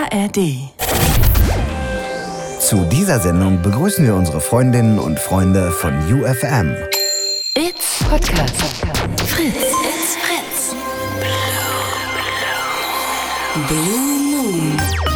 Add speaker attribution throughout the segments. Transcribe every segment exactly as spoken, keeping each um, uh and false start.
Speaker 1: A R D.
Speaker 2: Zu dieser Sendung begrüßen wir unsere Freundinnen und Freunde von U F M.
Speaker 1: It's Podcast. Fritz. It's Fritz. Blue Moon.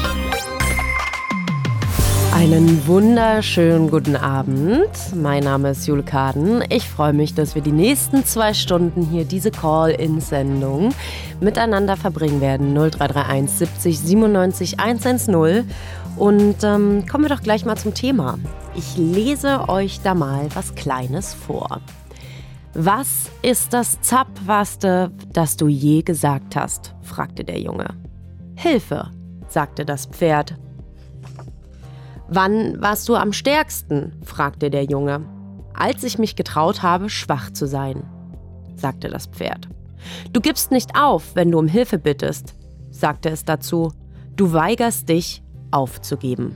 Speaker 3: Einen wunderschönen guten Abend. Mein Name ist Jule Kaden. Ich freue mich, dass wir die nächsten zwei Stunden hier diese Call-In-Sendung miteinander verbringen werden. null drei drei eins siebzig siebenundneunzig hundertzehn. Und ähm, kommen wir doch gleich mal zum Thema. Ich lese euch da mal was Kleines vor. Was ist das Zapfbarste, das du je gesagt hast? Fragte der Junge. Hilfe, sagte das Pferd. Wann warst du am stärksten? Fragte der Junge. Als ich mich getraut habe, schwach zu sein, sagte das Pferd. Du gibst nicht auf, wenn du um Hilfe bittest, sagte es dazu. Du weigerst dich, aufzugeben.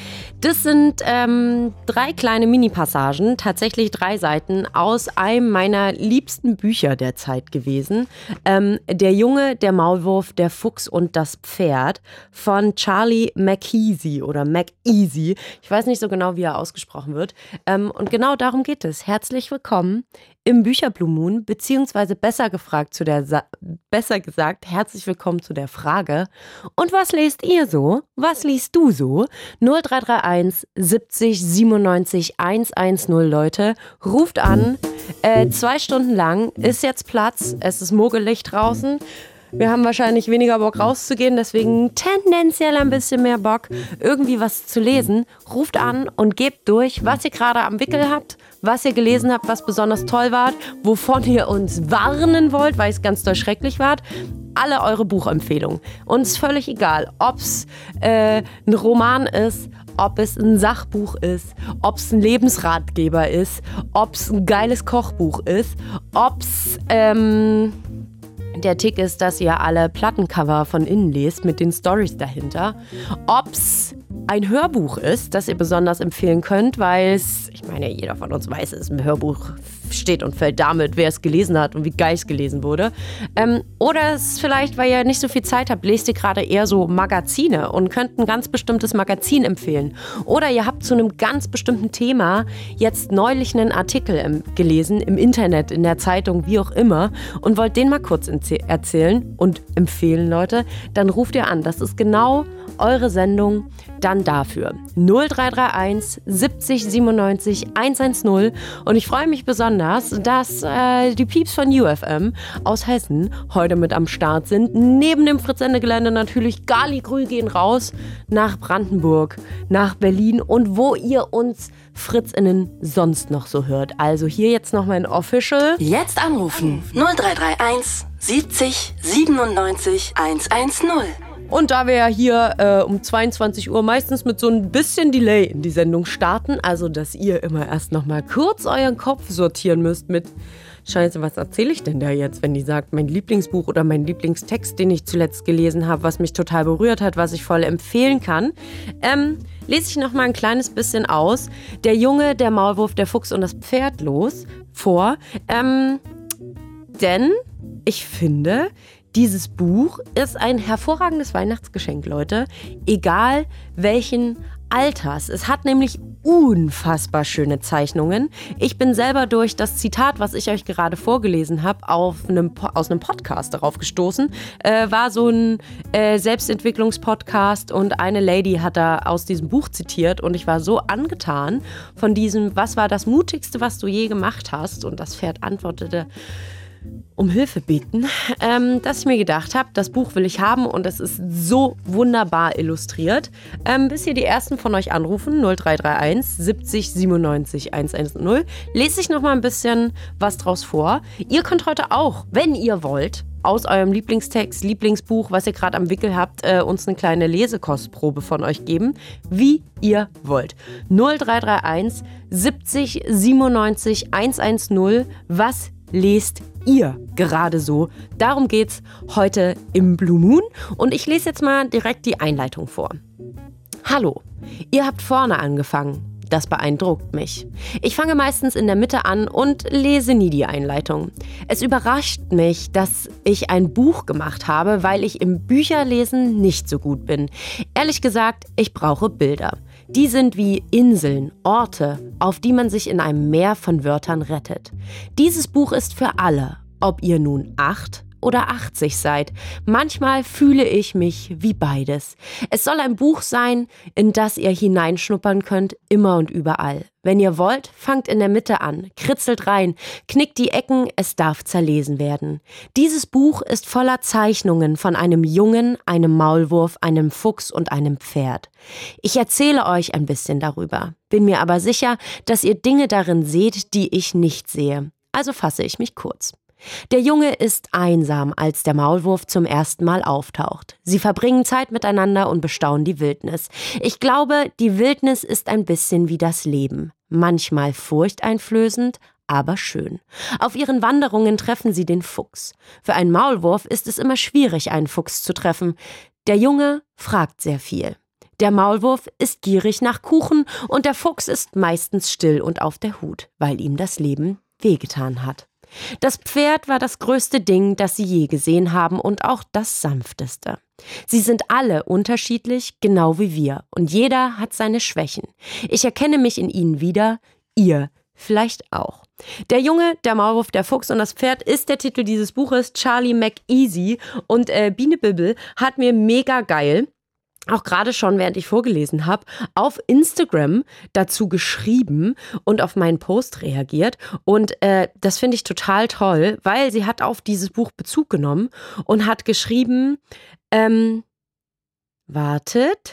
Speaker 3: Das sind ähm, drei kleine Mini-Passagen, tatsächlich drei Seiten aus einem meiner liebsten Bücher der Zeit gewesen. Ähm, Der Junge, der Maulwurf, der Fuchs und das Pferd von Charlie Mackesy oder Mackesy. Ich weiß nicht so genau, wie er ausgesprochen wird. Ähm, und genau darum geht es. Herzlich willkommen im Bücher Blue Moon, beziehungsweise besser gefragt zu der, Sa- besser gesagt, herzlich willkommen zu der Frage. Und was lest ihr so? Was liest du so? null drei drei eins siebzig siebenundneunzig hundertzehn, Leute. Ruft an. Äh, zwei Stunden lang ist jetzt Platz. Es ist muggelig draußen. Wir haben wahrscheinlich weniger Bock rauszugehen, deswegen tendenziell ein bisschen mehr Bock, irgendwie was zu lesen. Ruft an und gebt durch, was ihr gerade am Wickel habt, was ihr gelesen habt, was besonders toll war, wovon ihr uns warnen wollt, weil es ganz doll schrecklich war. Alle eure Buchempfehlungen. Uns völlig egal, ob es äh, ein Roman ist, ob es ein Sachbuch ist, ob es ein Lebensratgeber ist, ob es ein geiles Kochbuch ist, ob es... Ähm, Der Tick ist, dass ihr alle Plattencover von innen lest mit den Storys dahinter. Ob's ein Hörbuch ist, das ihr besonders empfehlen könnt, weil es, ich meine, jeder von uns weiß, es im Hörbuch steht und fällt damit, wer es gelesen hat und wie geil es gelesen wurde. Ähm, oder es vielleicht, weil ihr nicht so viel Zeit habt, lest ihr gerade eher so Magazine und könnt ein ganz bestimmtes Magazin empfehlen. Oder ihr habt zu einem ganz bestimmten Thema jetzt neulich einen Artikel im, gelesen, im Internet, in der Zeitung, wie auch immer, und wollt den mal kurz entzäh- erzählen und empfehlen, Leute, dann ruft ihr an. Das ist genau eure Sendung dann dafür. null drei drei eins siebzig siebenundneunzig hundertzehn. Und ich freue mich besonders, dass äh, die Pieps von U F M aus Hessen heute mit am Start sind. Neben dem Fritz-Sende-Gelände natürlich Galligrü gehen raus nach Brandenburg, nach Berlin und wo ihr uns FritzInnen sonst noch so hört. Also hier jetzt noch mein Official.
Speaker 1: Jetzt anrufen. null drei drei eins siebzig siebenundneunzig hundertzehn.
Speaker 3: Und da wir ja hier äh, um zweiundzwanzig Uhr meistens mit so ein bisschen Delay in die Sendung starten, also dass ihr immer erst noch mal kurz euren Kopf sortieren müsst mit Scheiße, was erzähle ich denn da jetzt, wenn die sagt, mein Lieblingsbuch oder mein Lieblingstext, den ich zuletzt gelesen habe, was mich total berührt hat, was ich voll empfehlen kann, ähm, lese ich noch mal ein kleines bisschen aus. Der Junge, der Maulwurf, der Fuchs und das Pferd los vor. Ähm, denn ich finde, dieses Buch ist ein hervorragendes Weihnachtsgeschenk, Leute. Egal welchen Alters. Es hat nämlich unfassbar schöne Zeichnungen. Ich bin selber durch das Zitat, was ich euch gerade vorgelesen habe, auf einem, aus einem Podcast darauf gestoßen. Äh, war so ein äh, Selbstentwicklungspodcast und eine Lady hat da aus diesem Buch zitiert und ich war so angetan von diesem, was war das Mutigste, was du je gemacht hast? Und das Pferd antwortete, um Hilfe beten, ähm, dass ich mir gedacht habe, das Buch will ich haben und es ist so wunderbar illustriert. Ähm, bis hier die ersten von euch anrufen, null drei drei eins siebzig siebenundneunzig hundertzehn, lese ich noch mal ein bisschen was draus vor. Ihr könnt heute auch, wenn ihr wollt, aus eurem Lieblingstext, Lieblingsbuch, was ihr gerade am Wickel habt, äh, uns eine kleine Lesekostprobe von euch geben, wie ihr wollt. null drei drei eins siebzig siebenundneunzig hundertzehn, was lest ihr gerade so? Darum geht's heute im Blue Moon und ich lese jetzt mal direkt die Einleitung vor. Hallo, ihr habt vorne angefangen. Das beeindruckt mich. Ich fange meistens in der Mitte an und lese nie die Einleitung. Es überrascht mich, dass ich ein Buch gemacht habe, weil ich im Bücherlesen nicht so gut bin. Ehrlich gesagt, ich brauche Bilder. Die sind wie Inseln, Orte, auf die man sich in einem Meer von Wörtern rettet. Dieses Buch ist für alle, ob ihr nun acht oder achtzig seid. Manchmal fühle ich mich wie beides. Es soll ein Buch sein, in das ihr hineinschnuppern könnt, immer und überall. Wenn ihr wollt, fangt in der Mitte an, kritzelt rein, knickt die Ecken, es darf zerlesen werden. Dieses Buch ist voller Zeichnungen von einem Jungen, einem Maulwurf, einem Fuchs und einem Pferd. Ich erzähle euch ein bisschen darüber, bin mir aber sicher, dass ihr Dinge darin seht, die ich nicht sehe. Also fasse ich mich kurz. Der Junge ist einsam, als der Maulwurf zum ersten Mal auftaucht. Sie verbringen Zeit miteinander und bestaunen die Wildnis. Ich glaube, die Wildnis ist ein bisschen wie das Leben. Manchmal furchteinflößend, aber schön. Auf ihren Wanderungen treffen sie den Fuchs. Für einen Maulwurf ist es immer schwierig, einen Fuchs zu treffen. Der Junge fragt sehr viel. Der Maulwurf ist gierig nach Kuchen und der Fuchs ist meistens still und auf der Hut, weil ihm das Leben wehgetan hat. Das Pferd war das größte Ding, das sie je gesehen haben und auch das sanfteste. Sie sind alle unterschiedlich, genau wie wir, und jeder hat seine Schwächen. Ich erkenne mich in ihnen wieder, ihr vielleicht auch. Der Junge, der Maulwurf, der Fuchs und das Pferd ist der Titel dieses Buches. Charlie McEasy und äh, Biene Bibbel hat mir mega geil, auch gerade schon, während ich vorgelesen habe, auf Instagram dazu geschrieben und auf meinen Post reagiert. Und äh, das finde ich total toll, weil sie hat auf dieses Buch Bezug genommen und hat geschrieben, ähm, wartet,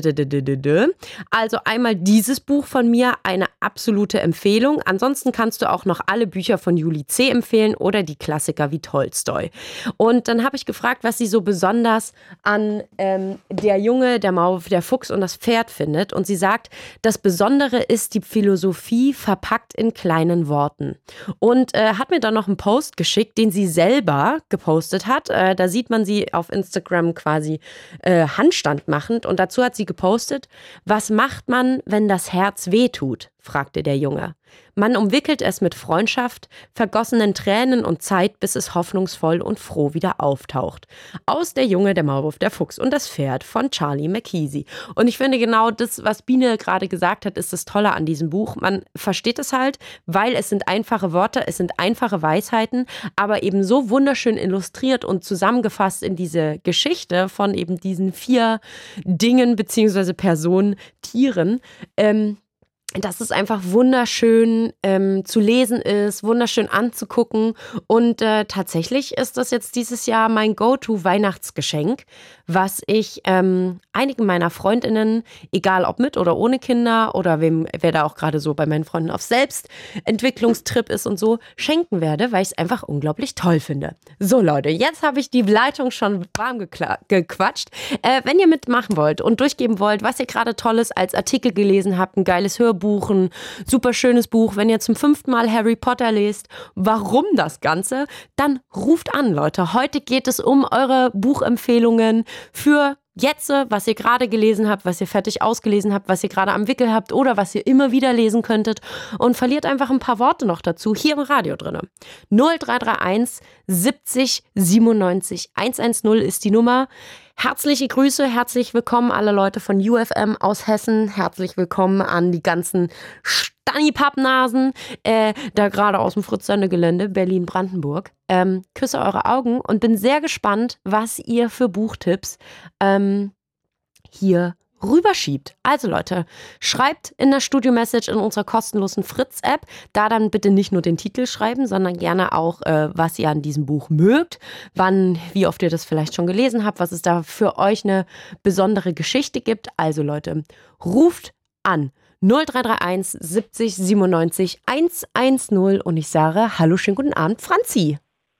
Speaker 3: also einmal dieses Buch von mir, eine absolute Empfehlung. Ansonsten kannst du auch noch alle Bücher von Julie C. empfehlen oder die Klassiker wie Tolstoi. Und dann habe ich gefragt, was sie so besonders an ähm, Der Junge, der Maulwurf, der Fuchs und das Pferd findet. Und sie sagt, das Besondere ist die Philosophie verpackt in kleinen Worten. Und äh, hat mir dann noch einen Post geschickt, den sie selber gepostet hat. Äh, da sieht man sie auf Instagram quasi äh, Handstand machend. Und dazu hat sie gepostet, was macht man, wenn das Herz wehtut, fragte der Junge. Man umwickelt es mit Freundschaft, vergossenen Tränen und Zeit, bis es hoffnungsvoll und froh wieder auftaucht. Aus Der Junge, der Maulwurf, der Fuchs und das Pferd von Charlie McEasy. Und ich finde genau das, was Biene gerade gesagt hat, ist das Tolle an diesem Buch. Man versteht es halt, weil es sind einfache Wörter, es sind einfache Weisheiten, aber eben so wunderschön illustriert und zusammengefasst in diese Geschichte von eben diesen vier Dingen beziehungsweise Personen, Tieren, ähm, dass es einfach wunderschön ähm, zu lesen ist, wunderschön anzugucken. Und äh, tatsächlich ist das jetzt dieses Jahr mein Go-To-Weihnachtsgeschenk, was ich ähm, einigen meiner Freundinnen, egal ob mit oder ohne Kinder oder wem, wer da auch gerade so bei meinen Freunden auf Selbstentwicklungstrip ist und so, schenken werde, weil ich es einfach unglaublich toll finde. So Leute, jetzt habe ich die Leitung schon warm gekla- gequatscht. Äh, wenn ihr mitmachen wollt und durchgeben wollt, was ihr gerade Tolles als Artikel gelesen habt, ein geiles Hörbuch, ein super schönes Buch, wenn ihr zum fünften Mal Harry Potter lest, warum das Ganze, dann ruft an, Leute. Heute geht es um eure Buchempfehlungen für jetzt, was ihr gerade gelesen habt, was ihr fertig ausgelesen habt, was ihr gerade am Wickel habt oder was ihr immer wieder lesen könntet und verliert einfach ein paar Worte noch dazu hier im Radio drin. null drei drei eins siebzig siebenundneunzig hundertzehn ist die Nummer. Herzliche Grüße, herzlich willkommen alle Leute von U F M aus Hessen. Herzlich willkommen an die ganzen Stanni-Pappnasen, äh, da gerade aus dem Fritz-Sende-Gelände Berlin-Brandenburg. Ähm, küsse eure Augen und bin sehr gespannt, was ihr für Buchtipps ähm, hier rüberschiebt. Also Leute, schreibt in der Studio-Message in unserer kostenlosen Fritz-App, da dann bitte nicht nur den Titel schreiben, sondern gerne auch, äh, was ihr an diesem Buch mögt, wann, wie oft ihr das vielleicht schon gelesen habt, was es da für euch eine besondere Geschichte gibt. Also Leute, ruft an null drei drei eins siebzig siebenundneunzig hundertzehn und ich sage hallo, schönen guten Abend, Franzi.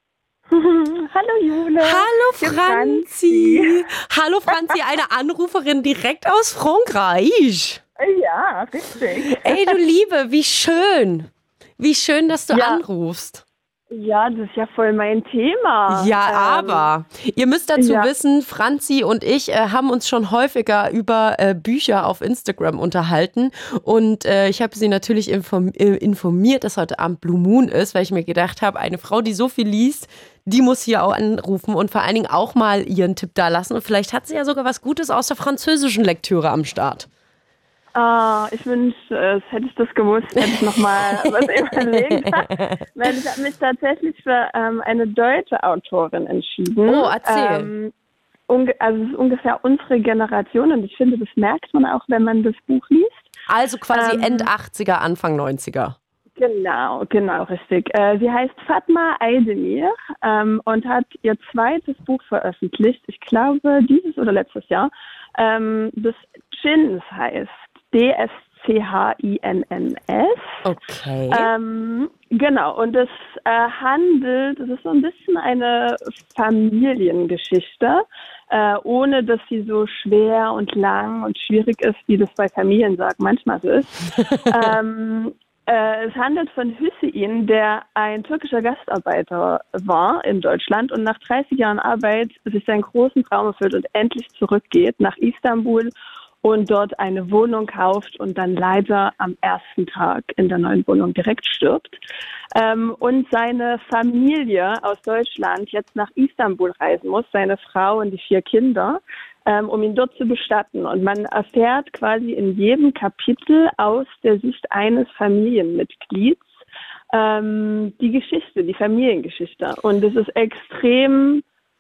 Speaker 4: Hallo Jule.
Speaker 3: Hallo Franzi. Hallo Franzi, eine Anruferin direkt aus Frankreich.
Speaker 4: Ja, richtig.
Speaker 3: Ey, du Liebe, wie schön. Wie schön, dass du
Speaker 4: ja.
Speaker 3: anrufst.
Speaker 4: Ja, das ist ja voll mein Thema.
Speaker 3: Ja,
Speaker 4: Ähm,
Speaker 3: aber ihr müsst dazu
Speaker 4: ja.
Speaker 3: wissen, Franzi und ich äh, haben uns schon häufiger über äh, Bücher auf Instagram unterhalten und äh, ich habe sie natürlich inform- äh, informiert, dass heute Abend Blue Moon ist, weil ich mir gedacht habe, eine Frau, die so viel liest, die muss hier auch anrufen und vor allen Dingen auch mal ihren Tipp da lassen und vielleicht hat sie ja sogar was Gutes aus der französischen Lektüre am Start.
Speaker 4: Ah, ich wünschte, es hätte ich das gewusst, hätte ich nochmal was überlegt. Weil ich habe mich tatsächlich für ähm, eine deutsche Autorin entschieden.
Speaker 3: Oh, erzähl.
Speaker 4: Ähm, unge- also es ist ungefähr unsere Generation und ich finde, das merkt man auch, wenn man das Buch liest.
Speaker 3: Also quasi
Speaker 4: Ähm,
Speaker 3: End achtziger, Anfang neunziger.
Speaker 4: Genau, genau, richtig. Äh, sie heißt Fatma Aydemir ähm, und hat ihr zweites Buch veröffentlicht, ich glaube dieses oder letztes Jahr, ähm, das Dschinns heißt. D S C H I N N S.
Speaker 3: Okay.
Speaker 4: Ähm, genau, und es äh, handelt, es ist so ein bisschen eine Familiengeschichte, äh, ohne dass sie so schwer und lang und schwierig ist, wie das bei Familiensagen manchmal so ist. ähm, äh, es handelt von Hüseyin, der ein türkischer Gastarbeiter war in Deutschland und nach dreißig Jahren Arbeit sich seinen großen Traum erfüllt und endlich zurückgeht nach Istanbul und dort eine Wohnung kauft und dann leider am ersten Tag in der neuen Wohnung direkt stirbt. Ähm, und seine Familie aus Deutschland jetzt nach Istanbul reisen muss, seine Frau und die vier Kinder, ähm, um ihn dort zu bestatten. Und man erfährt quasi in jedem Kapitel aus der Sicht eines Familienmitglieds ähm, die Geschichte, die Familiengeschichte. Und es ist extrem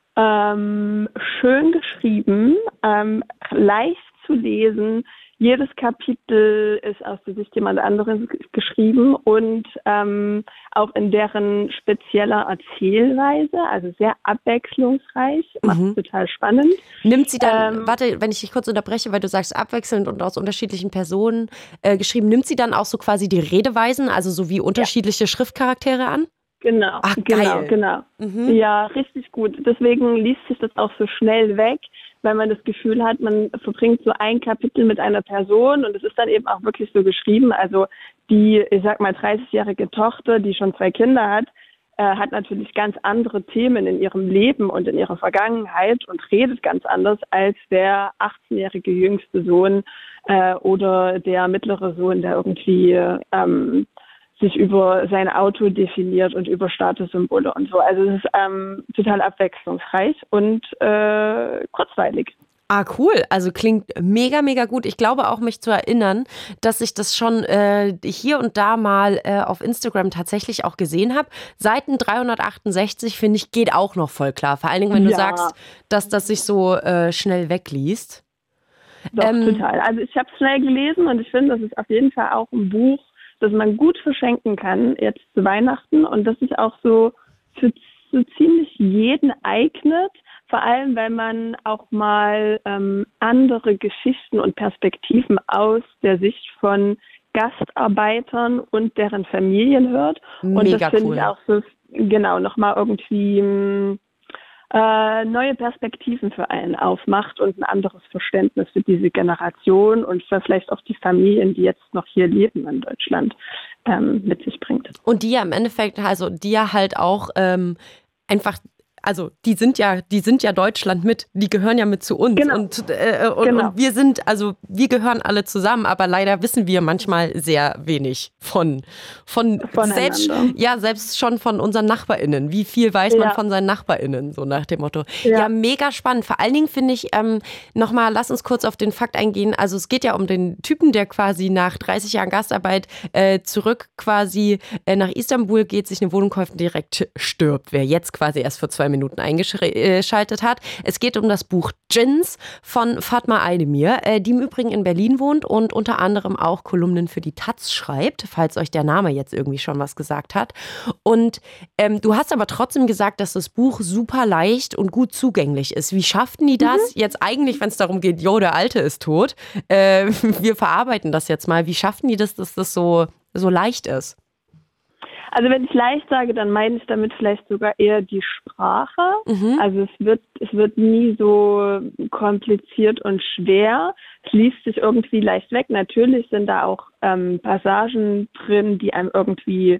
Speaker 4: ähm, schön geschrieben, ähm, leicht zu lesen. Jedes Kapitel ist aus der Sicht jemand anderes geschrieben und ähm, auch in deren spezieller Erzählweise, also sehr abwechslungsreich, macht es
Speaker 3: Mhm.
Speaker 4: total spannend.
Speaker 3: Nimmt sie dann,
Speaker 4: Ähm,
Speaker 3: warte, wenn ich dich kurz unterbreche, weil du sagst abwechselnd und aus unterschiedlichen Personen äh, geschrieben, nimmt sie dann auch so quasi die Redeweisen, also so wie unterschiedliche Schriftcharaktere an?
Speaker 4: Genau,
Speaker 3: Ach,
Speaker 4: genau,
Speaker 3: geil.
Speaker 4: genau.
Speaker 3: Mhm.
Speaker 4: Ja, richtig gut. Deswegen liest sich das auch so schnell weg, weil man das Gefühl hat, man verbringt so ein Kapitel mit einer Person und es ist dann eben auch wirklich so geschrieben. Also die, ich sag mal, dreißigjährige Tochter, die schon zwei Kinder hat, äh, hat natürlich ganz andere Themen in ihrem Leben und in ihrer Vergangenheit und redet ganz anders als der achtzehnjährige jüngste Sohn äh, oder der mittlere Sohn, der irgendwie ähm, sich über sein Auto definiert und über Statussymbole und so. Also es ist ähm, total abwechslungsreich und äh, kurzweilig.
Speaker 3: Ah, cool. Also klingt mega, mega gut. Ich glaube auch, mich zu erinnern, dass ich das schon äh, hier und da mal äh, auf Instagram tatsächlich auch gesehen habe. Seiten dreihundertachtundsechzig, finde ich, geht auch noch voll klar. Vor allen Dingen, wenn du
Speaker 4: Ja.
Speaker 3: sagst, dass das sich so äh, schnell wegliest.
Speaker 4: Doch,
Speaker 3: Ähm,
Speaker 4: total. Also ich habe es schnell gelesen und ich finde, das ist auf jeden Fall auch ein Buch, das man gut verschenken kann, jetzt zu Weihnachten und das sich auch so für so ziemlich jeden eignet, vor allem, weil man auch mal ähm, andere Geschichten und Perspektiven aus der Sicht von Gastarbeitern und deren Familien hört. Und
Speaker 3: Mega
Speaker 4: das finde
Speaker 3: cool.
Speaker 4: ich auch so, genau, nochmal irgendwie mh, äh, neue Perspektiven für einen aufmacht und ein anderes Verständnis für diese Generation und für vielleicht auch die Familien, die jetzt noch hier leben in Deutschland, ähm, mit sich bringt.
Speaker 3: Und die ja im Endeffekt, also die ja halt auch ähm, einfach, also die sind ja, die sind ja Deutschland mit, die gehören ja mit zu uns.
Speaker 4: Genau.
Speaker 3: Und, äh, und,
Speaker 4: Genau.
Speaker 3: und wir sind, also wir gehören alle zusammen, aber leider wissen wir manchmal sehr wenig von, von
Speaker 4: Voneinander.
Speaker 3: selbst, ja, selbst schon von unseren NachbarInnen. Wie viel weiß man
Speaker 4: Ja.
Speaker 3: von seinen NachbarInnen, so nach dem Motto. Ja,
Speaker 4: Ja.
Speaker 3: mega spannend. Vor allen Dingen finde ich, ähm, nochmal, lass uns kurz auf den Fakt eingehen. Also es geht ja um den Typen, der quasi nach dreißig Jahren Gastarbeit äh, zurück quasi äh, nach Istanbul geht, sich eine Wohnung kauft und direkt stirbt. Wer jetzt quasi erst vor zwei Minuten eingeschaltet hat. Es geht um das Buch Dschinns von Fatma Aydemir, äh, die im Übrigen in Berlin wohnt und unter anderem auch Kolumnen für die Taz schreibt, falls euch der Name jetzt irgendwie schon was gesagt hat. Und ähm, du hast aber trotzdem gesagt, dass das Buch super leicht und gut zugänglich ist. Wie schafften die das jetzt eigentlich, wenn es darum geht, jo, der Alte ist tot, äh, wir verarbeiten das jetzt mal. Wie schafften die das, dass das so, so leicht ist?
Speaker 4: Also wenn ich leicht sage, dann meine ich damit vielleicht sogar eher die Sprache.
Speaker 3: Mhm.
Speaker 4: Also es wird, es wird nie so kompliziert und schwer. Es liest sich irgendwie leicht weg. Natürlich sind da auch ähm, Passagen drin, die einem irgendwie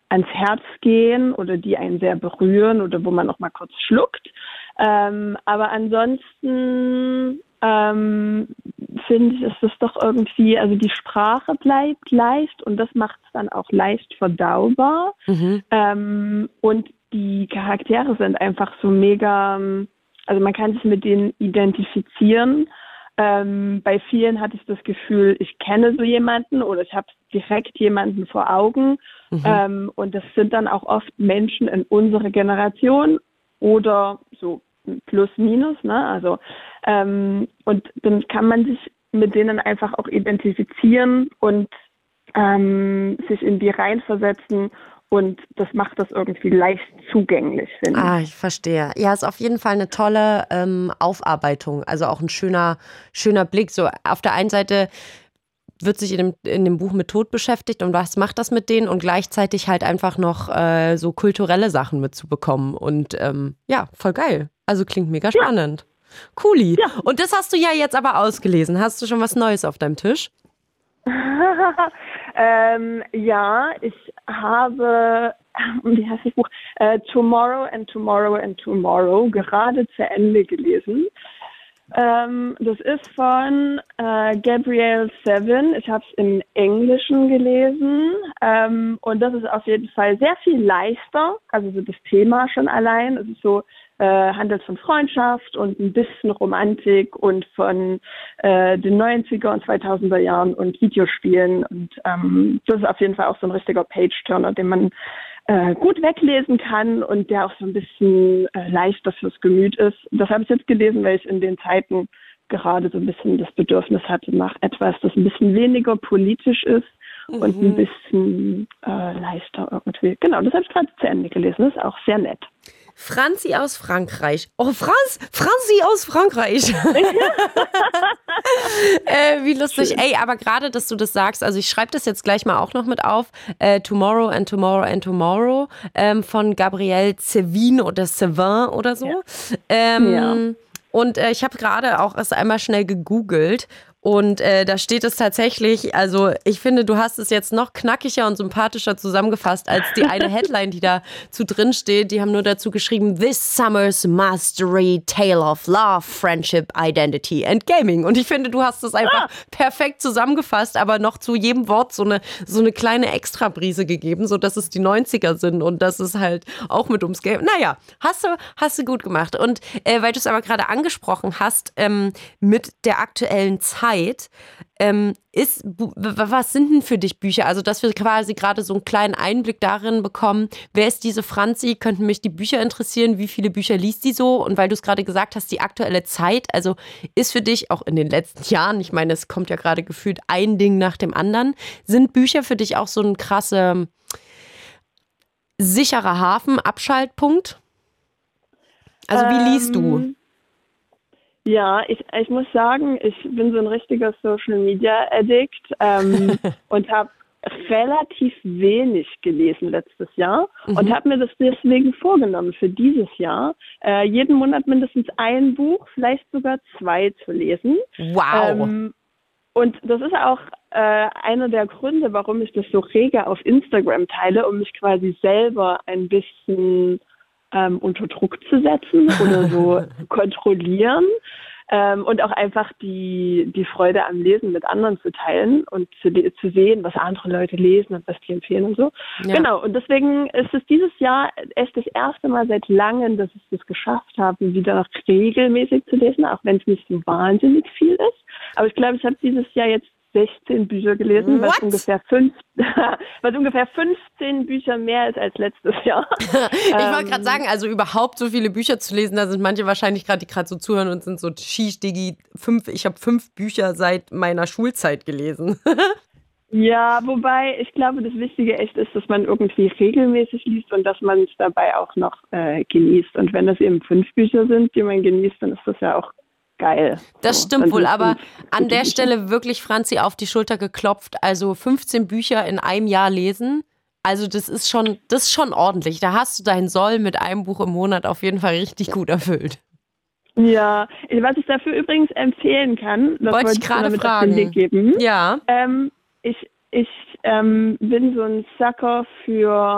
Speaker 4: ans Herz gehen oder die einen sehr berühren oder wo man noch mal kurz schluckt. Ähm, aber ansonsten ähm, finde ich, ist das doch irgendwie, also die Sprache bleibt leicht und das macht es dann auch leicht verdaubar.
Speaker 3: Mhm.
Speaker 4: Ähm, und die Charaktere sind einfach so mega, also man kann sich mit denen identifizieren. Ähm, bei vielen hatte ich das Gefühl, ich kenne so jemanden oder ich habe direkt jemanden vor Augen. Mhm. Ähm, und das sind dann auch oft Menschen in unserer Generation oder so plus minus, ne? Also ähm, und dann kann man sich mit denen einfach auch identifizieren und ähm, sich in die reinversetzen. Und das macht das irgendwie leicht zugänglich, finde ich.
Speaker 3: Ah, ich verstehe. Ja, ist auf jeden Fall eine tolle ähm, Aufarbeitung. Also auch ein schöner, schöner Blick. So auf der einen Seite wird sich in dem, in dem Buch mit Tod beschäftigt und was macht das mit denen und gleichzeitig halt einfach noch äh, so kulturelle Sachen mitzubekommen. Und ähm, ja, voll geil. Also klingt mega spannend. Ja. Cooli. Ja. Und das hast du ja jetzt aber ausgelesen. Hast du schon was Neues auf deinem Tisch?
Speaker 4: ähm, ja, ich habe, wie heißt das Buch? Uh, Tomorrow and Tomorrow and Tomorrow gerade zu Ende gelesen. Ähm, das ist von äh, Gabrielle Sevin. Ich habe es im Englischen gelesen ähm, und das ist auf jeden Fall sehr viel leichter. Also so das Thema schon allein. Es ist so äh, handelt von Freundschaft und ein bisschen Romantik und von äh, den neunziger und zweitausender Jahren und Videospielen und ähm, das ist auf jeden Fall auch so ein richtiger Page-Turner, den man äh, gut weglesen kann und der auch so ein bisschen äh, leichter fürs Gemüt ist. Das habe ich jetzt gelesen, weil ich in den Zeiten gerade so ein bisschen das Bedürfnis hatte nach etwas, das ein bisschen weniger politisch ist mhm. und ein bisschen äh, leichter irgendwie. Genau, das habe ich gerade zu Ende gelesen. Das ist auch sehr nett.
Speaker 3: Franzi aus Frankreich. Oh, Franz, Franzi aus Frankreich. äh, wie lustig. Schön. Ey, aber gerade, dass du das sagst, also ich schreibe das jetzt gleich mal auch noch mit auf. Äh, Tomorrow and Tomorrow and Tomorrow ähm, von Gabrielle Sevin oder Sevin oder so. Ja. Ähm, ja. Und äh, ich habe gerade auch erst einmal schnell gegoogelt. Und äh, da steht es tatsächlich, also ich finde, du hast es jetzt noch knackiger und sympathischer zusammengefasst als die eine Headline, die da zu drin steht. Die haben nur dazu geschrieben, This Summer's Mastery Tale of Love, Friendship, Identity and Gaming. Und ich finde, du hast es einfach ah. perfekt zusammengefasst, aber noch zu jedem Wort so eine, so eine kleine Extrabrise gegeben, sodass es die neunziger sind und dass es halt auch mit ums Game. Naja, hast du, hast du gut gemacht. Und äh, weil du es aber gerade angesprochen hast, ähm, mit der aktuellen Zeit, Ähm, ist, was sind denn für dich Bücher? Also, dass wir quasi gerade so einen kleinen Einblick darin bekommen, wer ist diese Franzi? Könnten mich die Bücher interessieren? Wie viele Bücher liest die so? Und weil du es gerade gesagt hast, die aktuelle Zeit, also ist für dich auch in den letzten Jahren, ich meine, es kommt ja gerade gefühlt ein Ding nach dem anderen, sind Bücher für dich auch so ein krasser, sicherer Hafen, Abschaltpunkt? Also, wie liest
Speaker 4: ähm.
Speaker 3: du?
Speaker 4: Ja, ich, ich muss sagen, ich bin so ein richtiger Social-Media-Addict ähm, und habe relativ wenig gelesen letztes Jahr mhm. und habe mir das deswegen vorgenommen für dieses Jahr, äh, jeden Monat mindestens ein Buch, vielleicht sogar zwei zu lesen.
Speaker 3: Wow!
Speaker 4: Ähm, und das ist auch äh, einer der Gründe, warum ich das so rege auf Instagram teile, um mich quasi selber ein bisschen Ähm, unter Druck zu setzen oder so kontrollieren ähm, und auch einfach die, die Freude am Lesen mit anderen zu teilen und zu, zu sehen, was andere Leute lesen und was die empfehlen und so. Ja. Genau, und deswegen ist es dieses Jahr echt das erste Mal seit langem, dass ich es geschafft habe, wieder regelmäßig zu lesen, auch wenn es nicht so wahnsinnig viel ist. Aber ich glaube, ich habe dieses Jahr jetzt sechzehn Bücher gelesen, was ungefähr, fünf, was ungefähr fünfzehn Bücher mehr ist als letztes Jahr.
Speaker 3: Ich wollte gerade sagen, also überhaupt so viele Bücher zu lesen, da sind manche wahrscheinlich gerade, die gerade so zuhören und sind so, Shish, Diggi, fünf, ich habe fünf Bücher seit meiner Schulzeit gelesen.
Speaker 4: Ja, wobei ich glaube, das Wichtige echt ist, dass man irgendwie regelmäßig liest und dass man es dabei auch noch äh, genießt. Und wenn das eben fünf Bücher sind, die man genießt, dann ist das ja auch geil.
Speaker 3: Das
Speaker 4: so,
Speaker 3: stimmt wohl, aber an der Stelle wirklich, Franzi, auf die Schulter geklopft. Also fünfzehn Bücher in einem Jahr lesen, also das ist schon, das ist schon ordentlich. Da hast du dein Soll mit einem Buch im Monat auf jeden Fall richtig gut erfüllt.
Speaker 4: Ja, was ich dafür übrigens empfehlen kann, das
Speaker 3: wollte ich gerade fragen.
Speaker 4: Geben.
Speaker 3: Ja.
Speaker 4: Ähm, ich ich ähm, bin so ein Sucker für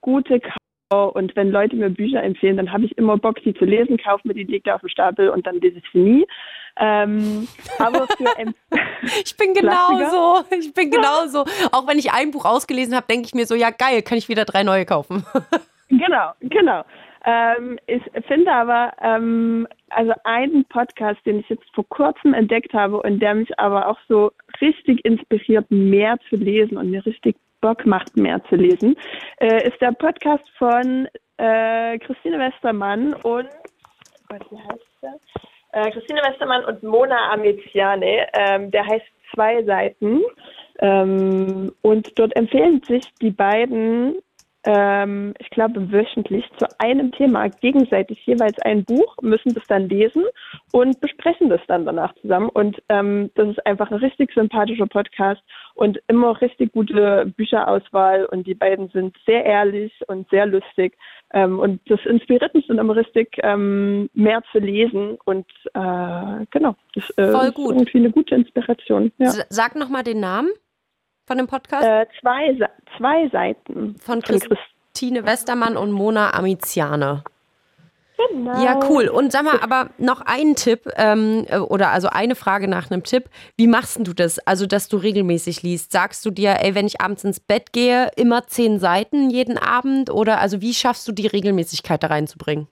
Speaker 4: gute Kaufer und wenn Leute mir Bücher empfehlen, dann habe ich immer Bock, die zu lesen, kaufe mir die, liegt auf dem Stapel und dann lese ich sie nie. Ähm, aber für Empf-
Speaker 3: Ich bin genauso. Ich bin genauso. Auch wenn ich ein Buch ausgelesen habe, denke ich mir so, ja geil, kann ich wieder drei neue kaufen.
Speaker 4: Genau, genau. Ähm, ich finde aber, ähm, also einen Podcast, den ich jetzt vor kurzem entdeckt habe und der mich aber auch so richtig inspiriert, mehr zu lesen und mir richtig Bock macht, mehr zu lesen, äh, ist der Podcast von äh, Christine Westermann und, Gott, wie heißt der? Äh, Christine Westermann und Mona Amiziane. Ähm, der heißt Zwei Seiten. Ähm, und dort empfehlen sich die beiden, ähm, ich glaube wöchentlich, zu einem Thema gegenseitig jeweils ein Buch, müssen das dann lesen und besprechen das dann danach zusammen. Und ähm, das ist einfach ein richtig sympathischer Podcast und immer richtig gute Bücherauswahl. Und die beiden sind sehr ehrlich und sehr lustig. Ähm, und das inspiriert mich dann immer richtig, ähm, mehr zu lesen. Und äh, genau, das äh,
Speaker 3: Voll
Speaker 4: ist
Speaker 3: gut.
Speaker 4: irgendwie eine gute Inspiration. Ja.
Speaker 3: S- Sag nochmal den Namen von dem Podcast.
Speaker 4: Äh, zwei, Sa- zwei Seiten
Speaker 3: Von
Speaker 4: von Christ-
Speaker 3: Christine Westermann und Mona Amiziane.
Speaker 4: Genau.
Speaker 3: Ja, cool. Und sag mal, aber noch einen Tipp ähm, oder also eine Frage nach einem Tipp. Wie machst denn du das? Also, dass du regelmäßig liest. Sagst du dir, ey, wenn ich abends ins Bett gehe, immer zehn Seiten jeden Abend? Oder also wie schaffst du die Regelmäßigkeit da reinzubringen?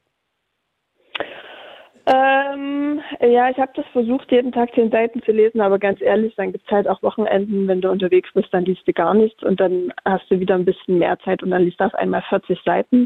Speaker 4: Ähm, ja, ich habe das versucht, jeden Tag zehn Seiten zu lesen, aber ganz ehrlich, dann gibt es halt auch Wochenenden, wenn du unterwegs bist, dann liest du gar nichts und dann hast du wieder ein bisschen mehr Zeit und dann liest du auf einmal vierzig Seiten.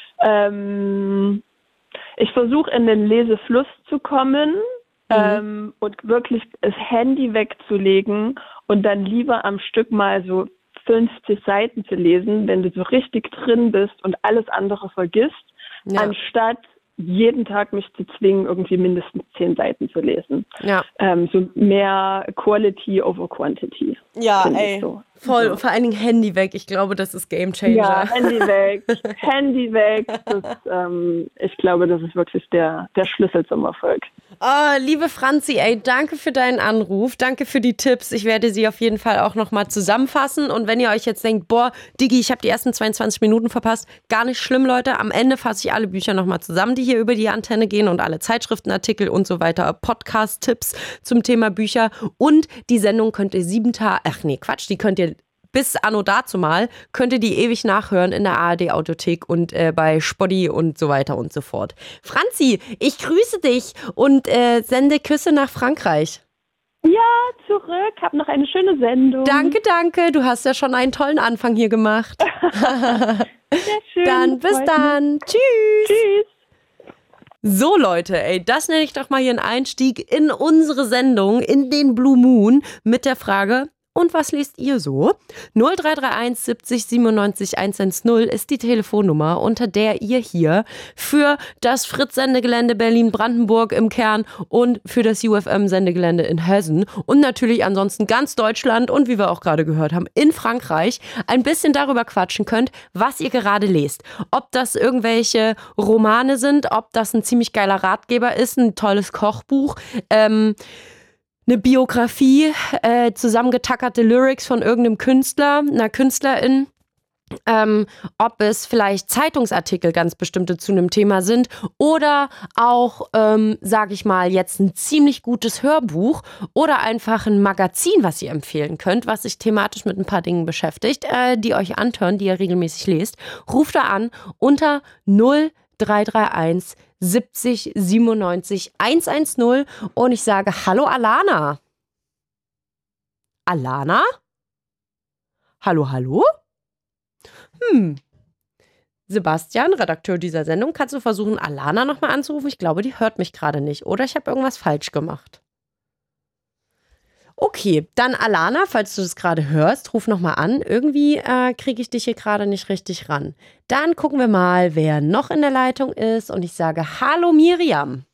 Speaker 4: Ähm, ich versuche in den Lesefluss zu kommen mhm. ähm, und wirklich das Handy wegzulegen und dann lieber am Stück mal so fünfzig Seiten zu lesen, wenn du so richtig drin bist und alles andere vergisst,
Speaker 3: Ja.
Speaker 4: anstatt jeden Tag mich zu zwingen, irgendwie mindestens zehn Seiten zu lesen.
Speaker 3: Ja.
Speaker 4: Ähm, so mehr Quality over Quantity.
Speaker 3: Ja,
Speaker 4: ey. So.
Speaker 3: Voll.
Speaker 4: So.
Speaker 3: Vor allen Dingen Handy weg. Ich glaube, das ist Game Changer.
Speaker 4: Ja, Handy weg. Handy weg. Das, ähm, ich glaube, das ist wirklich der, der Schlüssel zum Erfolg.
Speaker 3: Oh, liebe Franzi, ey, danke für deinen Anruf, danke für die Tipps. Ich werde sie auf jeden Fall auch nochmal zusammenfassen. Und wenn ihr euch jetzt denkt, boah, Digi, ich habe die ersten zweiundzwanzig Minuten verpasst, gar nicht schlimm, Leute. Am Ende fasse ich alle Bücher nochmal zusammen, die hier über die Antenne gehen und alle Zeitschriftenartikel und so weiter, Podcast-Tipps zum Thema Bücher. Und die Sendung könnt ihr sieben Tage, ach nee, Quatsch, die könnt ihr bis anno dazumal, könnt ihr die ewig nachhören in der A R D-Audiothek und äh, bei Spotify und so weiter und so fort. Franzi, ich grüße dich und äh, sende Küsse nach Frankreich.
Speaker 4: Ja, zurück. Hab noch eine schöne Sendung.
Speaker 3: Danke, danke. Du hast ja schon einen tollen Anfang hier gemacht.
Speaker 4: Sehr schön.
Speaker 3: Dann bis
Speaker 4: Freut
Speaker 3: dann.
Speaker 4: mich.
Speaker 3: Tschüss.
Speaker 4: Tschüss.
Speaker 3: So Leute, ey, das nenne ich doch mal hier einen Einstieg in unsere Sendung, in den Blue Moon mit der Frage, und was lest ihr so? null drei drei eins siebzig siebenundneunzig hundertzehn ist die Telefonnummer, unter der ihr hier für das Fritz-Sendegelände Berlin-Brandenburg im Kern und für das U F M-Sendegelände in Hessen und natürlich ansonsten ganz Deutschland und wie wir auch gerade gehört haben, in Frankreich ein bisschen darüber quatschen könnt, was ihr gerade lest. Ob das irgendwelche Romane sind, ob das ein ziemlich geiler Ratgeber ist, ein tolles Kochbuch, ähm, eine Biografie, äh, zusammengetackerte Lyrics von irgendeinem Künstler, einer Künstlerin, ähm, ob es vielleicht Zeitungsartikel ganz bestimmte zu einem Thema sind oder auch, ähm, sage ich mal, jetzt ein ziemlich gutes Hörbuch oder einfach ein Magazin, was ihr empfehlen könnt, was sich thematisch mit ein paar Dingen beschäftigt, äh, die euch anhören, die ihr regelmäßig lest. Ruft da an unter null drei drei eins siebzig siebenundneunzig hundertzehn und ich sage Hallo Alana. Alana? Hallo, hallo? Hm. Sebastian, Redakteur dieser Sendung, kannst du versuchen, Alana nochmal anzurufen? Ich glaube, die hört mich gerade nicht. Oder ich habe irgendwas falsch gemacht. Okay, dann Alana, falls du das gerade hörst, ruf nochmal an. Irgendwie äh, kriege ich dich hier gerade nicht richtig ran. Dann gucken wir mal, wer noch in der Leitung ist. Und ich sage Hallo Miriam.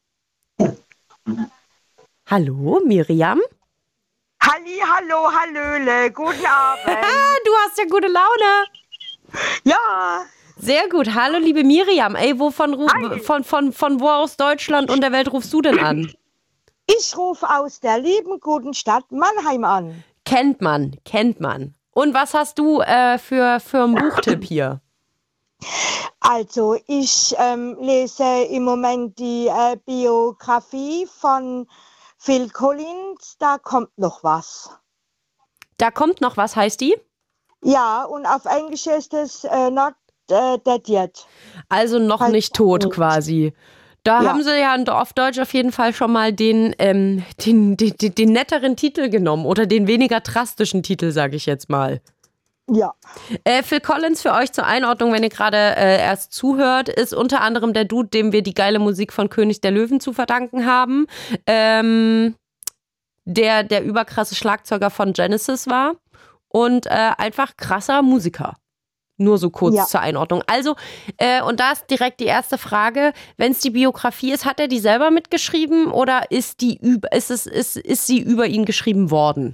Speaker 3: Hallo Miriam?
Speaker 5: Halli, hallo, hallöle, guten Abend.
Speaker 3: Du hast ja gute Laune.
Speaker 5: Ja.
Speaker 3: Sehr gut. Hallo liebe Miriam. Ey, wovon ruf, von, von, von wo aus Deutschland und der Welt rufst du denn an?
Speaker 5: Ich rufe aus der lieben guten Stadt Mannheim an.
Speaker 3: Kennt man, kennt man. Und was hast du äh, für, für einen Buchtipp hier?
Speaker 5: Also ich ähm, lese im Moment die äh, Biografie von Phil Collins, da kommt noch was.
Speaker 3: Da kommt noch was, heißt die?
Speaker 5: Ja, und auf Englisch ist es äh, Not äh, Dead Yet.
Speaker 3: Also noch
Speaker 5: Heißt
Speaker 3: nicht
Speaker 5: noch
Speaker 3: tot
Speaker 5: nicht.
Speaker 3: quasi. Da
Speaker 5: Ja.
Speaker 3: haben sie ja auf Deutsch auf jeden Fall schon mal den, ähm, den, den, den, den netteren Titel genommen oder den weniger drastischen Titel, sage ich jetzt mal.
Speaker 5: Ja.
Speaker 3: Äh, Phil Collins, für euch zur Einordnung, wenn ihr gerade äh, erst zuhört, ist unter anderem der Dude, dem wir die geile Musik von König der Löwen zu verdanken haben. Ähm, der der überkrasse Schlagzeuger von Genesis war und äh, einfach krasser Musiker. Nur so kurz
Speaker 5: Ja.
Speaker 3: zur Einordnung. Also, äh, und da ist direkt die erste Frage, wenn es die Biografie ist, hat er die selber mitgeschrieben oder ist, die, üb- ist, es, ist, ist sie über ihn geschrieben worden?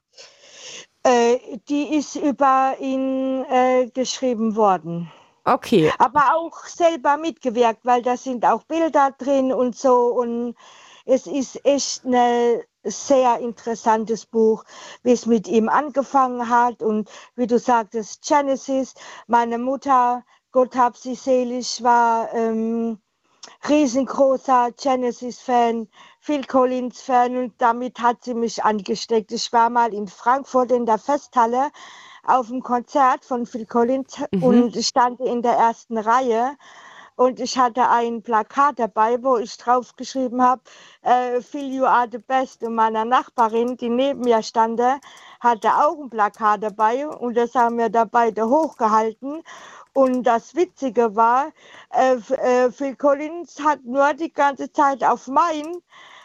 Speaker 5: Äh, die ist über ihn äh, geschrieben worden.
Speaker 3: Okay.
Speaker 5: Aber auch selber mitgewirkt, weil da sind auch Bilder drin und so. Und es ist echt ein sehr interessantes Buch, wie es mit ihm angefangen hat. Und wie du sagtest, Genesis, meine Mutter, Gott hab sie selig, war ähm, riesengroßer Genesis-Fan, Phil Collins-Fan und damit hat sie mich angesteckt. Ich war mal in Frankfurt in der Festhalle auf dem Konzert von Phil Collins
Speaker 3: Mhm.
Speaker 5: und ich stand in der ersten Reihe und ich hatte ein Plakat dabei, wo ich drauf geschrieben habe, äh, Phil, you are the best. Und meine Nachbarin, die neben mir stand, hatte auch ein Plakat dabei und das haben wir da beide hochgehalten. Und das Witzige war, äh, F- äh, Phil Collins hat nur die ganze Zeit auf mein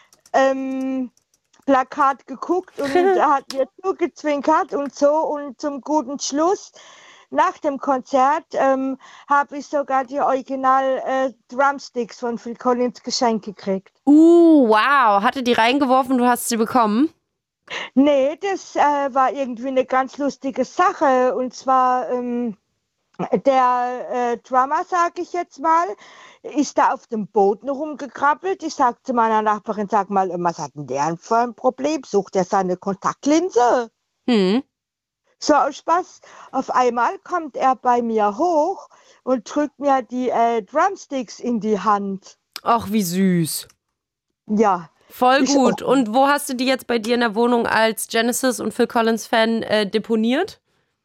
Speaker 5: ähm, Plakat geguckt und er hat mir zugezwinkert und so. Und zum guten Schluss, nach dem Konzert, ähm, habe ich sogar die Original äh, Drumsticks von Phil Collins geschenkt gekriegt.
Speaker 3: Uh, wow. Hatte die reingeworfen, du hast sie bekommen?
Speaker 5: Nee, das äh, war irgendwie eine ganz lustige Sache. Und zwar ähm, der äh, Drummer, sage ich jetzt mal, ist da auf dem Boden rumgekrabbelt. Ich sagte zu meiner Nachbarin, sag mal, was hat denn der für ein Problem? Sucht er seine Kontaktlinse?
Speaker 3: Hm.
Speaker 5: So aus Spaß. Auf einmal kommt er bei mir hoch und drückt mir die äh, Drumsticks in die Hand.
Speaker 3: Ach, wie süß.
Speaker 5: Ja,
Speaker 3: Voll
Speaker 5: Ich
Speaker 3: gut.
Speaker 5: auch.
Speaker 3: Und wo hast du die jetzt bei dir in der Wohnung als Genesis und Phil Collins Fan äh, deponiert?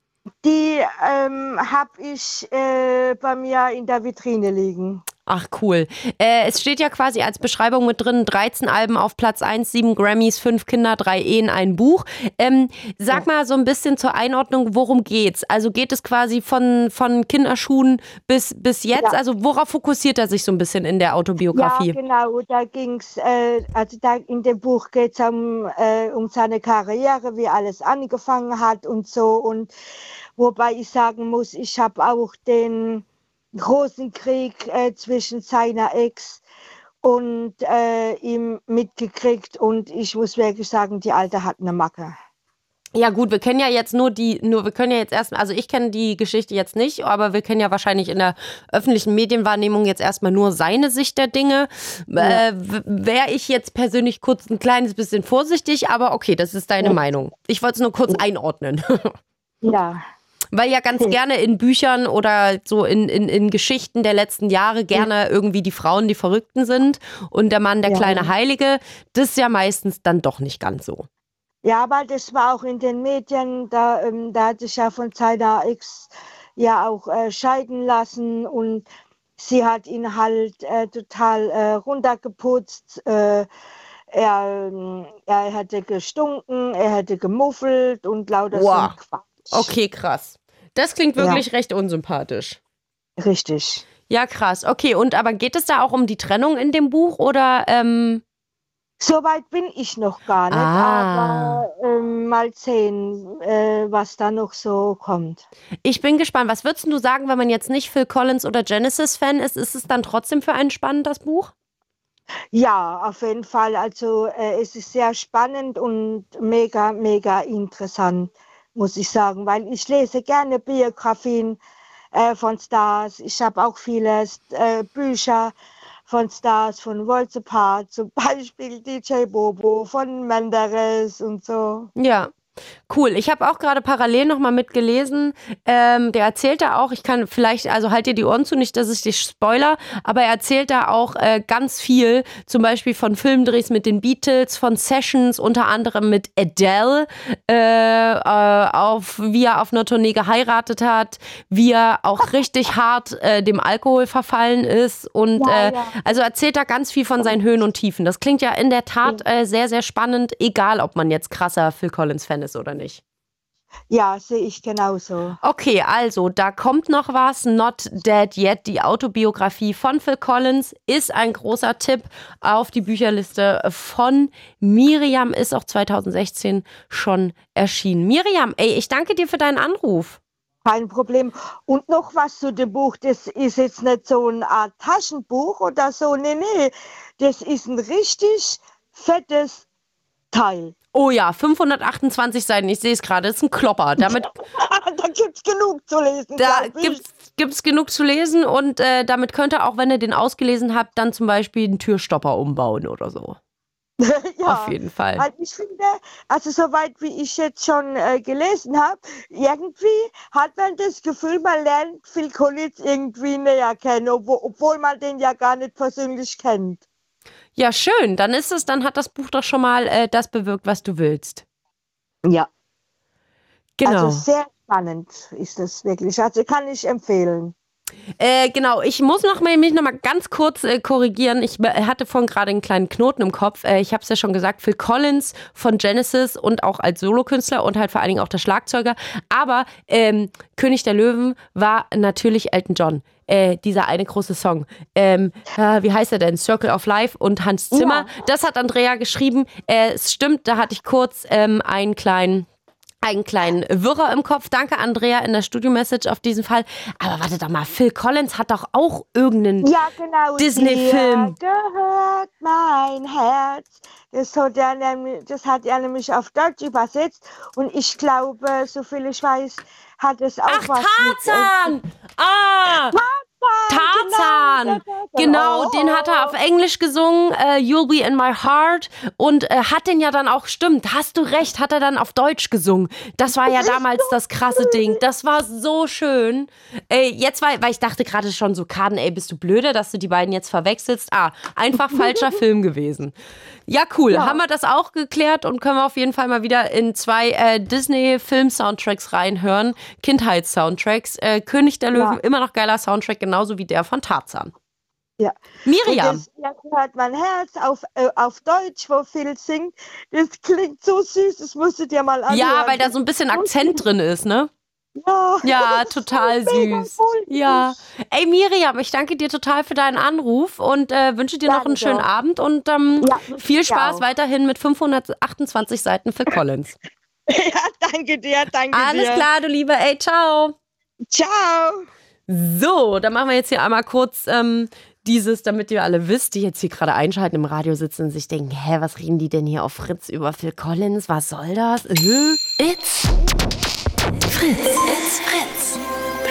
Speaker 5: die ähm, habe ich äh, bei mir in der Vitrine liegen.
Speaker 3: Ach, cool. Äh, es steht ja quasi als Beschreibung mit drin, dreizehn Alben auf Platz eins, sieben Grammys, fünf Kinder, drei Ehen, ein Buch. Ähm, sag mal so ein bisschen zur Einordnung, worum geht's? Also geht es quasi von, von Kinderschuhen bis, bis jetzt?
Speaker 5: Ja.
Speaker 3: Also worauf fokussiert er sich so ein bisschen in der Autobiografie?
Speaker 5: Ja, genau, da ging's, äh, also da in dem Buch geht es um, äh, um seine Karriere, wie alles angefangen hat und so. Und wobei ich sagen muss, ich habe auch den großen Krieg äh, zwischen seiner Ex und äh, ihm mitgekriegt. Und ich muss wirklich sagen, die Alte hat eine Macke.
Speaker 3: Ja gut, wir kennen ja jetzt nur die, nur wir können ja jetzt erstmal, also ich kenne die Geschichte jetzt nicht, aber wir kennen ja wahrscheinlich in der öffentlichen Medienwahrnehmung jetzt erstmal nur seine Sicht der Dinge.
Speaker 5: Ja.
Speaker 3: Äh, Wäre ich jetzt persönlich kurz ein kleines bisschen vorsichtig, aber okay, das ist deine
Speaker 5: Ja.
Speaker 3: Meinung. Ich wollte es nur kurz einordnen.
Speaker 5: Ja.
Speaker 3: Weil ja ganz
Speaker 5: Hm.
Speaker 3: gerne in Büchern oder so in, in, in Geschichten der letzten Jahre gerne irgendwie die Frauen die Verrückten sind und der Mann der
Speaker 5: Ja.
Speaker 3: kleine Heilige. Das ist ja meistens dann doch nicht ganz so.
Speaker 5: Ja, aber das war auch in den Medien, da, ähm, da hat sich ja von seiner Ex ja auch äh, scheiden lassen und sie hat ihn halt äh, total äh, runtergeputzt. Äh, er, ähm, er hätte gestunken, er hätte gemuffelt und lauter so
Speaker 3: Wow.
Speaker 5: ein Quatsch.
Speaker 3: Okay, krass. Das klingt
Speaker 5: Ja.
Speaker 3: wirklich recht unsympathisch.
Speaker 5: Richtig.
Speaker 3: Ja, krass. Okay, und aber geht es da auch um die Trennung in dem Buch oder ähm,
Speaker 5: Soweit bin ich noch gar nicht,
Speaker 3: Ah.
Speaker 5: aber ähm, mal sehen, äh, was da noch so kommt.
Speaker 3: ich bin gespannt. Was würdest du sagen, wenn man jetzt nicht Phil Collins oder Genesis-Fan ist? Ist es dann trotzdem für einen spannend, das Buch?
Speaker 5: Ja, auf jeden Fall. Also äh, es ist sehr spannend und mega, mega interessant, muss ich sagen, weil ich lese gerne Biografien äh, von Stars. Ich habe auch viele äh, Bücher von Stars, von Worlds Apart, zum Beispiel D J Bobo, von Menderes und so.
Speaker 3: Ja. Cool. Ich habe auch gerade parallel nochmal mitgelesen. Ähm, der erzählt da auch, ich kann vielleicht, also halt dir die Ohren zu, nicht, dass ich dich spoiler, aber er erzählt da auch äh, ganz viel, zum Beispiel von Filmdrehs mit den Beatles, von Sessions, unter anderem mit Adele, äh, äh, auf, wie er auf einer Tournee geheiratet hat, wie er auch richtig hart äh, dem Alkohol verfallen ist und
Speaker 5: Ja,
Speaker 3: äh,
Speaker 5: ja.
Speaker 3: also erzählt da ganz viel von seinen Höhen und Tiefen. Das klingt ja in der Tat äh, sehr, sehr spannend, egal ob man jetzt krasser Phil Collins-Fan ist oder nicht.
Speaker 5: Ja, sehe ich genauso.
Speaker 3: Okay, also da kommt noch was. Not Dead Yet, die Autobiografie von Phil Collins, ist ein großer Tipp auf die Bücherliste von Miriam, ist auch zwanzig sechzehn schon erschienen. Miriam, ey, ich danke dir für deinen Anruf.
Speaker 5: Kein Problem. Und noch was zu dem Buch, das ist jetzt nicht so eine Art Taschenbuch oder so, nee, nee, das ist ein richtig fettes Teil.
Speaker 3: Oh ja, fünfhundertachtundzwanzig Seiten, ich sehe es gerade, das ist ein Klopper. Damit,
Speaker 5: Da gibt's genug zu lesen.
Speaker 3: da
Speaker 5: glaub ich.
Speaker 3: gibt's, gibt's genug zu lesen und äh, damit könnt ihr, auch wenn ihr den ausgelesen habt, dann zum Beispiel einen Türstopper umbauen oder so.
Speaker 5: Ja,
Speaker 3: Auf jeden Fall.
Speaker 5: weil ich finde, also soweit wie ich jetzt schon äh, gelesen habe, irgendwie hat man das Gefühl, man lernt Phil Collins irgendwie näher kennen, obwohl, obwohl man den ja gar nicht persönlich kennt.
Speaker 3: Ja, schön. Dann ist es, dann hat das Buch doch schon mal äh, das bewirkt, was du willst.
Speaker 5: Ja.
Speaker 3: Genau.
Speaker 5: Also sehr spannend ist das wirklich. Also kann ich empfehlen.
Speaker 3: Äh, genau, ich muss noch mal, mich noch mal ganz kurz äh, korrigieren. Ich äh, hatte vorhin gerade einen kleinen Knoten im Kopf. Äh, ich habe es ja schon gesagt, Phil Collins von Genesis und auch als Solokünstler und halt vor allen Dingen auch der Schlagzeuger. Aber ähm, König der Löwen war natürlich Elton John. Äh, dieser eine große Song. Ähm, äh, wie heißt er denn? Circle of Life und Hans Zimmer.
Speaker 5: Ja.
Speaker 3: Das hat Andrea geschrieben. Äh, es stimmt, da hatte ich kurz ähm, einen kleinen einen kleinen Wirrer im Kopf. Danke, Andrea, in der Studio-Message auf diesen Fall. Aber warte doch mal, Phil Collins hat doch auch irgendeinen
Speaker 5: Ja, genau.
Speaker 3: Disney-Film.
Speaker 5: Dir gehört mein Herz. Das hat, er nämlich, das hat er nämlich auf Deutsch übersetzt. Und ich glaube, soviel ich weiß, hat es auch
Speaker 3: Ach,
Speaker 5: was
Speaker 3: Tarzan!
Speaker 5: mit...
Speaker 3: Ah! Tarzan! Genau,
Speaker 5: Oh,
Speaker 3: den hat er auf Englisch gesungen, äh, You'll Be in My Heart. Und äh, hat den ja dann auch, stimmt, hast du recht, hat er dann auf Deutsch gesungen. Das war ja damals das krasse Ding. Das war so schön. Ey, jetzt, weil, weil ich dachte gerade schon so, Kaden, ey, bist du blöde, dass du die beiden jetzt verwechselst? Ah, einfach falscher Film gewesen. Ja, cool.
Speaker 5: Ja.
Speaker 3: Haben wir das auch geklärt und können wir auf jeden Fall mal wieder in zwei äh, Disney-Film-Soundtracks reinhören. Kindheits-Soundtracks. Äh, König der Löwen,
Speaker 5: Ja.
Speaker 3: immer noch geiler Soundtrack, genauso wie der von Tarzan.
Speaker 5: Ja.
Speaker 3: Miriam.
Speaker 5: Und das, ja, gehört mein Herz auf, äh, auf Deutsch, wo Phil singt. Das klingt so süß, das musst du dir mal anhören.
Speaker 3: Ja, weil da so ein bisschen Akzent drin ist, ne?
Speaker 5: Ja,
Speaker 3: Ja,
Speaker 5: das ist
Speaker 3: total
Speaker 5: mega
Speaker 3: süß.
Speaker 5: cool.
Speaker 3: Ja. Ey, Miriam, ich danke dir total für deinen Anruf und äh, wünsche dir noch einen
Speaker 5: Danke.
Speaker 3: schönen Abend und ähm,
Speaker 5: Ja,
Speaker 3: viel
Speaker 5: ich
Speaker 3: Spaß
Speaker 5: auch.
Speaker 3: weiterhin mit fünfhundertachtundzwanzig Seiten für Collins.
Speaker 5: Ja, danke dir, danke
Speaker 3: Alles
Speaker 5: dir.
Speaker 3: klar, du Liebe. Ey, ciao.
Speaker 5: Ciao.
Speaker 3: So, dann machen wir jetzt hier einmal kurz ähm, dieses, damit ihr alle wisst, die jetzt hier gerade einschalten, im Radio sitzen und sich denken, hä, was reden die denn hier auf Fritz über Phil Collins? Was soll das? Äh?
Speaker 1: It's Fritz. It's Fritz.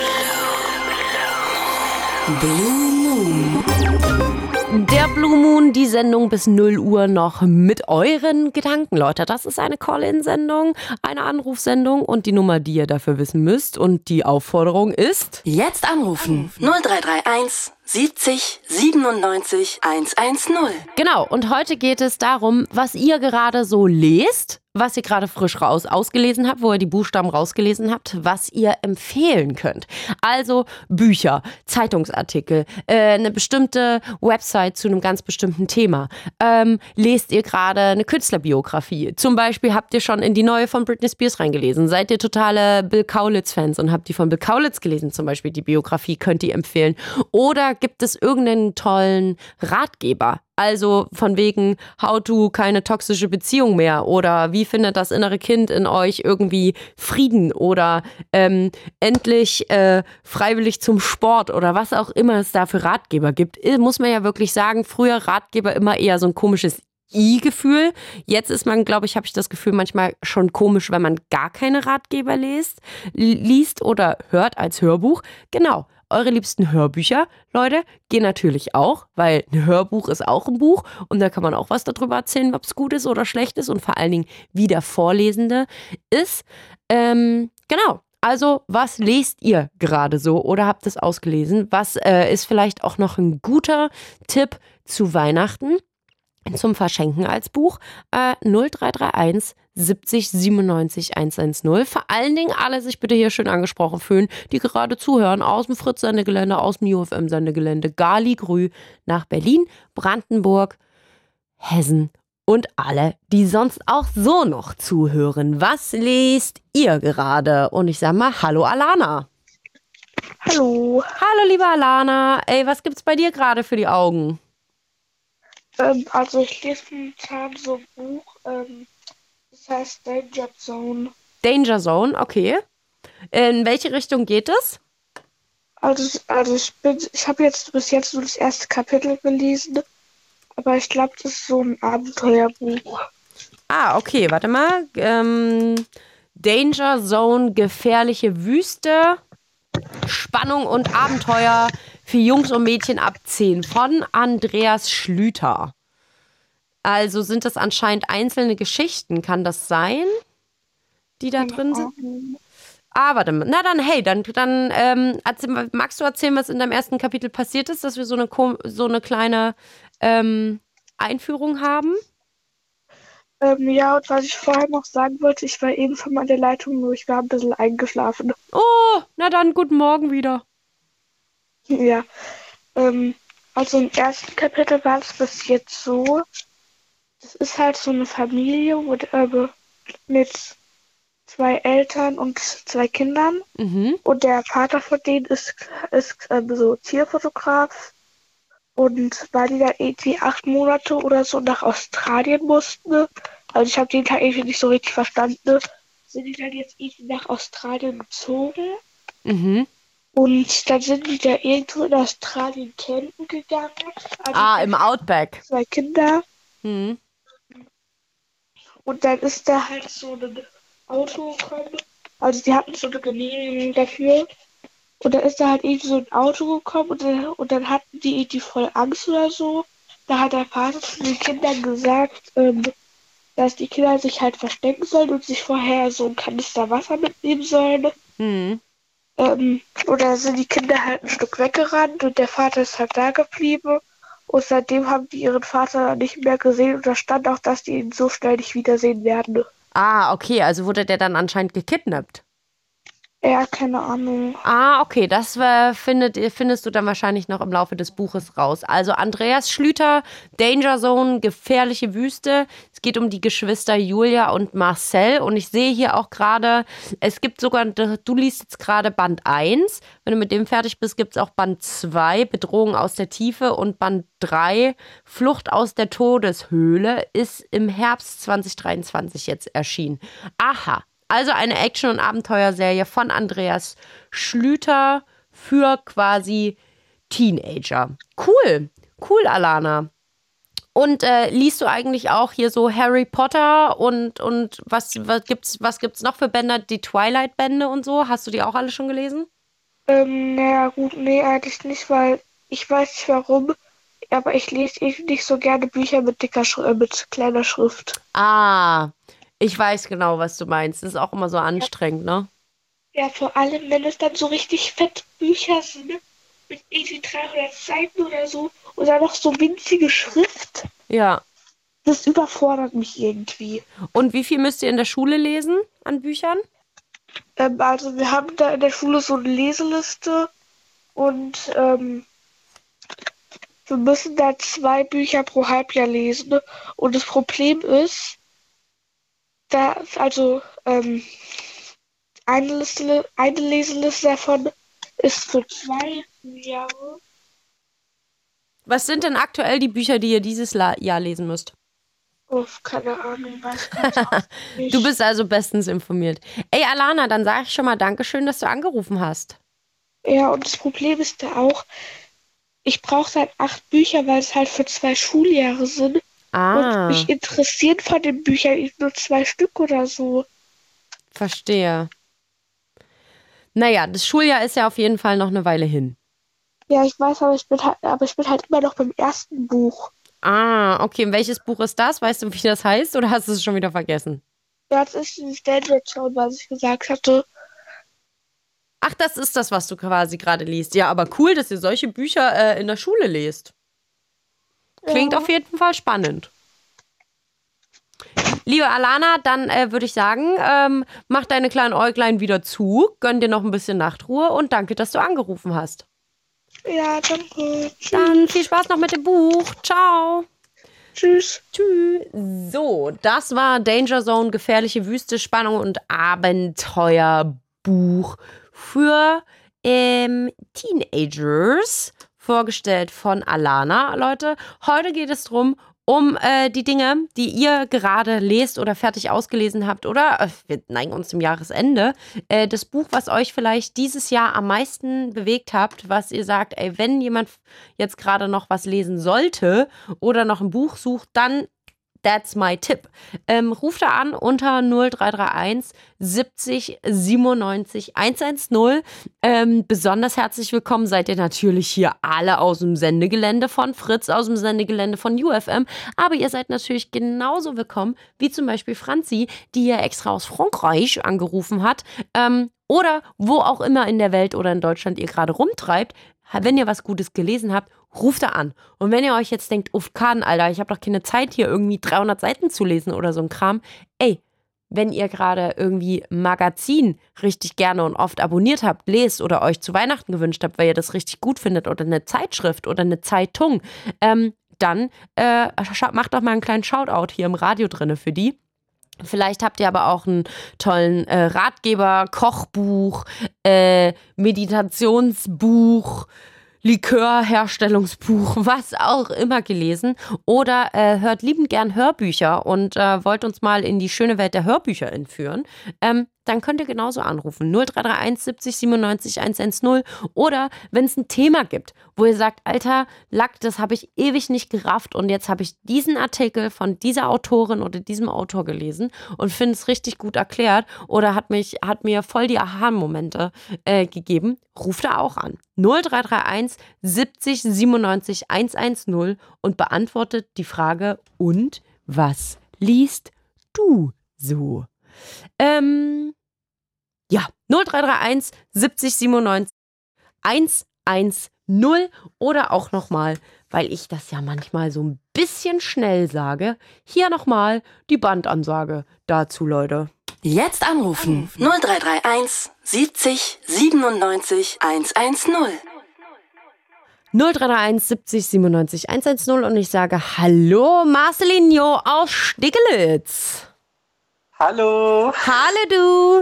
Speaker 1: Blue Moon.
Speaker 3: Der Blue Moon, die Sendung bis null Uhr noch mit euren Gedanken, Leute. Das ist eine Call-In-Sendung, eine Anrufsendung und die Nummer, die ihr dafür wissen müsst. Und die Aufforderung ist...
Speaker 1: Jetzt anrufen. null drei drei eins siebzig siebenundneunzig hundertzehn.
Speaker 3: Genau, und heute geht es darum, was ihr gerade so lest, was ihr gerade frisch raus ausgelesen habt, wo ihr die Buchstaben rausgelesen habt, was ihr empfehlen könnt. Also Bücher, Zeitungsartikel, äh, eine bestimmte Website zu einem ganz bestimmten Thema. Ähm, lest ihr gerade eine Künstlerbiografie? Zum Beispiel habt ihr schon in die neue von Britney Spears reingelesen. Seid ihr totale Bill Kaulitz-Fans und habt die von Bill Kaulitz gelesen, zum Beispiel die Biografie, könnt ihr empfehlen. Oder gibt es irgendeinen tollen Ratgeber? Also von wegen, how to keine toxische Beziehung mehr oder wie findet das innere Kind in euch irgendwie Frieden oder ähm, endlich äh, freiwillig zum Sport oder was auch immer es da für Ratgeber gibt. Muss man ja wirklich sagen, früher Ratgeber immer eher so ein komisches I-Gefühl. Jetzt ist man, glaube ich, habe ich das Gefühl, manchmal schon komisch, wenn man gar keine Ratgeber liest, liest oder hört als Hörbuch. Genau. Eure liebsten Hörbücher, Leute, gehen natürlich auch, weil ein Hörbuch ist auch ein Buch und da kann man auch was darüber erzählen, ob es gut ist oder schlecht ist und vor allen Dingen, wie der Vorlesende ist. Ähm, genau. Also, was lest ihr gerade so oder habt es ausgelesen? Was äh, ist vielleicht auch noch ein guter Tipp zu Weihnachten zum Verschenken als Buch? Äh, null drei drei eins siebzig siebenundneunzig hundertzehn. Vor allen Dingen alle sich bitte hier schön angesprochen fühlen, die gerade zuhören aus dem Fritz-Sendegelände, aus dem U F M-Sendegelände, Gali-Grü nach Berlin, Brandenburg, Hessen und alle, die sonst auch so noch zuhören. Was lest ihr gerade? Und ich sag mal, hallo Alana.
Speaker 6: Hallo.
Speaker 3: Hallo liebe Alana. Ey, was gibt's bei dir gerade für die Augen?
Speaker 6: Ähm, also ich lese momentan so ein Buch, ähm, das heißt Danger Zone.
Speaker 3: Danger Zone, okay. In welche Richtung geht es?
Speaker 6: Also, also ich bin, ich habe jetzt bis jetzt nur das erste Kapitel gelesen, aber ich glaube, das ist so ein Abenteuerbuch.
Speaker 3: Ah, okay, warte mal. Ähm, Danger Zone, gefährliche Wüste, Spannung und Abenteuer für Jungs und Mädchen ab zehn von Andreas Schlüter. Also sind das anscheinend einzelne Geschichten, kann das sein, die da drin sind? Ah, warte mal. Na dann, hey, dann, dann ähm, erzähl, magst du erzählen, was in deinem ersten Kapitel passiert ist, dass wir so eine, so eine kleine ähm, Einführung haben?
Speaker 6: Ähm, ja, und was ich vorher noch sagen wollte, ich war eben von meiner Leitung, nur ich war ein bisschen eingeschlafen.
Speaker 3: Oh, na dann, guten Morgen wieder.
Speaker 6: Ja, ähm, also im ersten Kapitel war es bis jetzt so, das ist halt so eine Familie mit, äh, mit zwei Eltern und zwei Kindern.
Speaker 3: Mhm.
Speaker 6: Und der Vater von denen ist, ist äh, so Tierfotograf. Und weil die dann irgendwie acht Monate oder so nach Australien mussten, also ich habe den Tag irgendwie nicht so richtig verstanden, sind die dann jetzt irgendwie nach Australien gezogen.
Speaker 3: Mhm.
Speaker 6: Und dann sind die da irgendwo in Australien campen gegangen. Also
Speaker 3: Ah, im Outback.
Speaker 6: Zwei Kinder.
Speaker 3: Mhm.
Speaker 6: Und dann ist da halt so ein Auto gekommen. Also die hatten so eine Genehmigung dafür. Und dann ist da halt irgendwie so ein Auto gekommen und dann, und dann hatten die irgendwie voll Angst oder so. Da hat der Vater zu den Kindern gesagt, ähm, dass die Kinder sich halt verstecken sollen und sich vorher so ein Kanister Wasser mitnehmen sollen.
Speaker 3: Mhm.
Speaker 6: Ähm, oder sind die Kinder halt ein Stück weggerannt und der Vater ist halt da geblieben. Und seitdem haben die ihren Vater nicht mehr gesehen und da stand auch, dass die ihn so schnell nicht wiedersehen werden.
Speaker 3: Ah, okay, also wurde der dann anscheinend gekidnappt.
Speaker 6: Ja, keine Ahnung.
Speaker 3: Ah, okay, das äh, findet, findest du dann wahrscheinlich noch im Laufe des Buches raus. Also Andreas Schlüter, Danger Zone, gefährliche Wüste. Es geht um die Geschwister Julia und Marcel. Und ich sehe hier auch gerade, es gibt sogar, du liest jetzt gerade Band eins. Wenn du mit dem fertig bist, gibt es auch Band zwei, Bedrohung aus der Tiefe. Und Band drei, Flucht aus der Todeshöhle, ist im Herbst zwanzig dreiundzwanzig jetzt erschienen. Aha. Also eine Action- und Abenteuerserie von Andreas Schlüter für quasi Teenager. Cool, cool, Alana. Und äh, liest du eigentlich auch hier so Harry Potter und, und was, was gibt's, was gibt's noch für Bände? Die Twilight-Bände und so? Hast du die auch alle schon gelesen?
Speaker 6: Ähm, naja, gut, nee, eigentlich nicht, weil ich weiß nicht warum, aber ich lese eh nicht so gerne Bücher mit dicker Schrift, mit kleiner Schrift.
Speaker 3: Ah, ich weiß genau, was du meinst. Das ist auch immer so anstrengend, ne?
Speaker 6: Ja, vor allem, wenn es dann so richtig fette Bücher sind, mit irgendwie dreihundert Seiten oder so, und dann noch so winzige Schrift.
Speaker 3: Ja.
Speaker 6: Das überfordert mich irgendwie.
Speaker 3: Und wie viel müsst ihr in der Schule lesen an Büchern?
Speaker 6: Ähm, also wir haben da in der Schule so eine Leseliste und ähm, wir müssen da zwei Bücher pro Halbjahr lesen. Und das Problem ist, da, also, ähm, eine Liste, eine Leseliste davon ist für zwei Jahre.
Speaker 3: Was sind denn aktuell die Bücher, die ihr dieses La- Jahr lesen müsst?
Speaker 6: Oh, keine Ahnung, weiß gar nicht.
Speaker 3: Du bist also bestens informiert. Ey, Alana, dann sage ich schon mal Dankeschön, dass du angerufen hast.
Speaker 6: Ja, und das Problem ist da auch, ich brauche halt acht Bücher, weil es halt für zwei Schuljahre sind.
Speaker 3: Ah,
Speaker 6: Und mich interessieren von den Büchern nur zwei Stück oder so.
Speaker 3: verstehe. Naja, das Schuljahr ist ja auf jeden Fall noch eine Weile hin.
Speaker 6: Ja, ich weiß, aber ich bin halt, aber ich bin halt immer noch beim ersten Buch.
Speaker 3: Ah, okay. Und welches Buch ist das? Weißt du, wie das heißt oder hast du es schon wieder vergessen?
Speaker 6: Ja, das ist dieses Danger Zone, was ich gesagt hatte.
Speaker 3: Ach, das ist das, was du quasi gerade liest. Ja, aber cool, dass ihr solche Bücher äh, in der Schule lest. Klingt
Speaker 6: Ja.
Speaker 3: auf jeden Fall spannend. Liebe Alana, dann äh, würde ich sagen, ähm, mach deine kleinen Äuglein wieder zu, gönn dir noch ein bisschen Nachtruhe und danke, dass du angerufen hast.
Speaker 6: Ja, danke. Tschüss.
Speaker 3: Dann viel Spaß noch mit dem Buch. Ciao.
Speaker 6: Tschüss.
Speaker 3: Tschüss. So, das war Danger Zone, gefährliche Wüste, Spannung und Abenteuerbuch für ähm, Teenagers, vorgestellt von Alana. Leute, heute geht es darum, um äh, die Dinge, die ihr gerade lest oder fertig ausgelesen habt oder, äh, wir neigen uns zum Jahresende, äh, das Buch, was euch vielleicht dieses Jahr am meisten bewegt habt, was ihr sagt, ey, wenn jemand jetzt gerade noch was lesen sollte oder noch ein Buch sucht, dann that's my tip. Ähm, ruft da an unter null drei drei eins siebzig siebenundneunzig hundertzehn. Ähm, besonders herzlich willkommen seid ihr natürlich hier alle aus dem Sendegelände von Fritz, aus dem Sendegelände von U F M. Aber ihr seid natürlich genauso willkommen wie zum Beispiel Franzi, die ja extra aus Frankreich angerufen hat. Ähm, oder wo auch immer in der Welt oder in Deutschland ihr gerade rumtreibt. Wenn ihr was Gutes gelesen habt, ruft da an. Und wenn ihr euch jetzt denkt, uff, Kahn, Alter, ich habe doch keine Zeit, hier irgendwie dreihundert Seiten zu lesen oder so ein Kram. Ey, wenn ihr gerade irgendwie ein Magazin richtig gerne und oft abonniert habt, lest oder euch zu Weihnachten gewünscht habt, weil ihr das richtig gut findet oder eine Zeitschrift oder eine Zeitung, ähm, dann äh, macht doch mal einen kleinen Shoutout hier im Radio drinne für die. Vielleicht habt ihr aber auch einen tollen äh, Ratgeber, Kochbuch, äh, Meditationsbuch, Likörherstellungsbuch, was auch immer gelesen. Oder äh, hört liebend gern Hörbücher und äh, wollt uns mal in die schöne Welt der Hörbücher entführen. Ähm, dann könnt ihr genauso anrufen. null drei drei eins siebzig siebenundneunzig hundertzehn. Oder wenn es ein Thema gibt, wo ihr sagt, Alter, Lack, das habe ich ewig nicht gerafft und jetzt habe ich diesen Artikel von dieser Autorin oder diesem Autor gelesen und finde es richtig gut erklärt oder hat mich, hat mir voll die Aha-Momente äh, gegeben, ruft da auch an. null drei drei eins siebzig siebenundneunzig hundertzehn und beantwortet die Frage, und was liest du so? Ähm, ja, null drei drei eins siebzig siebenundneunzig hundertzehn oder auch nochmal, weil ich das ja manchmal so ein bisschen schnell sage, hier nochmal die Bandansage dazu, Leute.
Speaker 1: Jetzt anrufen. null drei drei eins siebzig siebenundneunzig hundertzehn.
Speaker 3: null drei drei eins siebzig siebenundneunzig hundertzehn und ich sage Hallo Marcelinho aus Steglitz.
Speaker 7: Hallo.
Speaker 3: Hallo du.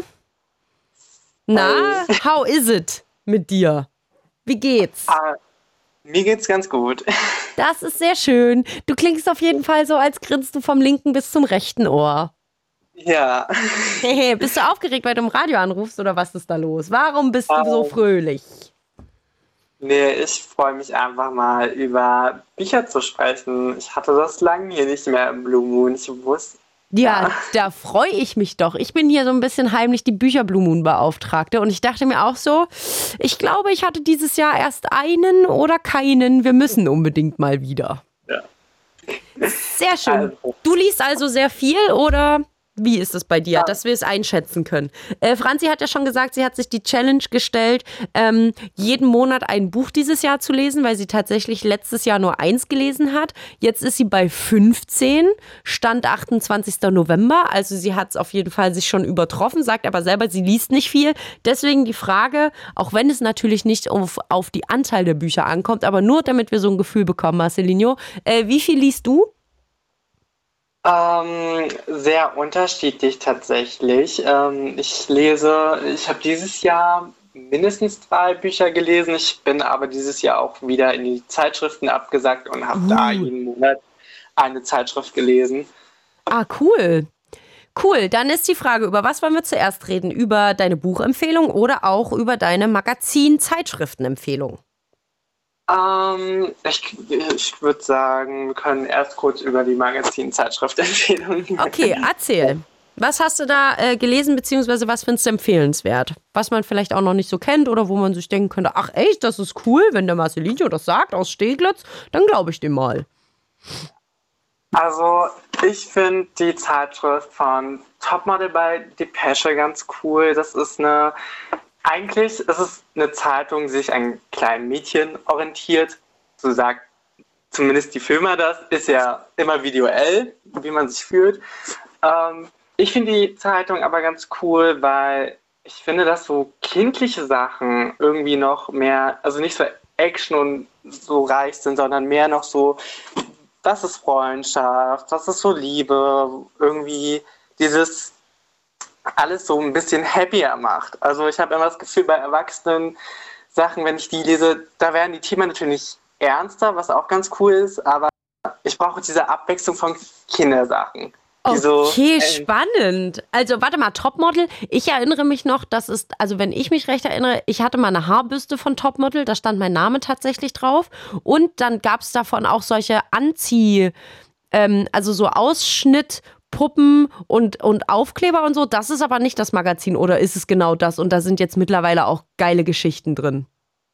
Speaker 3: Na, how is it mit dir? Wie geht's?
Speaker 7: Ah, mir geht's ganz gut.
Speaker 3: Das ist sehr schön. Du klingst auf jeden Fall so, als grinst du vom linken bis zum rechten Ohr.
Speaker 7: Ja.
Speaker 3: Hey, bist du aufgeregt, weil du im Radio anrufst oder was ist da los? Warum bist du so fröhlich?
Speaker 7: Nee, ich freue mich einfach mal über Bücher zu sprechen. Ich hatte das lange hier nicht mehr im Blue Moon. Ich wusste.
Speaker 3: Ja,
Speaker 7: Ja.
Speaker 3: da freue ich mich doch. Ich bin hier so ein bisschen heimlich die Bücher-Blue Moon-Beauftragte und ich dachte mir auch so, ich glaube, ich hatte dieses Jahr erst einen oder keinen. Wir müssen unbedingt mal wieder.
Speaker 7: Ja.
Speaker 3: Sehr schön.
Speaker 7: Also.
Speaker 3: Du liest also sehr viel oder wie ist es bei dir, dass wir es einschätzen können? Äh, Franzi hat ja schon gesagt, sie hat sich die Challenge gestellt, ähm, jeden Monat ein Buch dieses Jahr zu lesen, weil sie tatsächlich letztes Jahr nur eins gelesen hat. Jetzt ist sie bei fünfzehn, Stand achtundzwanzigster November. Also sie hat es auf jeden Fall sich schon übertroffen, sagt aber selber, sie liest nicht viel. Deswegen die Frage, auch wenn es natürlich nicht auf, auf die Anzahl der Bücher ankommt, aber nur damit wir so ein Gefühl bekommen, Marcelinho, äh, wie viel liest du?
Speaker 7: Ähm, sehr unterschiedlich tatsächlich. Ähm, ich lese, ich habe dieses Jahr mindestens drei Bücher gelesen. Ich bin aber dieses Jahr auch wieder in die Zeitschriften abgesackt und habe
Speaker 3: Uh.
Speaker 7: da jeden Monat eine Zeitschrift gelesen.
Speaker 3: Ah, cool. Cool, dann ist die Frage, über was wollen wir zuerst reden? Über deine Buchempfehlung oder auch über deine Magazin-Zeitschriftenempfehlung?
Speaker 7: Ähm, ich ich würde sagen, wir können erst kurz über die Magazin-Zeitschrift-Empfehlung.
Speaker 3: Okay, erzähl. Was hast du da äh, gelesen, beziehungsweise was findest du empfehlenswert? Was man vielleicht auch noch nicht so kennt oder wo man sich denken könnte, ach echt, das ist cool, wenn der Marcelinho das sagt aus Steglitz, dann glaube ich dem mal.
Speaker 7: Also ich finde die Zeitschrift von Topmodel bei Depesche ganz cool. Das ist eine, eigentlich ist es eine Zeitung, die sich an kleinen Mädchen orientiert. So sagt zumindest die Firma das, ist ja immer visuell, wie man sich fühlt. Ähm, Ich finde die Zeitung aber ganz cool, weil ich finde, dass so kindliche Sachen irgendwie noch mehr, also nicht so Action und so reich sind, sondern mehr noch so, was ist Freundschaft, was ist so Liebe, irgendwie dieses alles so ein bisschen happier macht. Also ich habe immer das Gefühl, bei erwachsenen Sachen, wenn ich die lese, da werden die Themen natürlich ernster, was auch ganz cool ist, aber ich brauche diese Abwechslung von Kindersachen.
Speaker 3: Okay,
Speaker 7: so, ähm,
Speaker 3: spannend. Also warte mal, Topmodel, ich erinnere mich noch, das ist, also wenn ich mich recht erinnere, ich hatte mal eine Haarbürste von Topmodel, da stand mein Name tatsächlich drauf und dann gab es davon auch solche Anzieh, ähm, also so Ausschnitt, Puppen und, und Aufkleber und so, das ist aber nicht das Magazin oder ist es genau das und da sind jetzt mittlerweile auch geile Geschichten drin?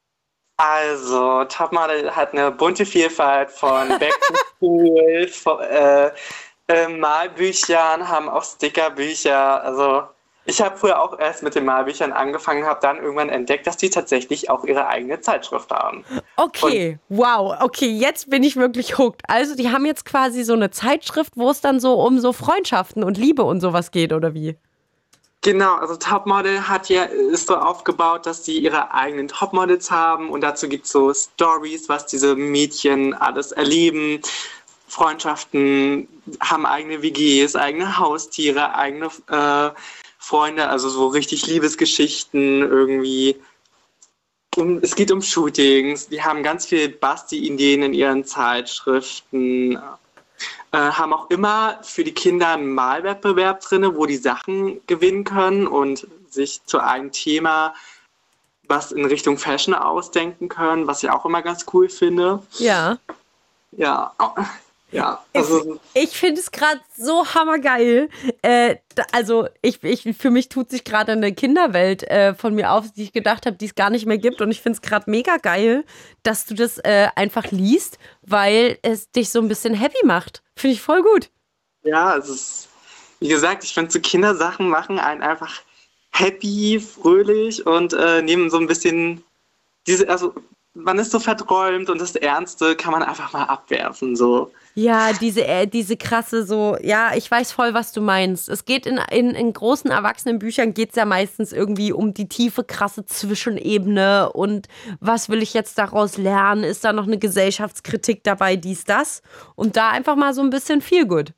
Speaker 7: Also, Topmodel hat eine bunte Vielfalt von Back to School, von, äh, Äh, Malbüchern, haben auch Stickerbücher. Also ich habe früher auch erst mit den Malbüchern angefangen, habe dann irgendwann entdeckt, dass die tatsächlich auch ihre eigene Zeitschrift haben.
Speaker 3: Okay, und wow, okay, jetzt bin ich wirklich hooked. Also die haben jetzt quasi so eine Zeitschrift, wo es dann so um so Freundschaften und Liebe und sowas geht, oder wie?
Speaker 7: Genau, also Topmodel hat ja, ist so aufgebaut, dass sie ihre eigenen Topmodels haben und dazu gibt es so Stories, was diese Mädchen alles erleben. Freundschaften, haben eigene W Gs, eigene Haustiere, eigene äh, Freunde, also so richtig Liebesgeschichten irgendwie. Um, es geht um Shootings, die haben ganz viel Basti-Ideen in ihren Zeitschriften, äh, haben auch immer für die Kinder einen Malwettbewerb drin, wo die Sachen gewinnen können und sich zu einem Thema was in Richtung Fashion ausdenken können, was ich auch immer ganz cool finde.
Speaker 3: Ja.
Speaker 7: Ja, Ja, also
Speaker 3: ich, ich finde es gerade so hammergeil. Äh, also ich, ich, für mich tut sich gerade eine Kinderwelt äh, von mir auf, die ich gedacht habe, die es gar nicht mehr gibt. Und ich finde es gerade mega geil, dass du das äh, einfach liest, weil es dich so ein bisschen happy macht. Finde ich voll gut.
Speaker 7: Ja, es ist, wie gesagt, ich finde so Kindersachen machen einen einfach happy, fröhlich und äh, nehmen so ein bisschen diese, also man ist so verträumt und das Ernste kann man einfach mal abwerfen, so.
Speaker 3: Ja, diese, äh, diese krasse so, ja, ich weiß voll, was du meinst. Es geht in, in, in großen Erwachsenenbüchern geht es ja meistens irgendwie um die tiefe, krasse Zwischenebene und was will ich jetzt daraus lernen? Ist da noch eine Gesellschaftskritik dabei, dies, das? Und da einfach mal so ein bisschen Feelgood.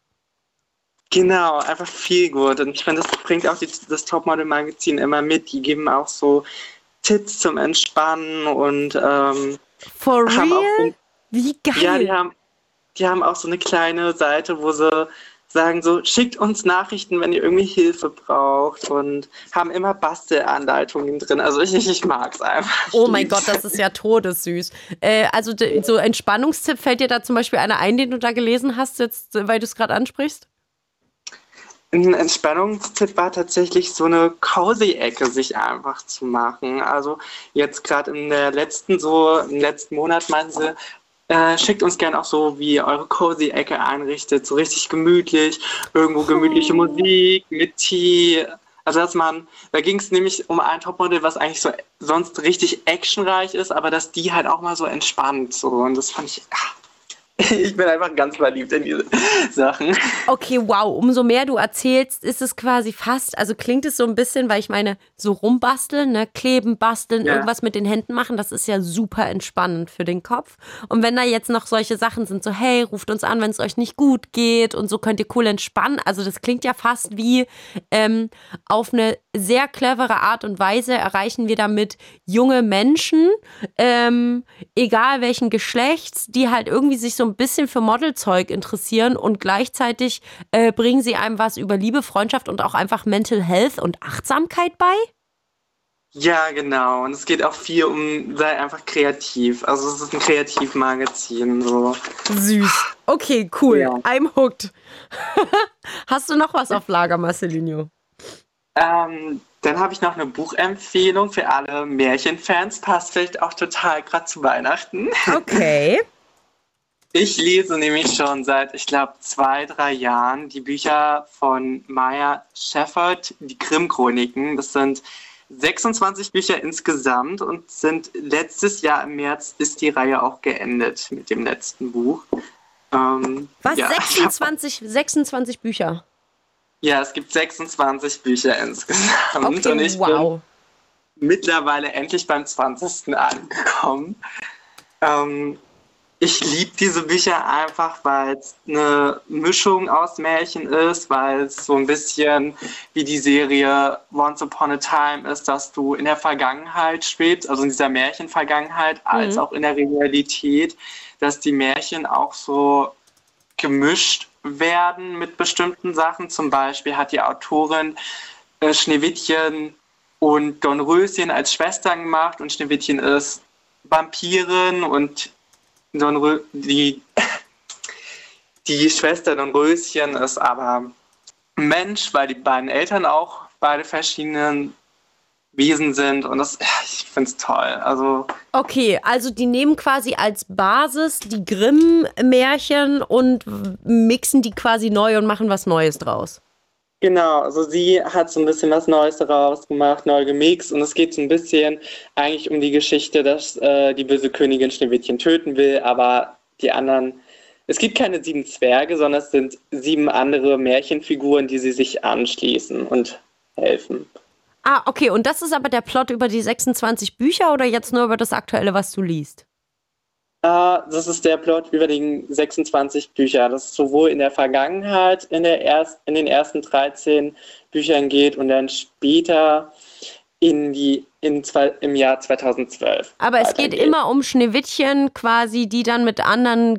Speaker 7: Genau, einfach Feelgood. Und ich finde, das bringt auch die, das Topmodel-Magazin immer mit. Die geben auch so Tipps zum Entspannen und ähm,
Speaker 3: For real?
Speaker 7: Auch,
Speaker 3: wie geil.
Speaker 7: Ja, die haben Die haben auch so eine kleine Seite, wo sie sagen so, schickt uns Nachrichten, wenn ihr irgendwie Hilfe braucht und haben immer Bastelanleitungen drin. Also ich, ich, ich mag es einfach.
Speaker 3: Oh mein Gott, das ist ja todessüß. Äh, also so Entspannungstipp, fällt dir da zum Beispiel einer ein, den du da gelesen hast, jetzt, weil du es gerade ansprichst?
Speaker 7: Ein Entspannungstipp war tatsächlich so eine Cozy-Ecke sich einfach zu machen. Also jetzt gerade in der letzten, so im letzten Monat meinen sie, Äh, schickt uns gerne auch so, wie ihr eure Cozy-Ecke einrichtet, so richtig gemütlich, irgendwo gemütliche Musik mit Tee. Also dass man, da ging es nämlich um ein Topmodel, was eigentlich so sonst richtig actionreich ist, aber dass die halt auch mal so entspannt so und das fand ich, ach, ich bin einfach ganz verliebt in diese Sachen.
Speaker 3: Okay, wow, umso mehr du erzählst, ist es quasi fast, also klingt es so ein bisschen, weil ich meine, so rumbasteln, ne, kleben, basteln, ja. Irgendwas mit den Händen machen, das ist ja super entspannend für den Kopf. Und wenn da jetzt noch solche Sachen sind, so hey, ruft uns an, wenn es euch nicht gut geht und so könnt ihr cool entspannen, also das klingt ja fast wie ähm, auf eine sehr clevere Art und Weise erreichen wir damit junge Menschen, ähm, egal welchen Geschlechts, die halt irgendwie sich so ein bisschen für Modelzeug interessieren und gleichzeitig äh, bringen sie einem was über Liebe, Freundschaft und auch einfach Mental Health und Achtsamkeit bei?
Speaker 7: Ja, genau. Und es geht auch viel um, sei einfach kreativ. Also es ist ein Kreativmagazin. So.
Speaker 3: Süß. Okay, cool.
Speaker 7: Ja.
Speaker 3: I'm hooked. Hast du noch was auf Lager, Marcelinho?
Speaker 7: Ähm, dann habe ich noch eine Buchempfehlung für alle Märchenfans. Passt vielleicht auch total gerade zu Weihnachten.
Speaker 3: Okay.
Speaker 7: Ich lese nämlich schon seit, ich glaube, zwei, drei Jahren die Bücher von Maya Shepherd, die Grimm-Chroniken. Das sind sechsundzwanzig Bücher insgesamt und sind letztes Jahr im März ist die Reihe auch geendet mit dem letzten Buch. Ähm,
Speaker 3: Was?
Speaker 7: ja.
Speaker 3: sechsundzwanzig, sechsundzwanzig Bücher?
Speaker 7: Ja, es gibt sechsundzwanzig Bücher insgesamt.
Speaker 3: Okay,
Speaker 7: und ich
Speaker 3: wow.
Speaker 7: bin mittlerweile endlich beim zwanzigsten angekommen. Ähm, ich liebe diese Bücher einfach, weil es eine Mischung aus Märchen ist, weil es so ein bisschen wie die Serie Once Upon a Time ist, dass du in der Vergangenheit schwebst, also in dieser Märchenvergangenheit, als
Speaker 3: Mhm.
Speaker 7: auch in der Realität, dass die Märchen auch so gemischt werden mit bestimmten Sachen. Zum Beispiel hat die Autorin äh, Schneewittchen und Dornröschen als Schwestern gemacht und Schneewittchen ist Vampirin und Dornrö- die, die Schwester Dornröschen ist aber Mensch, weil die beiden Eltern auch beide verschiedenen Wesen sind und das, ich finde es toll. Also
Speaker 3: Okay, also die nehmen quasi als Basis die Grimm-Märchen und mixen die quasi neu und machen was Neues draus.
Speaker 7: genau, also sie hat so ein bisschen was Neues daraus gemacht, neu gemixt und es geht so ein bisschen eigentlich um die Geschichte, dass äh, die böse Königin Schneewittchen töten will, aber die anderen, es gibt keine sieben Zwerge, sondern es sind sieben andere Märchenfiguren, die sie sich anschließen und helfen.
Speaker 3: Ah, okay, und das ist aber der Plot über die sechsundzwanzig Bücher oder jetzt nur über das Aktuelle, was du liest?
Speaker 7: Äh, das ist der Plot über die sechsundzwanzig Bücher, das sowohl in der Vergangenheit in, der erst, in den ersten dreizehn Büchern geht und dann später in die, in zwei, im Jahr zweitausendzwölf.
Speaker 3: Aber es geht
Speaker 7: weitergeht.
Speaker 3: immer um Schneewittchen quasi, die dann mit anderen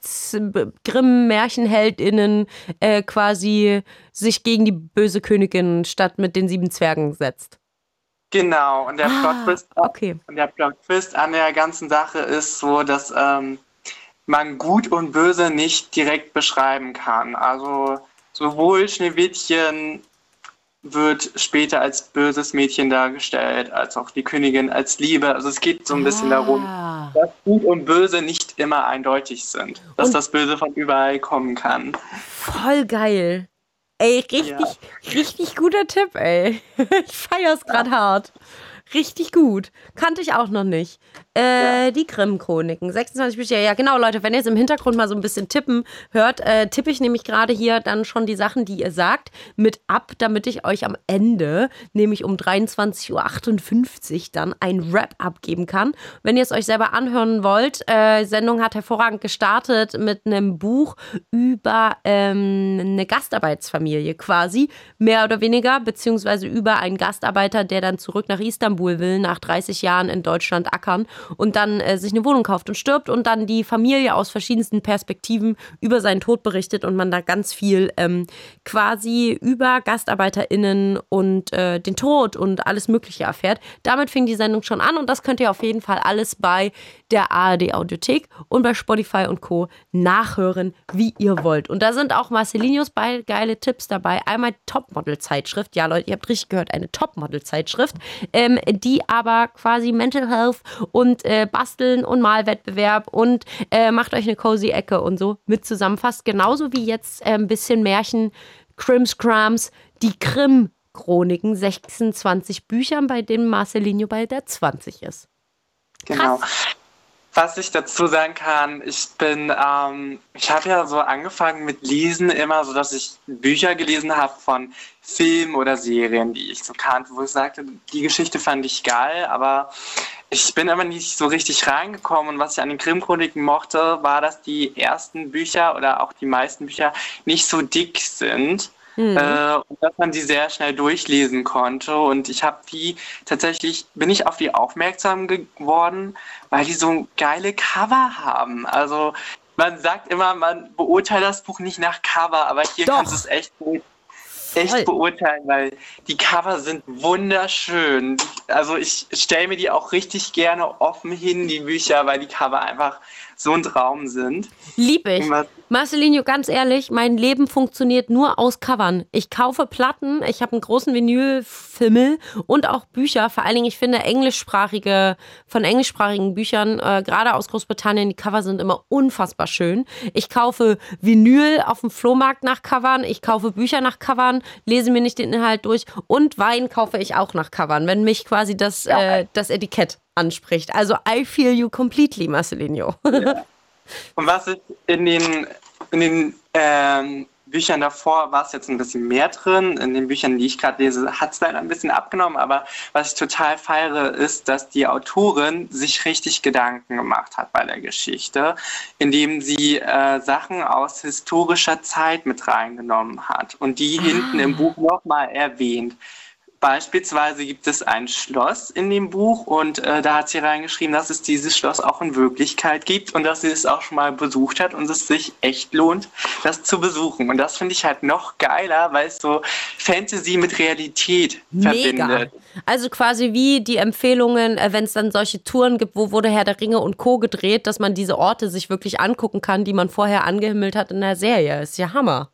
Speaker 3: Geschichts-Grimm-MärchenheldInnen äh, quasi sich gegen die böse Königin statt mit den sieben Zwergen setzt.
Speaker 7: Genau, und der
Speaker 3: Ah,
Speaker 7: Plot-Twist
Speaker 3: okay.
Speaker 7: und der Plot-Twist an der ganzen Sache ist so, dass ähm, man Gut und Böse nicht direkt beschreiben kann. Also sowohl Schneewittchen wird später als böses Mädchen dargestellt, als auch die Königin als Liebe. Also es geht so ein bisschen darum,
Speaker 3: Ah.
Speaker 7: dass Gut und Böse nicht immer eindeutig sind. Dass
Speaker 3: Und-
Speaker 7: das Böse von überall kommen kann.
Speaker 3: Voll geil. Ey, richtig,
Speaker 7: Ja.
Speaker 3: richtig guter Tipp, ey. Ich feier's gerade hart. Richtig gut. Kannte ich auch noch nicht. Äh,
Speaker 7: Ja.
Speaker 3: Die Grimm-Chroniken. sechsundzwanzig Bücher. Ja, genau, Leute, wenn ihr jetzt im Hintergrund mal so ein bisschen tippen hört, äh, tippe ich nämlich gerade hier dann schon die Sachen, die ihr sagt, mit ab, damit ich euch am Ende, nämlich um dreiundzwanzig Uhr achtundfünfzig, dann ein Wrap-up geben kann. Wenn ihr es euch selber anhören wollt, äh, Sendung hat hervorragend gestartet mit einem Buch über ähm, eine Gastarbeitsfamilie quasi, mehr oder weniger, beziehungsweise über einen Gastarbeiter, der dann zurück nach Istanbul will, nach dreißig Jahren in Deutschland ackern und dann äh, sich eine Wohnung kauft und stirbt und dann die Familie aus verschiedensten Perspektiven über seinen Tod berichtet und man da ganz viel ähm, quasi über GastarbeiterInnen und äh, den Tod und alles Mögliche erfährt. Damit fing die Sendung schon an und das könnt ihr auf jeden Fall alles bei der A R D-Audiothek und bei Spotify und Co. nachhören, wie ihr wollt. Und da sind auch Marcelinios bei geile Tipps dabei. Einmal Topmodel-Zeitschrift. Ja, Leute, ihr habt richtig gehört, eine Topmodel-Zeitschrift, ähm, die aber quasi Mental Health und äh, Basteln und Malwettbewerb und äh, macht euch eine cozy Ecke und so mit zusammenfasst. Genauso wie jetzt äh, ein bisschen Märchen, Krimskrams, die Grimm-Chroniken, sechsundzwanzig Büchern, bei denen Marcelinho bei der zwanzig ist.
Speaker 7: Genau. Was ich dazu sagen kann, ich bin, ähm, ich habe ja so angefangen mit Lesen immer so, dass ich Bücher gelesen habe von Filmen oder Serien, die ich so kannte, wo ich sagte, die Geschichte fand ich geil, aber ich bin aber nicht so richtig reingekommen und was ich an den Grimm-Chroniken mochte, war, dass die ersten Bücher oder auch die meisten Bücher nicht so dick sind.
Speaker 3: Mhm.
Speaker 7: Äh, und dass man die sehr schnell durchlesen konnte und ich habe die tatsächlich, bin ich auf die aufmerksam geworden, weil die so geile Cover haben. Also man sagt immer, man beurteilt das Buch nicht nach Cover, aber hier
Speaker 3: Doch.
Speaker 7: kannst du es echt gut. echt beurteilen, weil die Cover sind wunderschön. Also ich stelle mir die auch richtig gerne offen hin, die Bücher, weil die Cover einfach so ein Traum sind.
Speaker 3: Lieb ich. Marcelinho, ganz ehrlich, mein Leben funktioniert nur aus Covern. Ich kaufe Platten, ich habe einen großen Vinylfimmel und auch Bücher. Vor allen Dingen, ich finde englischsprachige, von englischsprachigen Büchern, äh, gerade aus Großbritannien, die Cover sind immer unfassbar schön. Ich kaufe Vinyl auf dem Flohmarkt nach Covern, ich kaufe Bücher nach Covern, lese mir nicht den Inhalt durch und Wein kaufe ich auch nach Covern, wenn mich quasi das, ja. äh, das Etikett anspricht. Also I feel you completely, Marcelinho.
Speaker 7: Ja. Und was ist in den, in den ähm, Büchern davor, war es jetzt ein bisschen mehr drin. In den Büchern, die ich gerade lese, hat es leider ein bisschen abgenommen. Aber was ich total feiere, ist, dass die Autorin sich richtig Gedanken gemacht hat bei der Geschichte, indem sie äh, Sachen aus historischer Zeit mit reingenommen hat und die ah. hinten im Buch nochmal erwähnt. Beispielsweise gibt es ein Schloss in dem Buch und äh, da hat sie reingeschrieben, dass es dieses Schloss auch in Wirklichkeit gibt und dass sie es auch schon mal besucht hat und es sich echt lohnt, das zu besuchen. Und das finde ich halt noch geiler, weil es so Fantasy mit Realität
Speaker 3: Mega.
Speaker 7: verbindet.
Speaker 3: Also quasi wie die Empfehlungen, äh, wenn es dann solche Touren gibt, wo wurde Herr der Ringe und Co. gedreht, dass man diese Orte sich wirklich angucken kann, die man vorher angehimmelt hat in der Serie. Ist ja Hammer.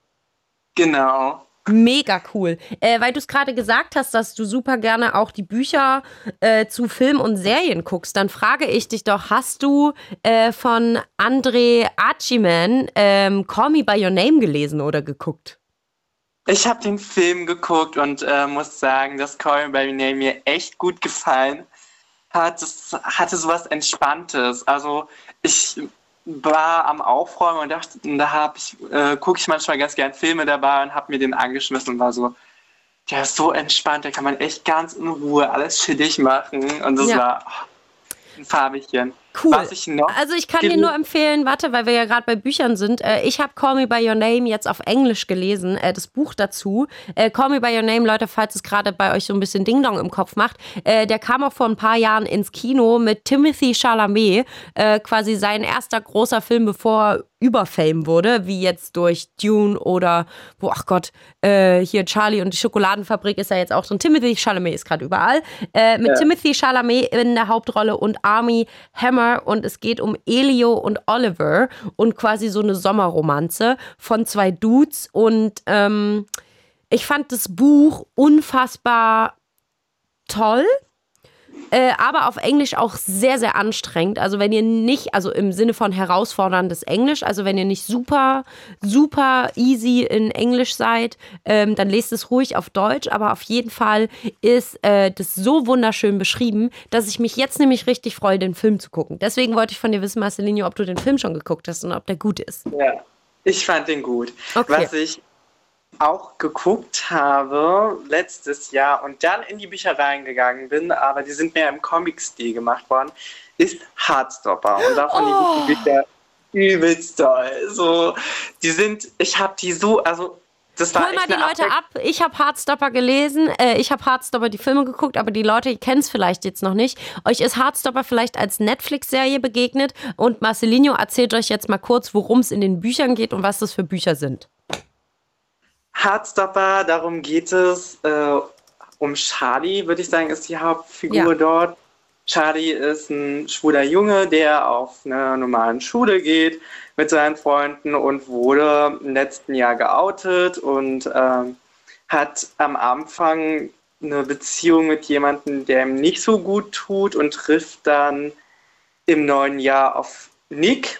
Speaker 7: Genau.
Speaker 3: Mega cool. Äh, weil du es gerade gesagt hast, dass du super gerne auch die Bücher äh, zu Film und Serien guckst, dann frage ich dich doch, hast du äh, von André Aciman ähm, Call Me By Your Name gelesen oder geguckt?
Speaker 7: Ich habe den Film geguckt und äh, muss sagen, dass Call Me By Your Name mir echt gut gefallen hat. Es hatte sowas Entspanntes. Also ich war am Aufräumen und dachte, da hab ich, äh, gucke ich manchmal ganz gern Filme dabei und habe mir den angeschmissen und war so, der ist so entspannt, da kann man echt ganz in Ruhe alles chillig machen und das ja. war oh, ein Farbigchen.
Speaker 3: Cool.
Speaker 7: Was ich noch
Speaker 3: also ich kann dir nur empfehlen, warte, weil wir ja gerade bei Büchern sind, äh, ich habe Call Me By Your Name jetzt auf Englisch gelesen, äh, das Buch dazu. Äh, Call Me By Your Name, Leute, falls es gerade bei euch so ein bisschen Ding-Dong im Kopf macht, äh, der kam auch vor ein paar Jahren ins Kino mit Timothée Chalamet, äh, quasi sein erster großer Film, bevor er Überfame wurde, wie jetzt durch Dune oder, wo, ach Gott, äh, hier Charlie und die Schokoladenfabrik ist ja jetzt auch so ein Timothée Chalamet ist gerade überall, äh, mit ja. Timothée Chalamet in der Hauptrolle und Armie Hammer. Und es geht um Elio und Oliver und quasi so eine Sommerromanze von zwei Dudes. Und ähm, ich fand das Buch unfassbar toll, äh, aber auf Englisch auch sehr, sehr anstrengend. Also wenn ihr nicht, also im Sinne von herausforderndes Englisch, also wenn ihr nicht super, super easy in Englisch seid, ähm, dann lest es ruhig auf Deutsch. Aber auf jeden Fall ist äh, das so wunderschön beschrieben, dass ich mich jetzt nämlich richtig freue, den Film zu gucken. Deswegen wollte ich von dir wissen, Marcelinho, ob du den Film schon geguckt hast und ob der gut ist.
Speaker 7: Ja, ich fand den gut.
Speaker 3: Okay.
Speaker 7: Was ich auch geguckt habe letztes Jahr und dann in die Bücher reingegangen bin, aber die sind mehr im Comic-Stil gemacht worden, ist Heartstopper. Und davon
Speaker 3: oh.
Speaker 7: die Bücher übelst toll. So, die sind, ich habe die so, also das war
Speaker 3: Hol mal
Speaker 7: echt
Speaker 3: die
Speaker 7: eine
Speaker 3: Leute
Speaker 7: Abwe-
Speaker 3: ab. Ich habe Heartstopper gelesen, äh, ich habe Heartstopper die Filme geguckt, aber die Leute kennen es vielleicht jetzt noch nicht. Euch ist Heartstopper vielleicht als Netflix-Serie begegnet und Marcelinho erzählt euch jetzt mal kurz, worum es in den Büchern geht und was das für Bücher sind.
Speaker 7: Heartstopper, darum geht es, äh, um Charlie, würde ich sagen, ist die Hauptfigur
Speaker 3: Ja.
Speaker 7: dort. Charlie ist ein schwuler Junge, der auf einer normalen Schule geht mit seinen Freunden und wurde im letzten Jahr geoutet und ähm, hat am Anfang eine Beziehung mit jemandem, der ihm nicht so gut tut und trifft dann im neuen Jahr auf Nick,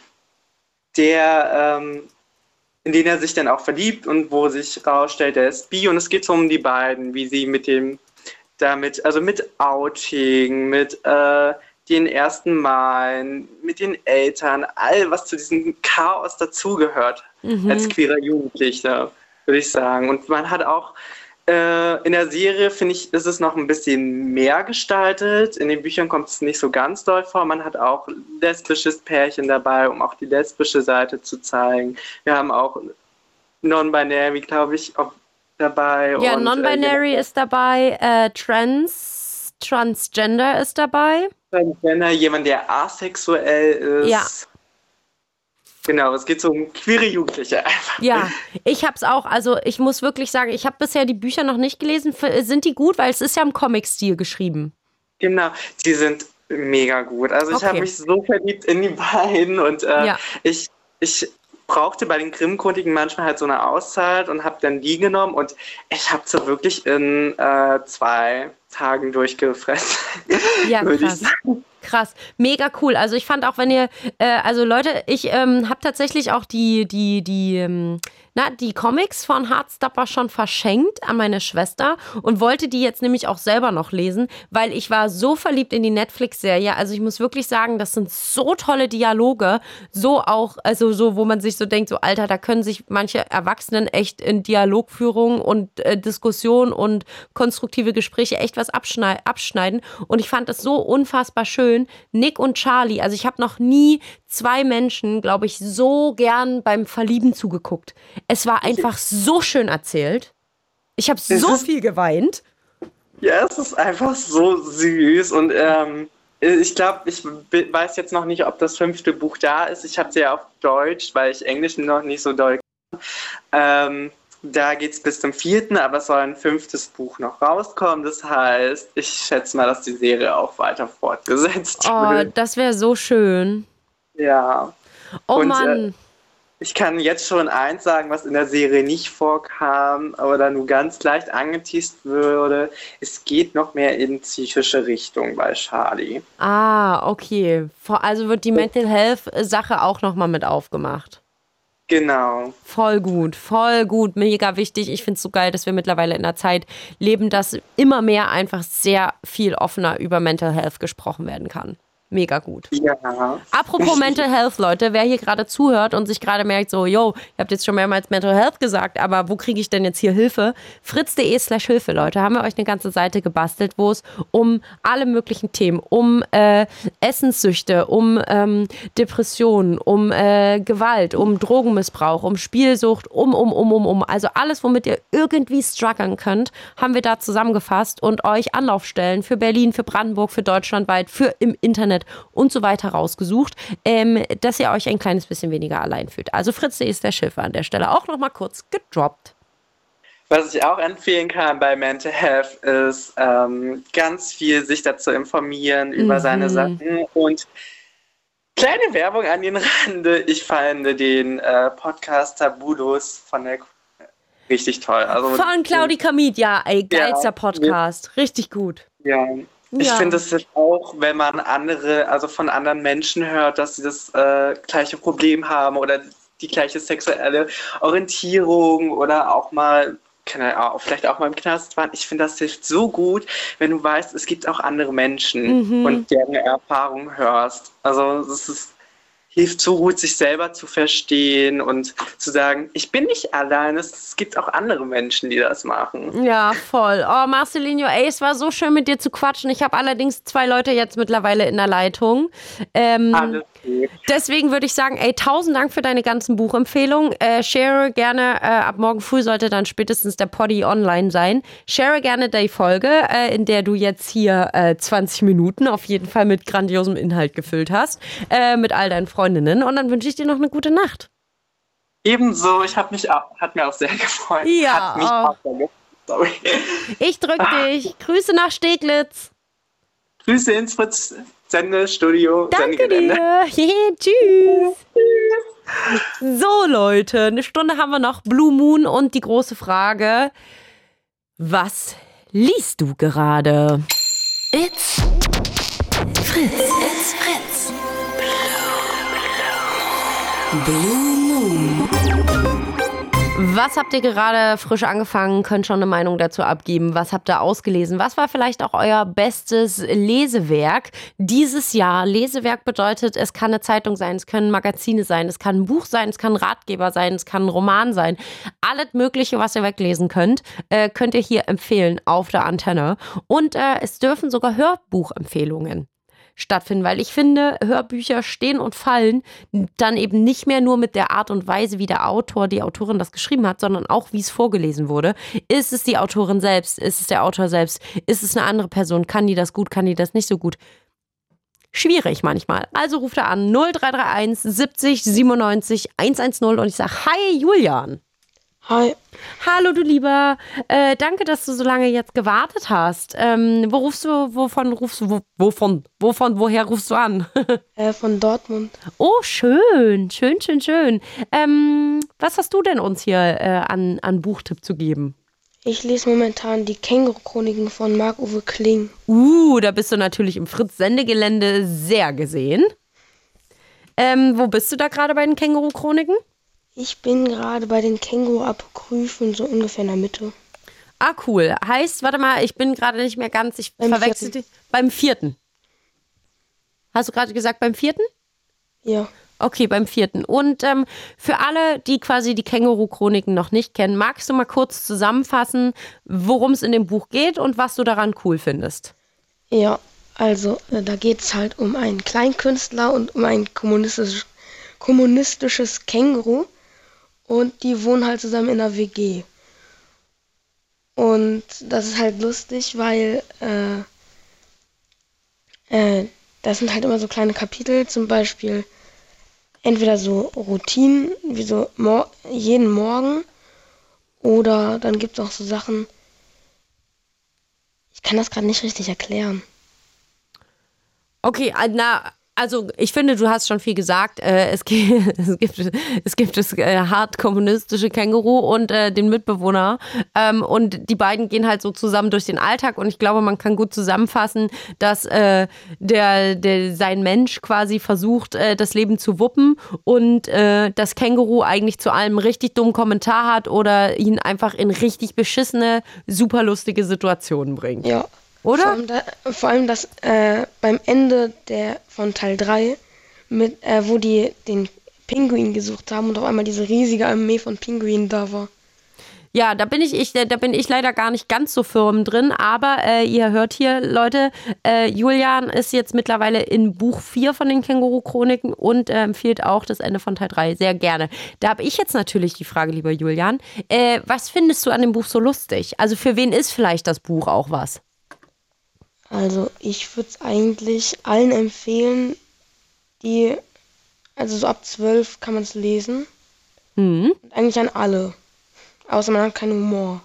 Speaker 7: der ähm, in den er sich dann auch verliebt und wo sich rausstellt, er ist bi und es geht so um die beiden, wie sie mit dem damit, also mit Outing, mit äh, den ersten Malen, mit den Eltern, all was zu diesem Chaos dazugehört
Speaker 3: Mhm.
Speaker 7: als queerer Jugendlicher, würde ich sagen. Und man hat auch äh, in der Serie, finde ich, ist es noch ein bisschen mehr gestaltet. In den Büchern kommt es nicht so ganz doll vor. Man hat auch lesbisches Pärchen dabei, um auch die lesbische Seite zu zeigen. Wir haben auch Non-Binary, glaube ich, auch dabei.
Speaker 3: Ja,
Speaker 7: und,
Speaker 3: Non-Binary
Speaker 7: äh,
Speaker 3: ist dabei, äh, Trans, Transgender ist dabei.
Speaker 7: Transgender, jemand, der asexuell ist.
Speaker 3: Ja.
Speaker 7: Genau, es geht so um queere Jugendliche einfach.
Speaker 3: Ja, ich hab's auch. Also ich muss wirklich sagen, ich habe bisher die Bücher noch nicht gelesen. Sind die gut? Weil es ist ja im Comic-Stil geschrieben.
Speaker 7: Genau, die sind mega gut. Also ich
Speaker 3: Okay.
Speaker 7: habe mich so verliebt in die beiden und äh,
Speaker 3: Ja.
Speaker 7: ich, ich brauchte bei den Grimm-Chroniken manchmal halt so eine Auszeit und habe dann die genommen und ich habe sie wirklich in äh, zwei Tagen durchgefressen.
Speaker 3: Ja,
Speaker 7: würde ich
Speaker 3: krass.
Speaker 7: sagen.
Speaker 3: Krass, mega cool. Also ich fand auch, wenn ihr, äh, also Leute, ich ähm, habe tatsächlich auch die, die, die, ähm, na, die Comics von Heartstopper schon verschenkt an meine Schwester und wollte die jetzt nämlich auch selber noch lesen, weil ich war so verliebt in die Netflix-Serie. Also ich muss wirklich sagen, das sind so tolle Dialoge, so auch, also so, wo man sich so denkt, so Alter, da können sich manche Erwachsenen echt in Dialogführung und äh, Diskussion und konstruktive Gespräche echt was abschnei- abschneiden. Und ich fand das so unfassbar schön. Nick und Charlie, also ich habe noch nie zwei Menschen, glaube ich, so gern beim Verlieben zugeguckt. Es war einfach so schön erzählt. Ich habe so
Speaker 7: ist-
Speaker 3: viel geweint.
Speaker 7: Ja, es ist einfach so süß und ähm, ich glaube, ich be- weiß jetzt noch nicht, ob das fünfte Buch da ist. Ich habe sie ja auf Deutsch, weil ich Englisch noch nicht so doll kann. Ähm, da geht es bis zum vierten, aber es soll ein fünftes Buch noch rauskommen. Das heißt, ich schätze mal, dass die Serie auch weiter fortgesetzt
Speaker 3: Oh,
Speaker 7: wird.
Speaker 3: das wäre so schön.
Speaker 7: Ja.
Speaker 3: Oh
Speaker 7: Und,
Speaker 3: Mann.
Speaker 7: Ich kann jetzt schon eins sagen, was in der Serie nicht vorkam oder nur ganz leicht angeteast würde. Es geht noch mehr in psychische Richtung bei Charlie.
Speaker 3: Ah, okay. Vor- Also wird die Mental Health-Sache auch nochmal mit aufgemacht.
Speaker 7: Genau.
Speaker 3: Voll gut, voll gut, mega wichtig. Ich finde es so geil, dass wir mittlerweile in einer Zeit leben, dass immer mehr einfach sehr viel offener über Mental Health gesprochen werden kann. Mega gut.
Speaker 7: Ja.
Speaker 3: Apropos Mental Health, Leute, wer hier gerade zuhört und sich gerade merkt, so, yo, ihr habt jetzt schon mehrmals Mental Health gesagt, aber wo kriege ich denn jetzt hier Hilfe? fritz.de slash Hilfe, Leute, haben wir euch eine ganze Seite gebastelt, wo es um alle möglichen Themen, um äh, Essenssüchte, um ähm, Depressionen, um äh, Gewalt, um Drogenmissbrauch, um Spielsucht, um, um, um, um, um. Also alles, womit ihr irgendwie strugglen könnt, haben wir da zusammengefasst und euch Anlaufstellen für Berlin, für Brandenburg, für deutschlandweit, für im Internet und so weiter rausgesucht, ähm, dass ihr euch ein kleines bisschen weniger allein fühlt. Also fritz.de ist der Schiffe an der Stelle auch noch mal kurz gedroppt.
Speaker 7: Was ich auch empfehlen kann bei Mental Health ist, ähm, ganz viel sich dazu informieren über
Speaker 3: Mhm.
Speaker 7: seine Sachen und kleine Werbung an den Rande. Ich fand den äh, Podcast Tabulos von der richtig toll. Also
Speaker 3: Von Claudi Kamit, ja, ey, geilster
Speaker 7: Ja.
Speaker 3: Podcast. Richtig gut.
Speaker 7: Ja. Ich
Speaker 3: Ja.
Speaker 7: finde es jetzt auch, wenn man andere, also von anderen Menschen hört, dass sie das äh, gleiche Problem haben oder die gleiche sexuelle Orientierung oder auch mal, keine Ahnung, vielleicht auch mal im Knast waren. Ich finde, das hilft so gut, wenn du weißt, es gibt auch andere Menschen
Speaker 3: Mhm.
Speaker 7: und deren Erfahrungen hörst. Also es ist, hilft so gut, sich selber zu verstehen und zu sagen, ich bin nicht allein, es gibt auch andere Menschen, die das machen.
Speaker 3: Ja, voll. Oh, Marcelinho, ey, es war so schön mit dir zu quatschen. Ich habe allerdings zwei Leute jetzt mittlerweile in der Leitung. Ähm,
Speaker 7: Alles gut.
Speaker 3: Deswegen würde ich sagen, ey, tausend Dank für deine ganzen Buchempfehlungen. Äh, share gerne, äh, ab morgen früh sollte dann spätestens der Poddy online sein. Share gerne die Folge, äh, in der du jetzt hier äh, zwanzig Minuten auf jeden Fall mit grandiosem Inhalt gefüllt hast, äh, mit all deinen Freundinnen. Und dann wünsche ich dir noch eine gute Nacht.
Speaker 7: Ebenso, ich habe mich auch, hat mir auch sehr gefreut.
Speaker 3: Ja,
Speaker 7: Hat mich
Speaker 3: oh.
Speaker 7: auch sehr gefreut. Sorry.
Speaker 3: Ich drück dich. Grüße nach Steglitz.
Speaker 7: Grüße ins Fritz Sendestudio.
Speaker 3: Danke
Speaker 7: Sendegelände.
Speaker 3: dir. Tschüss. So, Leute, eine Stunde haben wir noch. Blue Moon und die große Frage: Was liest du gerade?
Speaker 1: It's Fritz. It's Fritz. Blue Moon.
Speaker 3: Was habt ihr gerade frisch angefangen? Könnt schon eine Meinung dazu abgeben. Was habt ihr ausgelesen? Was war vielleicht auch euer bestes Lesewerk dieses Jahr? Lesewerk bedeutet, es kann eine Zeitung sein, es können Magazine sein, es kann ein Buch sein, es kann ein Ratgeber sein, es kann ein Roman sein. Alles Mögliche, was ihr weglesen könnt, äh, könnt ihr hier empfehlen auf der Antenne. Und äh, es dürfen sogar Hörbuchempfehlungen stattfinden, weil ich finde, Hörbücher stehen und fallen dann eben nicht mehr nur mit der Art und Weise, wie der Autor, die Autorin das geschrieben hat, sondern auch, wie es vorgelesen wurde. Ist es die Autorin selbst? Ist es der Autor selbst? Ist es eine andere Person? Kann die das gut? Kann die das nicht so gut? schwierig manchmal. Also ruft er an null drei drei eins siebzig siebenundneunzig hundertzehn und ich sage, hi Julian.
Speaker 6: Hi.
Speaker 3: Hallo du Lieber, äh, danke, dass du so lange jetzt gewartet hast. Ähm, wo rufst du, wovon rufst du, wo, wovon, wovon, woher rufst du an?
Speaker 6: äh, von Dortmund.
Speaker 3: Oh, schön, schön, schön, schön. Ähm, was hast du denn uns hier äh, an, an Buchtipp zu geben?
Speaker 6: Ich lese momentan die Känguru-Chroniken von Marc-Uwe Kling.
Speaker 3: Uh, da bist du natürlich im Fritz-Sendegelände sehr gesehen. Ähm, wo bist du da gerade bei den Känguru-Chroniken?
Speaker 6: Ich bin gerade bei den Känguru-Apokryphen, so ungefähr in der Mitte.
Speaker 3: Ah, cool. Heißt, warte mal, ich bin gerade nicht mehr ganz, ich
Speaker 6: Beim
Speaker 3: verwechsel
Speaker 6: vierten.
Speaker 3: dich. Beim vierten. Hast du gerade gesagt beim vierten?
Speaker 6: Ja.
Speaker 3: Okay, beim vierten. Und ähm, für alle, die quasi die Känguru-Chroniken noch nicht kennen, magst du mal kurz zusammenfassen, worum es in dem Buch geht und was du daran cool findest?
Speaker 6: Ja, also äh, da geht es halt um einen Kleinkünstler und um ein kommunistisches, kommunistisches Känguru. Und die wohnen halt zusammen in einer W G. Und das ist halt lustig, weil äh, äh, das sind halt immer so kleine Kapitel, zum Beispiel entweder so Routinen, wie so mor- jeden Morgen, oder dann gibt es auch so Sachen, ich kann das gerade nicht richtig erklären.
Speaker 3: Okay, na, also ich finde, du hast schon viel gesagt. Äh, es, gibt, es gibt es gibt das äh, hart kommunistische Känguru und äh, den Mitbewohner. Ähm, und die beiden gehen halt so zusammen durch den Alltag. Und ich glaube, man kann gut zusammenfassen, dass äh, der, der sein Mensch quasi versucht, äh, das Leben zu wuppen und äh, das Känguru eigentlich zu allem richtig dummen Kommentar hat oder ihn einfach in richtig beschissene, super lustige Situationen bringt.
Speaker 6: Ja.
Speaker 3: Oder?
Speaker 6: Vor allem, da, vor allem dass äh, beim Ende der von Teil drei, mit, äh, wo die den Pinguin gesucht haben und auf einmal diese riesige Armee von Pinguinen da war.
Speaker 3: Ja, da bin ich, ich, da bin ich leider gar nicht ganz so firm drin, aber äh, ihr hört hier, Leute, äh, Julian ist jetzt mittlerweile in Buch vier von den Känguru-Chroniken und äh, empfiehlt auch das Ende von Teil drei sehr gerne. Da habe ich jetzt natürlich die Frage, lieber Julian, äh, was findest du an dem Buch so lustig? Also für wen ist vielleicht das Buch auch was?
Speaker 6: Also ich würde es eigentlich allen empfehlen, die, also so ab zwölf kann man es lesen.
Speaker 3: Mhm.
Speaker 6: Und eigentlich an alle. Außer man hat keinen Humor.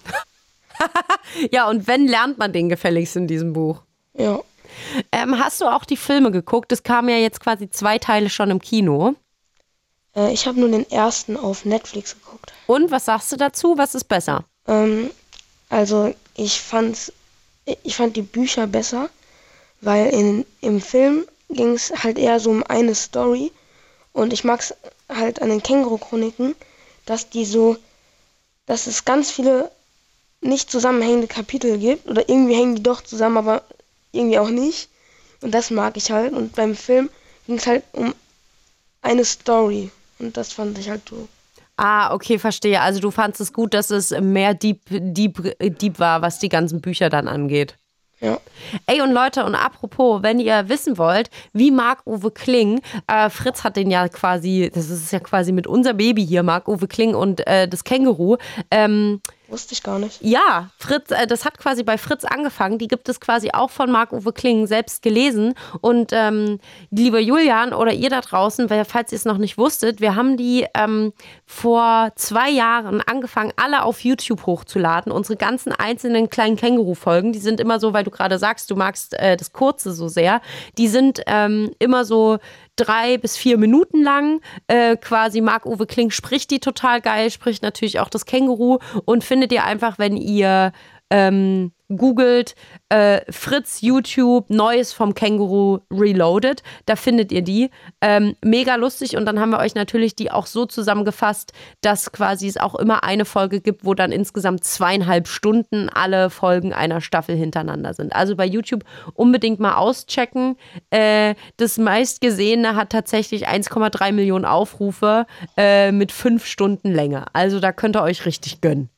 Speaker 3: Ja, und wenn, lernt man den gefälligst in diesem Buch.
Speaker 6: Ja.
Speaker 3: Ähm, hast du auch die Filme geguckt? Es kamen ja jetzt quasi zwei Teile schon im Kino.
Speaker 6: Äh, ich habe nur den ersten auf Netflix geguckt.
Speaker 3: Und was sagst du dazu? Was ist besser?
Speaker 6: Ähm, also ich fand's Ich fand die Bücher besser, weil in, im Film ging es halt eher so um eine Story. Und ich mag es halt an den Känguru-Chroniken, dass die so, dass es ganz viele nicht zusammenhängende Kapitel gibt. Oder irgendwie hängen die doch zusammen, aber irgendwie auch nicht. Und das mag ich halt. Und beim Film ging es halt um eine Story. Und das fand ich halt so.
Speaker 3: Ah, okay, verstehe. Also du fandest es gut, dass es mehr Deep, Deep, Deep war, was die ganzen Bücher dann angeht.
Speaker 6: Ja.
Speaker 3: Ey, und Leute, und apropos, wenn ihr wissen wollt, wie Marc-Uwe Kling, äh, Fritz hat den ja quasi, das ist ja quasi mit unser Baby hier, Marc-Uwe Kling und äh, das Känguru, ähm,
Speaker 6: Wusste ich gar nicht.
Speaker 3: ja, Fritz, äh, das hat quasi bei Fritz angefangen. Die gibt es quasi auch von Marc-Uwe Kling selbst gelesen. Und ähm, lieber Julian oder ihr da draußen, weil, falls ihr es noch nicht wusstet, wir haben die ähm, vor zwei Jahren angefangen, alle auf YouTube hochzuladen. Unsere ganzen einzelnen kleinen Känguru-Folgen, die sind immer so, weil du gerade sagst, du magst äh, das Kurze so sehr, die sind ähm, immer so drei bis vier Minuten lang. Äh, quasi Marc-Uwe Kling spricht die total geil, spricht natürlich auch das Känguru und findet ihr einfach, wenn ihr ähm, googelt äh, Fritz YouTube Neues vom Känguru Reloaded, da findet ihr die. Ähm, mega lustig und dann haben wir euch natürlich die auch so zusammengefasst, dass quasi es auch immer eine Folge gibt, wo dann insgesamt zweieinhalb Stunden alle Folgen einer Staffel hintereinander sind. Also bei YouTube unbedingt mal auschecken. Äh, das meistgesehene hat tatsächlich eins Komma drei Millionen Aufrufe äh, mit fünf Stunden Länge. Also da könnt ihr euch richtig gönnen.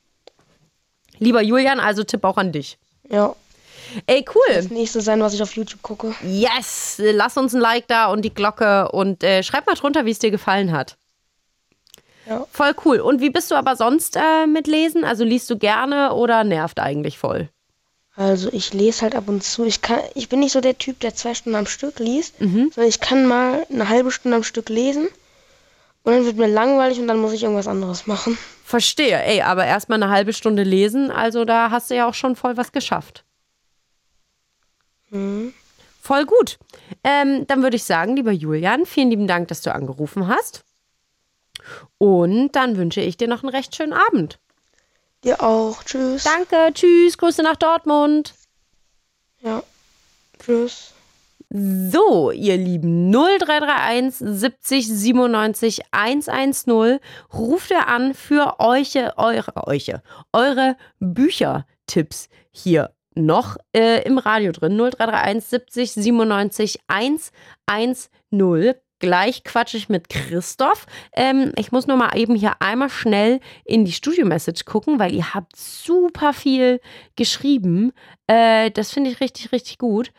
Speaker 3: Lieber Julian, also Tipp auch an dich.
Speaker 6: Ja.
Speaker 3: Ey, cool.
Speaker 6: Das nächste sein, was ich auf YouTube gucke.
Speaker 3: Yes, lass uns ein Like da und die Glocke und äh, schreib mal drunter, wie es dir gefallen hat.
Speaker 6: Ja.
Speaker 3: Voll cool. Und wie bist du aber sonst äh, mit Lesen? Also liest du gerne oder nervt eigentlich voll?
Speaker 6: Also ich lese halt ab und zu. Ich kann, ich bin nicht so der Typ, der zwei Stunden am Stück liest,
Speaker 3: Mhm.
Speaker 6: sondern ich kann mal eine halbe Stunde am Stück lesen und dann wird mir langweilig und dann muss ich irgendwas anderes machen.
Speaker 3: Verstehe. Ey, aber erstmal eine halbe Stunde lesen, also da hast du ja auch schon voll was geschafft.
Speaker 6: Mhm.
Speaker 3: Voll gut. Ähm, dann würde ich sagen, lieber Julian, vielen lieben Dank, dass du angerufen hast. Und dann wünsche ich dir noch einen recht schönen Abend.
Speaker 6: Dir auch. Tschüss.
Speaker 3: Danke, tschüss, Grüße nach Dortmund.
Speaker 6: Ja. Tschüss.
Speaker 3: So, ihr Lieben, null drei drei eins siebzig siebenundneunzig hundertzehn ruft ihr an für euch, eure, euch, eure Büchertipps hier noch äh, im Radio drin. null drei drei eins siebzig siebenundneunzig hundertzehn. Gleich quatsche ich mit Christoph. Ähm, ich muss nur mal eben hier einmal schnell in die Studio-Message gucken, weil ihr habt super viel geschrieben. Äh, das finde ich richtig, richtig gut.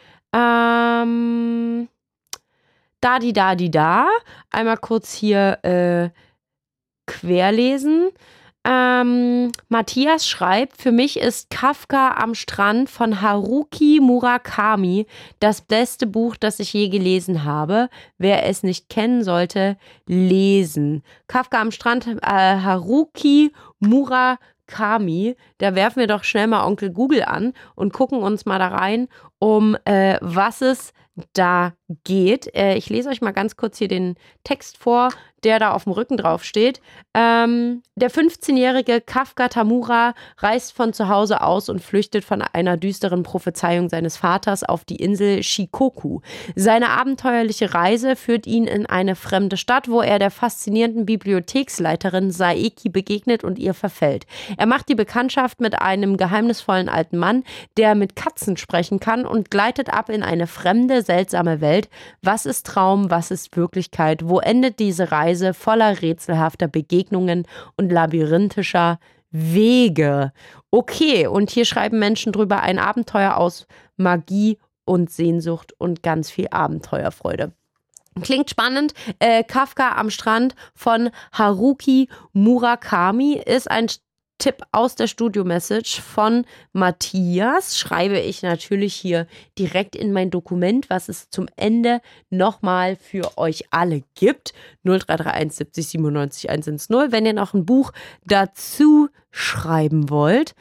Speaker 3: Ähm, da, die, da, die, da. Einmal kurz hier äh, querlesen. Ähm, Matthias schreibt, für mich ist Kafka am Strand von Haruki Murakami das beste Buch, das ich je gelesen habe. Wer es nicht kennen sollte, lesen. Kafka am Strand, äh, Haruki Murakami. Da werfen wir doch schnell mal Onkel Google an und gucken uns mal da rein, um äh, was es da geht. Äh, ich lese euch mal ganz kurz hier den Text vor, der da auf dem Rücken drauf steht. Ähm, der fünfzehnjährige Kafka Tamura reist von zu Hause aus und flüchtet von einer düsteren Prophezeiung seines Vaters auf die Insel Shikoku. Seine abenteuerliche Reise führt ihn in eine fremde Stadt, wo er der faszinierenden Bibliotheksleiterin Saeki begegnet und ihr verfällt. Er macht die Bekanntschaft mit einem geheimnisvollen alten Mann, der mit Katzen sprechen kann, und gleitet ab in eine fremde, seltsame Welt. Was ist Traum, was ist Wirklichkeit? Wo endet diese Reise voller rätselhafter Begegnungen und labyrinthischer Wege? Okay, und hier schreiben Menschen drüber: ein Abenteuer aus Magie und Sehnsucht und ganz viel Abenteuerfreude. Klingt spannend. Äh, Kafka am Strand von Haruki Murakami ist ein Tipp aus der Studio-Message von Matthias. Schreibe ich natürlich hier direkt in mein Dokument, was es zum Ende nochmal für euch alle gibt. null drei drei eins siebzig siebenundneunzig hundertzehn. Wenn ihr noch ein Buch dazu schreiben wollt.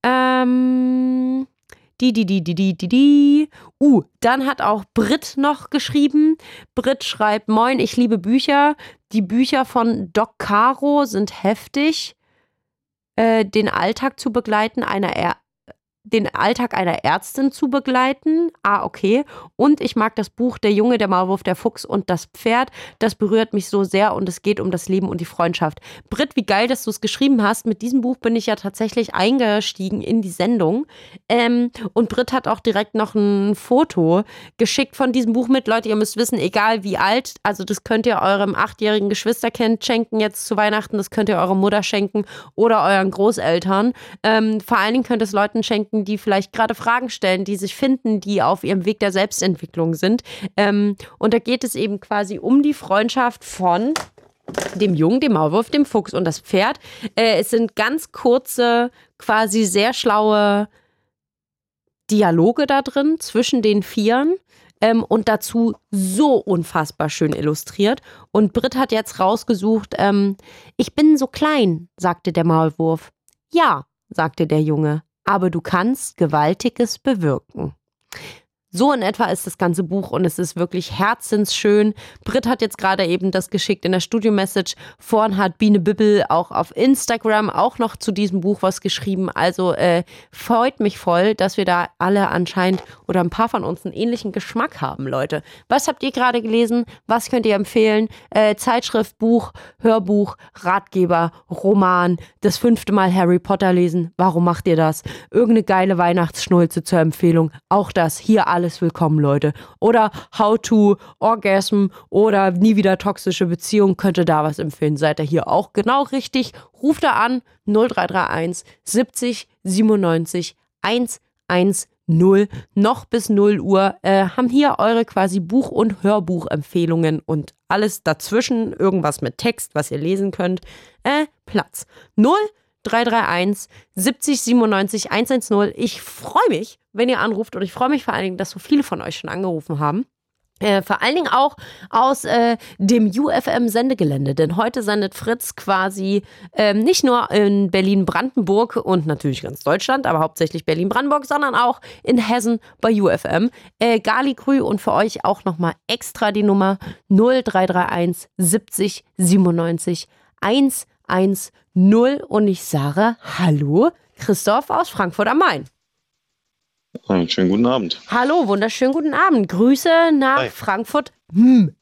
Speaker 3: Ähm... Die, die, die, die, die, die, die. Uh, dann hat auch Brit noch geschrieben. Brit schreibt: Moin, ich liebe Bücher. Die Bücher von Doc Caro sind heftig. Äh, den Alltag zu begleiten, einer er den Alltag einer Ärztin zu begleiten. Ah, okay. Und ich mag das Buch Der Junge, der Maulwurf, der Fuchs und das Pferd. Das berührt mich so sehr und es geht um das Leben und die Freundschaft. Brit, wie geil, dass du es geschrieben hast. Mit diesem Buch bin ich ja tatsächlich eingestiegen in die Sendung. Ähm, und Brit hat auch direkt noch ein Foto geschickt von diesem Buch mit. Leute, ihr müsst wissen, egal wie alt, also das könnt ihr eurem achtjährigen Geschwisterkind schenken jetzt zu Weihnachten, das könnt ihr eurer Mutter schenken oder euren Großeltern. Ähm, vor allen Dingen könnt ihr es Leuten schenken, die vielleicht gerade Fragen stellen, die sich finden, die auf ihrem Weg der Selbstentwicklung sind. Ähm, und da geht es eben quasi um die Freundschaft von dem Jungen, dem Maulwurf, dem Fuchs und das Pferd. Äh, es sind ganz kurze, quasi sehr schlaue Dialoge da drin zwischen den Vieren. Ähm, und dazu so unfassbar schön illustriert. Und Brit hat jetzt rausgesucht, ähm, ich bin so klein, sagte der Maulwurf. Ja, sagte der Junge. Aber du kannst Gewaltiges bewirken. So in etwa ist das ganze Buch und es ist wirklich herzensschön. Brit hat jetzt gerade eben das geschickt in der Studio-Message. Vorhin hat Biene Bibbel auch auf Instagram auch noch zu diesem Buch was geschrieben. Also äh, freut mich voll, dass wir da alle anscheinend oder ein paar von uns einen ähnlichen Geschmack haben, Leute. Was habt ihr gerade gelesen? Was könnt ihr empfehlen? Äh, Zeitschrift, Buch, Hörbuch, Ratgeber, Roman, das fünfte Mal Harry Potter lesen. Warum macht ihr das? Irgendeine geile Weihnachtsschnulze zur Empfehlung. Auch das, hier alles willkommen, Leute. Oder How to Orgasm oder Nie wieder toxische Beziehung. Könnt ihr da was empfehlen? Seid ihr hier auch genau richtig? Ruft da an null drei drei eins siebzig siebenundneunzig hundertzehn. Noch bis null Uhr äh, haben hier eure quasi Buch- und Hörbuchempfehlungen und alles dazwischen, irgendwas mit Text, was ihr lesen könnt, äh, Platz. null drei drei eins siebzig siebenundneunzig hundertzehn. Ich freue mich, wenn ihr anruft und ich freue mich vor allen Dingen, dass so viele von euch schon angerufen haben. Äh, vor allen Dingen auch aus äh, dem U F M-Sendegelände, denn heute sendet Fritz quasi ähm, nicht nur in Berlin-Brandenburg und natürlich ganz Deutschland, aber hauptsächlich Berlin-Brandenburg, sondern auch in Hessen bei U F M. Äh, Gali-Krü und für euch auch nochmal extra die Nummer null drei drei eins siebzig siebenundneunzig hundertzehn und ich sage Hallo, Christoph aus Frankfurt am Main.
Speaker 8: Einen schönen guten Abend.
Speaker 3: Hallo, wunderschönen guten Abend. Grüße nach
Speaker 8: Hi.
Speaker 3: Frankfurt. Hm.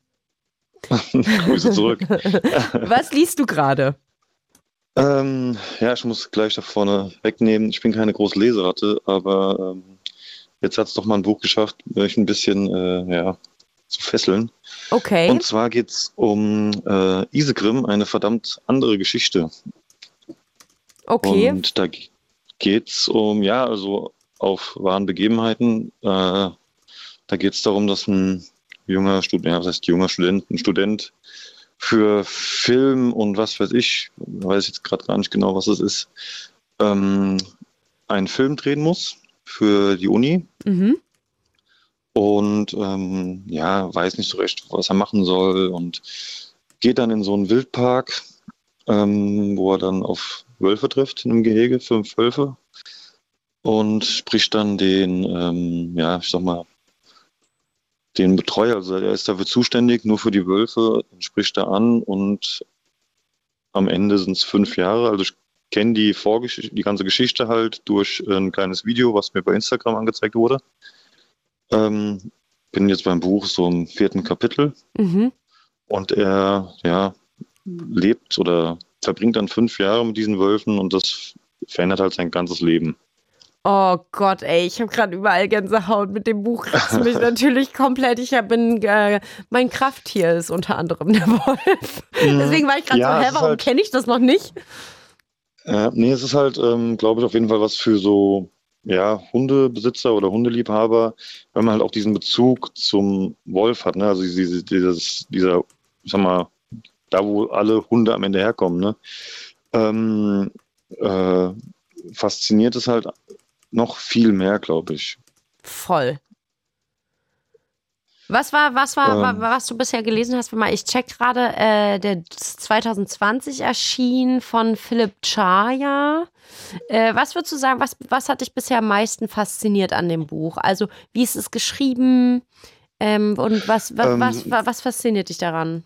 Speaker 8: Grüße zurück.
Speaker 3: Was liest du gerade?
Speaker 8: ähm, ja, ich muss gleich da vorne wegnehmen. Ich bin keine große Leseratte, aber ähm, jetzt hat es doch mal ein Buch geschafft, mich ein bisschen äh, ja, zu fesseln.
Speaker 3: Okay.
Speaker 8: Und zwar geht es um äh, Isegrim, eine verdammt andere Geschichte.
Speaker 3: Okay.
Speaker 8: Und da geht es um, ja, also auf wahren Begebenheiten. Äh, da geht es darum, dass ein junger Student, ja, was heißt junger Student, ein Student für Film und was weiß ich, weiß jetzt gerade gar nicht genau, was es ist, ähm, einen Film drehen muss für die Uni.
Speaker 3: Mhm.
Speaker 8: Und ähm, ja, weiß nicht so recht, was er machen soll und geht dann in so einen Wildpark, ähm, wo er dann auf Wölfe trifft, in einem Gehege, fünf Wölfe. Und spricht dann den, ähm, ja, ich sag mal, den Betreuer, also er ist dafür zuständig, nur für die Wölfe, spricht er an und am Ende sind es fünf Jahre. Also ich kenne die Vorgeschichte, die ganze Geschichte halt durch ein kleines Video, was mir bei Instagram angezeigt wurde. Ähm, bin jetzt beim Buch so im vierten Kapitel
Speaker 3: Mhm.
Speaker 8: und er, ja, lebt oder verbringt dann fünf Jahre mit diesen Wölfen und das verändert halt sein ganzes Leben.
Speaker 3: Oh Gott, ey, ich habe gerade überall Gänsehaut. Mit dem Buch kriegst du mich natürlich komplett. Ich hab, bin, äh, mein Krafttier ist unter anderem der Wolf. Deswegen war ich gerade
Speaker 8: Ja,
Speaker 3: so,
Speaker 8: es
Speaker 3: hä,
Speaker 8: ist
Speaker 3: warum
Speaker 8: halt-
Speaker 3: kenne ich das noch nicht?
Speaker 8: Äh, nee, es ist halt, ähm, glaube ich, auf jeden Fall was für so, ja, Hundebesitzer oder Hundeliebhaber, wenn man halt auch diesen Bezug zum Wolf hat, ne? Also diese, dieses, dieser, ich sag mal, da wo alle Hunde am Ende herkommen, ne? Ähm, äh, fasziniert es halt noch viel mehr, glaube ich.
Speaker 3: Voll. Was war, was war,
Speaker 8: Ähm.
Speaker 3: wa- was du bisher gelesen hast? Warte mal, ich check gerade, äh, der zwanzig zwanzig erschien von Philipp Chaya. Äh, was würdest du sagen, was, was hat dich bisher am meisten fasziniert an dem Buch? Also, wie ist es geschrieben? Ähm, und was, was,
Speaker 8: Ähm.
Speaker 3: was, was, was fasziniert dich daran?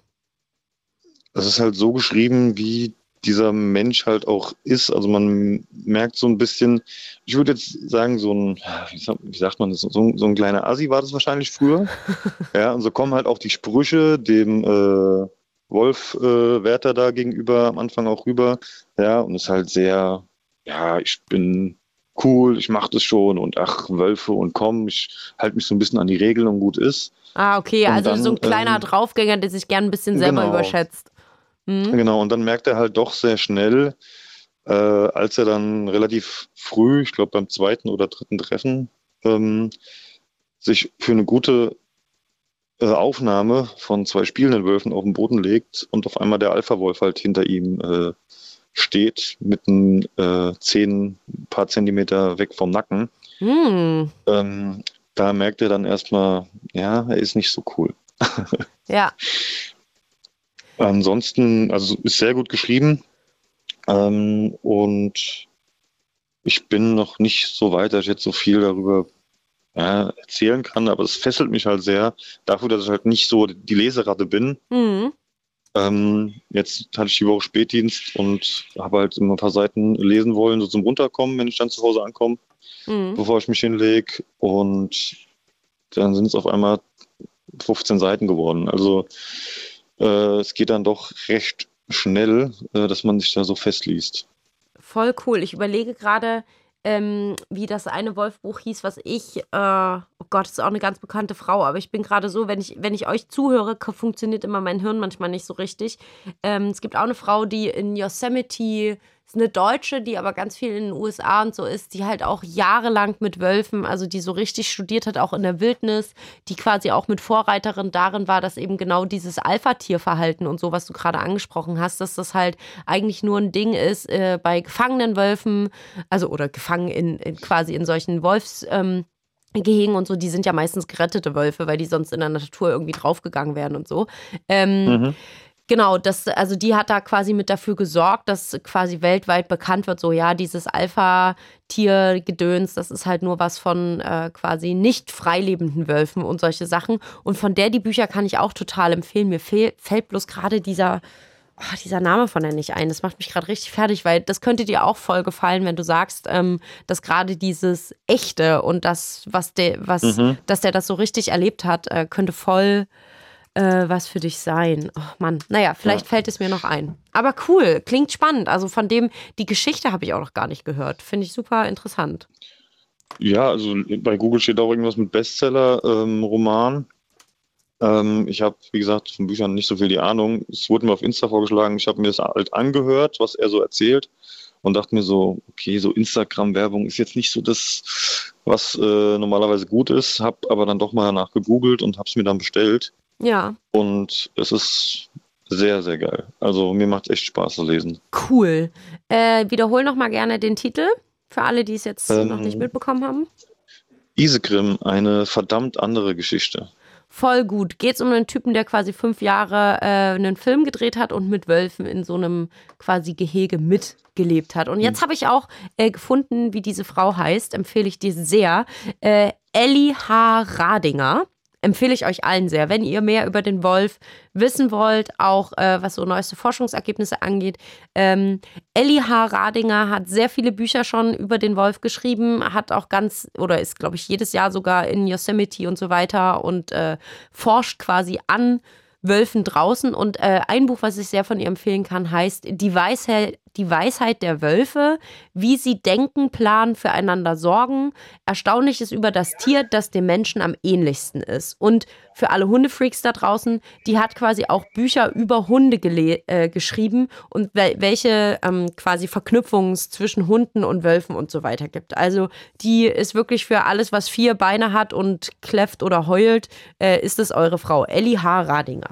Speaker 8: Es ist halt so geschrieben, wie dieser Mensch halt auch ist. Also man merkt so ein bisschen, ich würde jetzt sagen, so ein, wie sagt, wie sagt man das, so, ein- so ein kleiner Assi war das wahrscheinlich früher. Ja, und so kommen halt auch die Sprüche dem äh, Wolf äh, Wärter da gegenüber am Anfang auch rüber. Ja, und ist halt sehr, ja, ich bin cool, ich mach das schon und ach, Wölfe und komm, ich halte mich so ein bisschen an die Regeln und gut ist.
Speaker 3: Ah, okay,
Speaker 8: Und
Speaker 3: also
Speaker 8: dann,
Speaker 3: so ein kleiner
Speaker 8: ähm,
Speaker 3: Draufgänger, der sich gern ein bisschen selber
Speaker 8: genau.
Speaker 3: überschätzt. Mhm.
Speaker 8: Genau, und dann merkt er halt doch sehr schnell, äh, als er dann relativ früh, ich glaube beim zweiten oder dritten Treffen, ähm, sich für eine gute äh, Aufnahme von zwei spielenden Wölfen auf den Boden legt und auf einmal der Alpha-Wolf halt hinter ihm äh, steht, mit einem äh, zehn paar Zentimeter weg vom Nacken.
Speaker 3: Hm.
Speaker 8: Ähm, da merkt er dann erstmal, ja, er ist nicht so cool.
Speaker 3: Ja.
Speaker 8: Ansonsten, also ist sehr gut geschrieben ähm, und ich bin noch nicht so weit, dass ich jetzt so viel darüber ja, erzählen kann, aber es fesselt mich halt sehr, dafür, dass ich halt nicht so die Leseratte bin.
Speaker 3: Mhm.
Speaker 8: Ähm, jetzt hatte ich die Woche Spätdienst und habe halt immer ein paar Seiten lesen wollen, so zum Runterkommen, wenn ich dann zu Hause ankomme,
Speaker 3: Mhm.
Speaker 8: bevor ich mich hinlege und dann sind es auf einmal fünfzehn Seiten geworden. Also äh, es geht dann doch recht schnell, äh, dass man sich da so festliest.
Speaker 3: Voll cool. Ich überlege gerade, ähm, wie das eine Wolfbuch hieß, was ich, äh, oh Gott, das ist auch eine ganz bekannte Frau, aber ich bin gerade so, wenn ich, wenn ich euch zuhöre, k- funktioniert immer mein Hirn manchmal nicht so richtig. Ähm, es gibt auch eine Frau, die in Yosemite ist eine Deutsche, die aber ganz viel in den U S A und so ist, die halt auch jahrelang mit Wölfen, also die so richtig studiert hat, auch in der Wildnis, die quasi auch mit Vorreiterin darin war, dass eben genau dieses Alpha-Tierverhalten und so, was du gerade angesprochen hast, dass das halt eigentlich nur ein Ding ist äh, bei gefangenen Wölfen, also oder gefangen in, in quasi in solchen Wolfs... Ähm, Gehegen und so, die sind ja meistens gerettete Wölfe, weil die sonst in der Natur irgendwie draufgegangen wären und so. Ähm, mhm. Genau, das, also die hat da quasi mit dafür gesorgt, dass quasi weltweit bekannt wird, so ja, dieses Alpha-Tier-Gedöns, das ist halt nur was von äh, quasi nicht freilebenden Wölfen und solche Sachen. Und von der die Bücher kann ich auch total empfehlen. Mir fehl, fällt bloß gerade dieser Oh, dieser Name von der nicht ein. Das macht mich gerade richtig fertig, weil das könnte dir auch voll gefallen, wenn du sagst, ähm, dass gerade dieses Echte und das, was der, was, mhm. dass der das so richtig erlebt hat, äh, könnte voll äh, was für dich sein. Oh Mann, naja, vielleicht ja. fällt es mir noch ein. Aber cool, klingt spannend. Also von dem, die Geschichte habe ich auch noch gar nicht gehört. Finde ich super interessant.
Speaker 8: Ja, also bei Google steht auch irgendwas mit Bestseller-Roman. Ähm, Ähm, ich habe, wie gesagt, von Büchern nicht so viel die Ahnung. Es wurde mir auf Insta vorgeschlagen, ich habe mir das halt angehört, was er so erzählt und dachte mir so, okay, so Instagram-Werbung ist jetzt nicht so das, was äh, normalerweise gut ist, habe aber dann doch mal danach gegoogelt und habe es mir dann bestellt.
Speaker 3: Ja.
Speaker 8: Und es ist sehr, sehr geil. Also mir macht es echt Spaß zu lesen.
Speaker 3: Cool. Äh, wiederhol noch mal gerne den Titel, für alle, die es jetzt ähm, noch nicht mitbekommen haben.
Speaker 8: Isegrim, eine verdammt andere Geschichte.
Speaker 3: Voll gut. Geht es um einen Typen, der quasi fünf Jahre äh, einen Film gedreht hat und mit Wölfen in so einem quasi Gehege mitgelebt hat. Und jetzt habe ich auch äh, gefunden, wie diese Frau heißt. Empfehle ich dir sehr. Äh, Elli H. Radinger. Empfehle ich euch allen sehr, wenn ihr mehr über den Wolf wissen wollt, auch äh, was so neueste Forschungsergebnisse angeht. Ähm, Elli H. Radinger hat sehr viele Bücher schon über den Wolf geschrieben, hat auch ganz, oder ist, glaube ich, jedes Jahr sogar in Yosemite und so weiter und äh, forscht quasi an Wölfen draußen. Und äh, ein Buch, was ich sehr von ihr empfehlen kann, heißt Die Weisheit, die Weisheit der Wölfe, wie sie denken, planen, füreinander sorgen. Erstaunliches über das Tier, das dem Menschen am ähnlichsten ist. Und für alle Hundefreaks da draußen, die hat quasi auch Bücher über Hunde gele- äh, geschrieben und wel- welche ähm, quasi Verknüpfungen es zwischen Hunden und Wölfen und so weiter gibt. Also die ist wirklich für alles, was vier Beine hat und kläfft oder heult, äh, ist es eure Frau, Elli H. Radinger.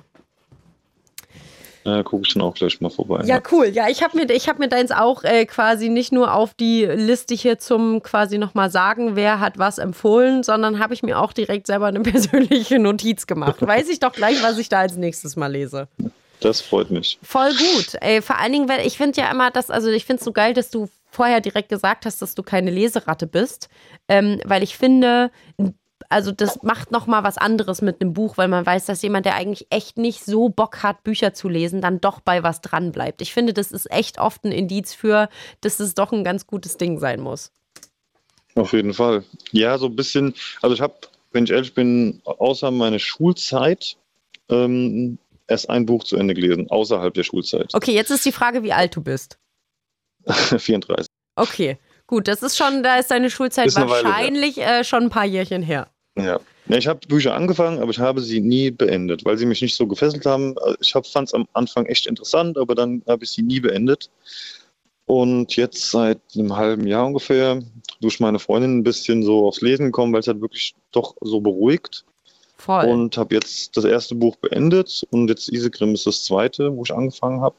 Speaker 8: Ja, gucke ich dann auch gleich mal vorbei.
Speaker 3: Ja, cool. Ja, ich habe mir, ich hab mir deins auch äh, quasi nicht nur auf die Liste hier zum quasi nochmal sagen, wer hat was empfohlen, sondern habe ich mir auch direkt selber eine persönliche Notiz gemacht. Weiß ich doch gleich, was ich da als nächstes mal lese.
Speaker 8: Das freut mich.
Speaker 3: Voll gut. Ey, vor allen Dingen, weil ich finde ja immer, dass, also ich finde es so geil, dass du vorher direkt gesagt hast, dass du keine Leseratte bist, ähm, weil ich finde, also das macht noch mal was anderes mit einem Buch, weil man weiß, dass jemand, der eigentlich echt nicht so Bock hat, Bücher zu lesen, dann doch bei was dran bleibt. Ich finde, das ist echt oft ein Indiz für, dass es doch ein ganz gutes Ding sein muss.
Speaker 8: Auf jeden Fall. Ja, so ein bisschen, also ich habe, wenn ich ehrlich bin, außer meine Schulzeit ähm, erst ein Buch zu Ende gelesen, außerhalb der Schulzeit.
Speaker 3: Okay, jetzt ist die Frage, wie alt du bist.
Speaker 8: vierunddreißig.
Speaker 3: Okay, gut, das ist schon, da ist deine Schulzeit
Speaker 8: ist
Speaker 3: wahrscheinlich äh, schon ein paar Jährchen her.
Speaker 8: Ja. ja, ich habe Bücher angefangen, aber ich habe sie nie beendet, weil sie mich nicht so gefesselt haben. Ich fand es am Anfang echt interessant, aber dann habe ich sie nie beendet. Und jetzt seit einem halben Jahr ungefähr durch meine Freundin ein bisschen so aufs Lesen gekommen, weil es halt wirklich doch so beruhigt.
Speaker 3: Voll.
Speaker 8: Und habe jetzt das erste Buch beendet und jetzt Isegrim ist das zweite, wo ich angefangen habe.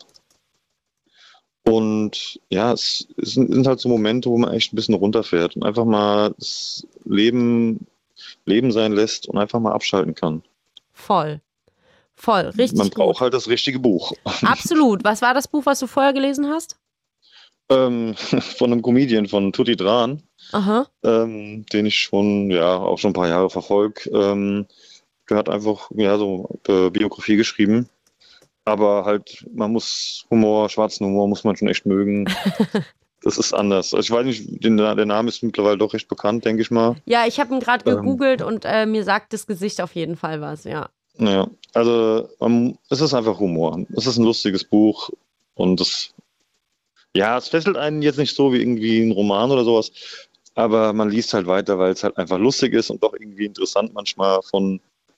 Speaker 8: Und ja, es, es sind halt so Momente, wo man echt ein bisschen runterfährt und einfach mal das Leben, Leben sein lässt und einfach mal abschalten kann.
Speaker 3: Voll. Voll, richtig.
Speaker 8: Man braucht
Speaker 3: gut.
Speaker 8: halt das richtige Buch.
Speaker 3: Absolut. Was war das Buch, was du vorher gelesen hast?
Speaker 8: Ähm, von einem Comedian, von Tutti Dran,
Speaker 3: Aha.
Speaker 8: Ähm, den ich schon, ja, auch schon ein paar Jahre verfolge. Ähm, der hat einfach, ja, so äh, Biografie geschrieben. Aber halt, man muss Humor, schwarzen Humor muss man schon echt mögen. Das ist anders. Also ich weiß nicht, den, der Name ist mittlerweile doch recht bekannt, denke ich mal.
Speaker 3: Ja, ich habe ihn gerade
Speaker 8: Ähm.
Speaker 3: gegoogelt und äh, mir sagt das Gesicht auf jeden Fall was, ja.
Speaker 8: Ja, also ähm, es ist einfach Humor. Es ist ein lustiges Buch und das, ja, es fesselt einen jetzt nicht so wie irgendwie ein Roman oder sowas, aber man liest halt weiter, weil es halt einfach lustig ist und doch irgendwie interessant manchmal von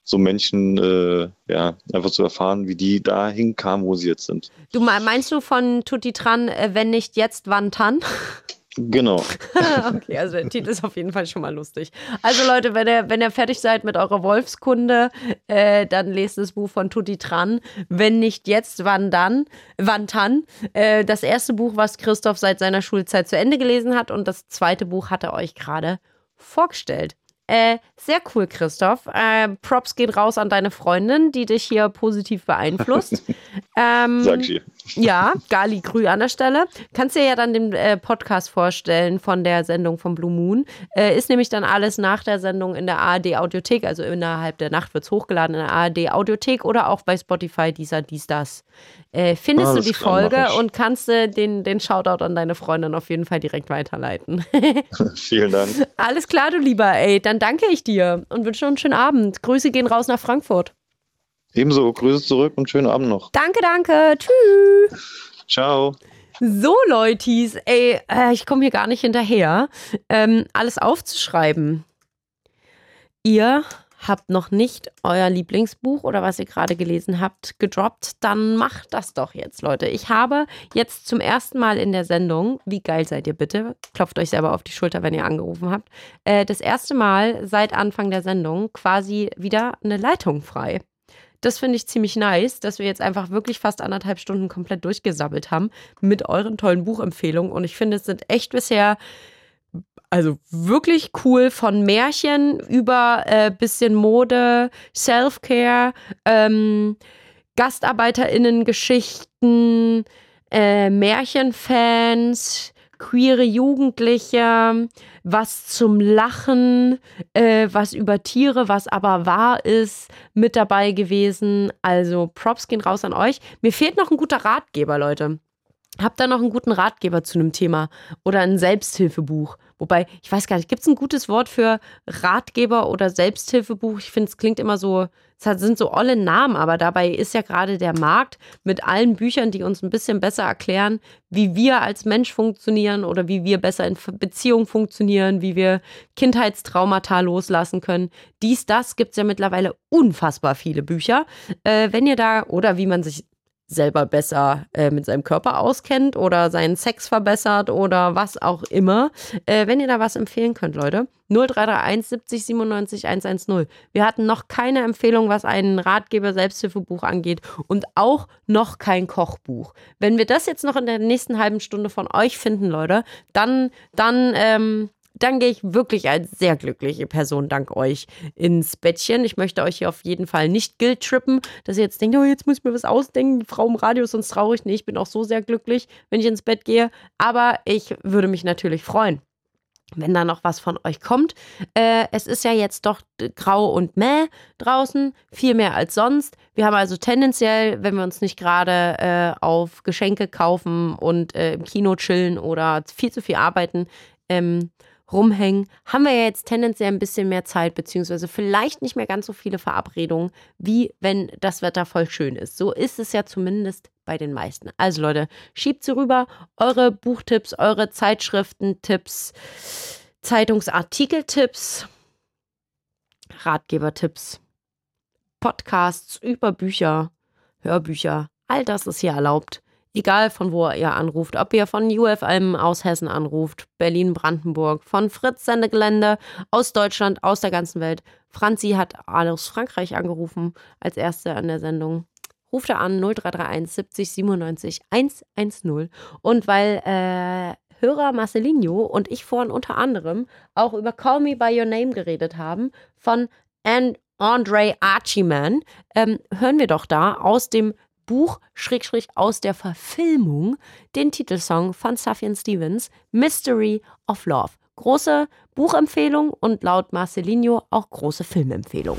Speaker 8: so Menschen äh, ja, einfach zu erfahren, wie die da hinkamen, wo sie jetzt sind.
Speaker 3: Du meinst du von Tutti Tran, äh, wenn nicht jetzt, wann dann?
Speaker 8: Genau.
Speaker 3: Okay, also der Titel ist auf jeden Fall schon mal lustig. Also Leute, wenn ihr, wenn ihr fertig seid mit eurer Wolfskunde, äh, dann lest das Buch von Tutti Tran. Wenn nicht jetzt, wann dann? Wann dann? Äh, das erste Buch, was Christoph seit seiner Schulzeit zu Ende gelesen hat, und das zweite Buch hat er euch gerade vorgestellt. Äh, sehr cool, Christoph. Äh, Props gehen raus an deine Freundin, die dich hier positiv beeinflusst. ähm,
Speaker 8: Sag ich ihr.
Speaker 3: Ja, Gali Grü an der Stelle. Kannst dir ja dann den äh, Podcast vorstellen von der Sendung von Blue Moon. Äh, ist nämlich dann alles nach der Sendung in der A R D-Audiothek, also innerhalb der Nacht wird es hochgeladen in der A R D-Audiothek oder auch bei Spotify, dieser, dies, das. Äh, findest
Speaker 8: Alles
Speaker 3: du die
Speaker 8: klar,
Speaker 3: Folge
Speaker 8: mach ich.
Speaker 3: und kannst du den, den Shoutout an deine Freundin auf jeden Fall direkt weiterleiten.
Speaker 8: Vielen Dank.
Speaker 3: Alles klar, du Lieber, ey. Dann danke ich dir und wünsche noch einen schönen Abend. Grüße gehen raus nach Frankfurt.
Speaker 8: Ebenso, Grüße zurück und schönen Abend noch.
Speaker 3: Danke, danke. Tschüss.
Speaker 8: Ciao.
Speaker 3: So, Leutis, ey, äh, ich komme hier gar nicht hinterher, ähm, alles aufzuschreiben. Ihr habt noch nicht euer Lieblingsbuch oder was ihr gerade gelesen habt gedroppt, dann macht das doch jetzt, Leute. Ich habe jetzt zum ersten Mal in der Sendung, wie geil seid ihr bitte, klopft euch selber auf die Schulter, wenn ihr angerufen habt, äh, das erste Mal seit Anfang der Sendung quasi wieder eine Leitung frei. Das finde ich ziemlich nice, dass wir jetzt einfach wirklich fast anderthalb Stunden komplett durchgesabbelt haben mit euren tollen Buchempfehlungen. Und ich finde, es sind echt bisher, also wirklich cool, von Märchen über äh, bisschen Mode, Self-Care, ähm, GastarbeiterInnen-Geschichten, äh, Märchenfans, queere Jugendliche, was zum Lachen, äh, was über Tiere, was aber wahr ist, mit dabei gewesen. Also Props gehen raus an euch. Mir fehlt noch ein guter Ratgeber, Leute. Habt da noch einen guten Ratgeber zu einem Thema oder ein Selbsthilfebuch? Wobei, ich weiß gar nicht, gibt es ein gutes Wort für Ratgeber oder Selbsthilfebuch? Ich finde, es klingt immer so, es sind so olle Namen, aber dabei ist ja gerade der Markt mit allen Büchern, die uns ein bisschen besser erklären, wie wir als Mensch funktionieren oder wie wir besser in Beziehungen funktionieren, wie wir Kindheitstraumata loslassen können. Dies, das gibt es ja mittlerweile unfassbar viele Bücher. Äh, wenn ihr da, oder wie man sich selber besser äh, mit seinem Körper auskennt oder seinen Sex verbessert oder was auch immer. Äh, wenn ihr da was empfehlen könnt, Leute, null drei drei eins siebzig siebenundneunzig hundertzehn. Wir hatten noch keine Empfehlung, was ein Ratgeber-Selbsthilfebuch angeht und auch noch kein Kochbuch. Wenn wir das jetzt noch in der nächsten halben Stunde von euch finden, Leute, dann, dann, ähm, Dann gehe ich wirklich als sehr glückliche Person dank euch ins Bettchen. Ich möchte euch hier auf jeden Fall nicht guilt-trippen, dass ihr jetzt denkt, oh, jetzt muss ich mir was ausdenken, die Frau im Radio ist sonst traurig. Nee, ich bin auch so sehr glücklich, wenn ich ins Bett gehe. Aber ich würde mich natürlich freuen, wenn da noch was von euch kommt. Äh, es ist ja jetzt doch grau und mäh draußen, viel mehr als sonst. Wir haben also tendenziell, wenn wir uns nicht gerade äh, auf Geschenke kaufen und äh, im Kino chillen oder viel zu viel arbeiten, ähm, rumhängen, haben wir ja jetzt tendenziell ein bisschen mehr Zeit, beziehungsweise vielleicht nicht mehr ganz so viele Verabredungen, wie wenn das Wetter voll schön ist. So ist es ja zumindest bei den meisten. Also Leute, schiebt sie rüber, eure Buchtipps, eure Zeitschriftentipps, Zeitungsartikeltipps, Ratgebertipps, Podcasts über Bücher, Hörbücher, all das ist hier erlaubt. Egal von wo ihr anruft, ob ihr von U F M aus Hessen anruft, Berlin, Brandenburg, von Fritz Sendegelände, aus Deutschland, aus der ganzen Welt. Franzi hat aus Frankreich angerufen als erste an der Sendung. Ruft er an null drei drei eins siebzig siebenundneunzig hundertzehn. Und weil äh, Hörer Marcelinho und ich vorhin unter anderem auch über Call Me By Your Name geredet haben von And Andre Archiman, ähm, hören wir doch da aus dem Buch, Schrägstrich aus der Verfilmung, den Titelsong von Sufjan Stevens, Mystery of Love. Große Buchempfehlung und laut Marcelinho auch große Filmempfehlung.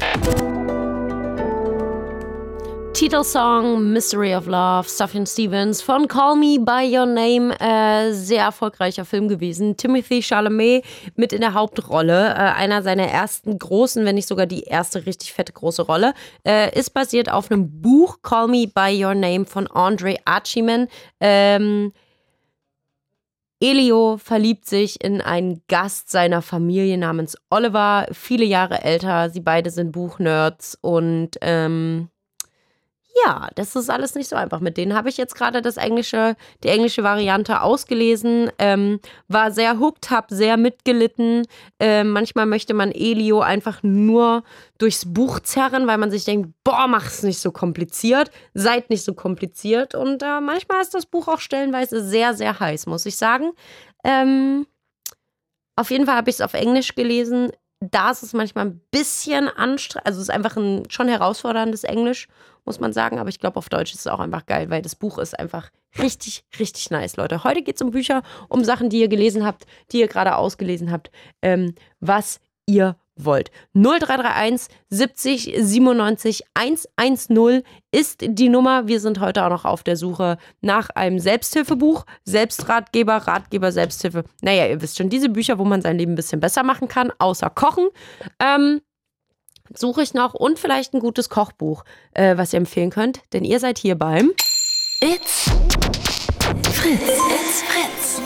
Speaker 3: Titelsong Mystery of Love, Sufjan Stevens von Call Me By Your Name, äh, sehr erfolgreicher Film gewesen. Timothée Chalamet mit in der Hauptrolle, äh, einer seiner ersten großen, wenn nicht sogar die erste richtig fette große Rolle, äh, ist basiert auf einem Buch Call Me By Your Name von Andre Archiman. Ähm, Elio verliebt sich in einen Gast seiner Familie namens Oliver, viele Jahre älter. Sie beide sind Buchnerds und ähm, ja, das ist alles nicht so einfach. Mit denen habe ich jetzt gerade das englische, die englische Variante ausgelesen. Ähm, war sehr hooked, habe sehr mitgelitten. Ähm, manchmal möchte man Elio einfach nur durchs Buch zerren, weil man sich denkt, boah, mach's nicht so kompliziert, seid nicht so kompliziert. Und äh, manchmal ist das Buch auch stellenweise sehr, sehr heiß, muss ich sagen. Ähm, auf jeden Fall habe ich es auf Englisch gelesen. Da ist es manchmal ein bisschen anstrengend, also es ist einfach ein schon herausforderndes Englisch, muss man sagen, aber ich glaube, auf Deutsch ist es auch einfach geil, weil das Buch ist einfach richtig, richtig nice, Leute. Heute geht es um Bücher, um Sachen, die ihr gelesen habt, die ihr gerade ausgelesen habt, ähm, was ihr wollt. null drei drei eins siebzig siebenundneunzig hundertzehn ist die Nummer. Wir sind heute auch noch auf der Suche nach einem Selbsthilfebuch, Selbstratgeber, Ratgeber, Selbsthilfe. Naja, ihr wisst schon, diese Bücher, wo man sein Leben ein bisschen besser machen kann, außer Kochen. Ähm, suche ich noch und vielleicht ein gutes Kochbuch, äh, was ihr empfehlen könnt, denn ihr seid hier beim
Speaker 1: It's Fritz. It's Fritz.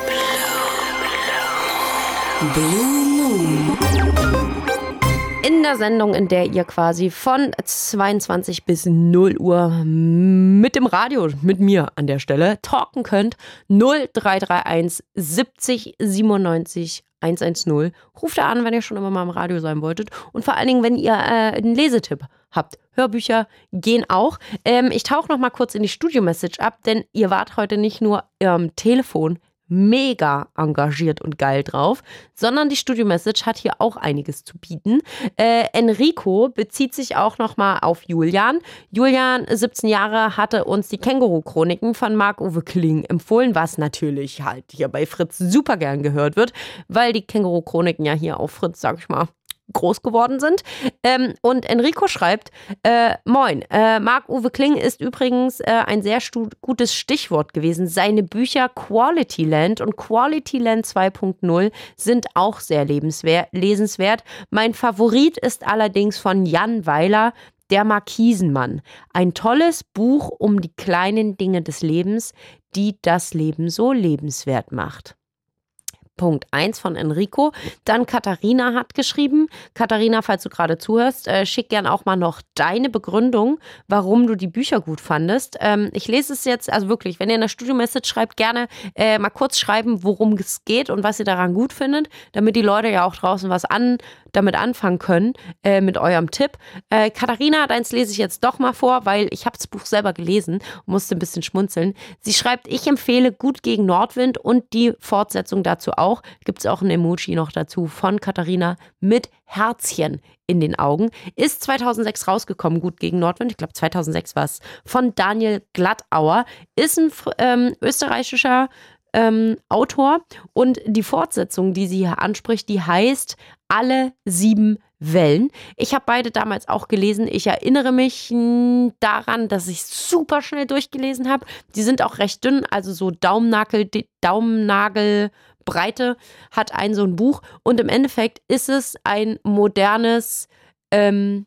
Speaker 1: Blue Moon.
Speaker 3: In der Sendung, in der ihr quasi von zweiundzwanzig bis null Uhr mit dem Radio, mit mir an der Stelle, talken könnt. null drei drei eins siebzig siebenundneunzig hundertzehn. Ruft da an, wenn ihr schon immer mal im Radio sein wolltet. Und vor allen Dingen, wenn ihr äh, einen Lesetipp habt. Hörbücher gehen auch. Ähm, ich tauche noch mal kurz in die Studio-Message ab, denn ihr wart heute nicht nur am Telefon mega engagiert und geil drauf, sondern die Studio-Message hat hier auch einiges zu bieten. Äh, Enrico bezieht sich auch nochmal auf Julian. Julian, siebzehn Jahre, hatte uns die Känguru-Chroniken von Marc-Uwe Kling empfohlen, was natürlich halt hier bei Fritz super gern gehört wird, weil die Känguru-Chroniken ja hier auf Fritz, sag ich mal, groß geworden sind. Ähm, und Enrico schreibt, äh, moin, äh, Marc-Uwe Kling ist übrigens äh, ein sehr stu- gutes Stichwort gewesen. Seine Bücher Quality Land und Quality Land zwei Punkt null sind auch sehr lebenswert, lesenswert. Mein Favorit ist allerdings von Jan Weiler, Der Markisenmann. Ein tolles Buch um die kleinen Dinge des Lebens, die das Leben so lebenswert macht. Punkt eins von Enrico. Dann Katharina hat geschrieben. Katharina, falls du gerade zuhörst, äh, schick gern auch mal noch deine Begründung, warum du die Bücher gut fandest. Ähm, ich lese es jetzt, also wirklich, wenn ihr eine Studio-Message schreibt, gerne äh, mal kurz schreiben, worum es geht und was ihr daran gut findet, damit die Leute ja auch draußen was an, damit anfangen können, äh, mit eurem Tipp. Äh, Katharina, deins lese ich jetzt doch mal vor, weil ich habe das Buch selber gelesen und musste ein bisschen schmunzeln. Sie schreibt, ich empfehle Gut gegen Nordwind und die Fortsetzung dazu auch. Auch gibt es auch ein Emoji noch dazu von Katharina mit Herzchen in den Augen. Ist zweitausendsechs rausgekommen, Gut gegen Nordwind. Ich glaube zweitausendsechs war es. Von Daniel Glattauer. Ist ein ähm, österreichischer ähm, Autor. Und die Fortsetzung, die sie hier anspricht, die heißt Alle sieben Wellen. Ich habe beide damals auch gelesen. Ich erinnere mich mh, daran, dass ich super schnell durchgelesen habe. Die sind auch recht dünn, also so Daumennagel, Daumennagel Breite hat ein so ein Buch und im Endeffekt ist es ein modernes ähm,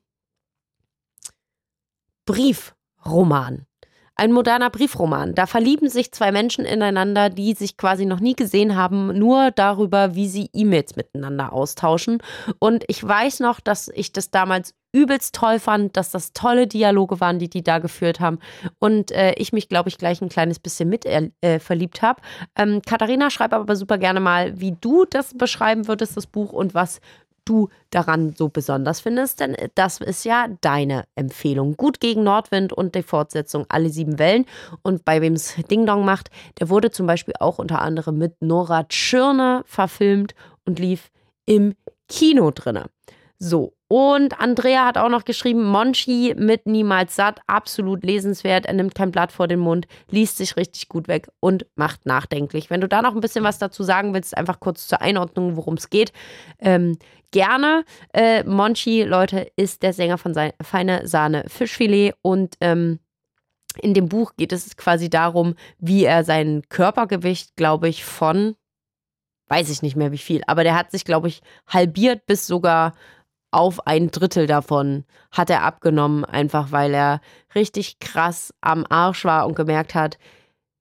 Speaker 3: Briefroman. Ein moderner Briefroman. Da verlieben sich zwei Menschen ineinander, die sich quasi noch nie gesehen haben, nur darüber, wie sie E-Mails miteinander austauschen. Und ich weiß noch, dass ich das damals übelst toll fand, dass das tolle Dialoge waren, die die da geführt haben. Und äh, ich mich, glaube ich, gleich ein kleines bisschen mit äh, verliebt habe. Ähm, Katharina, schreib aber super gerne mal, wie du das beschreiben würdest, das Buch, und was du daran so besonders findest, denn das ist ja deine Empfehlung. Gut gegen Nordwind und die Fortsetzung Alle sieben Wellen. Und bei wem es Ding Dong macht, der wurde zum Beispiel auch unter anderem mit Nora Tschirner verfilmt und lief im Kino drinne. So, und Andrea hat auch noch geschrieben, Monchi mit Niemals satt, absolut lesenswert, er nimmt kein Blatt vor den Mund, liest sich richtig gut weg und macht nachdenklich. Wenn du da noch ein bisschen was dazu sagen willst, einfach kurz zur Einordnung, worum es geht, ähm, gerne. Äh, Monchi, Leute, ist der Sänger von Sa- Feine Sahne Fischfilet und ähm, in dem Buch geht es quasi darum, wie er sein Körpergewicht, glaube ich, von, weiß ich nicht mehr wie viel, aber der hat sich, glaube ich, halbiert bis sogar auf ein Drittel davon hat er abgenommen, einfach weil er richtig krass am Arsch war und gemerkt hat,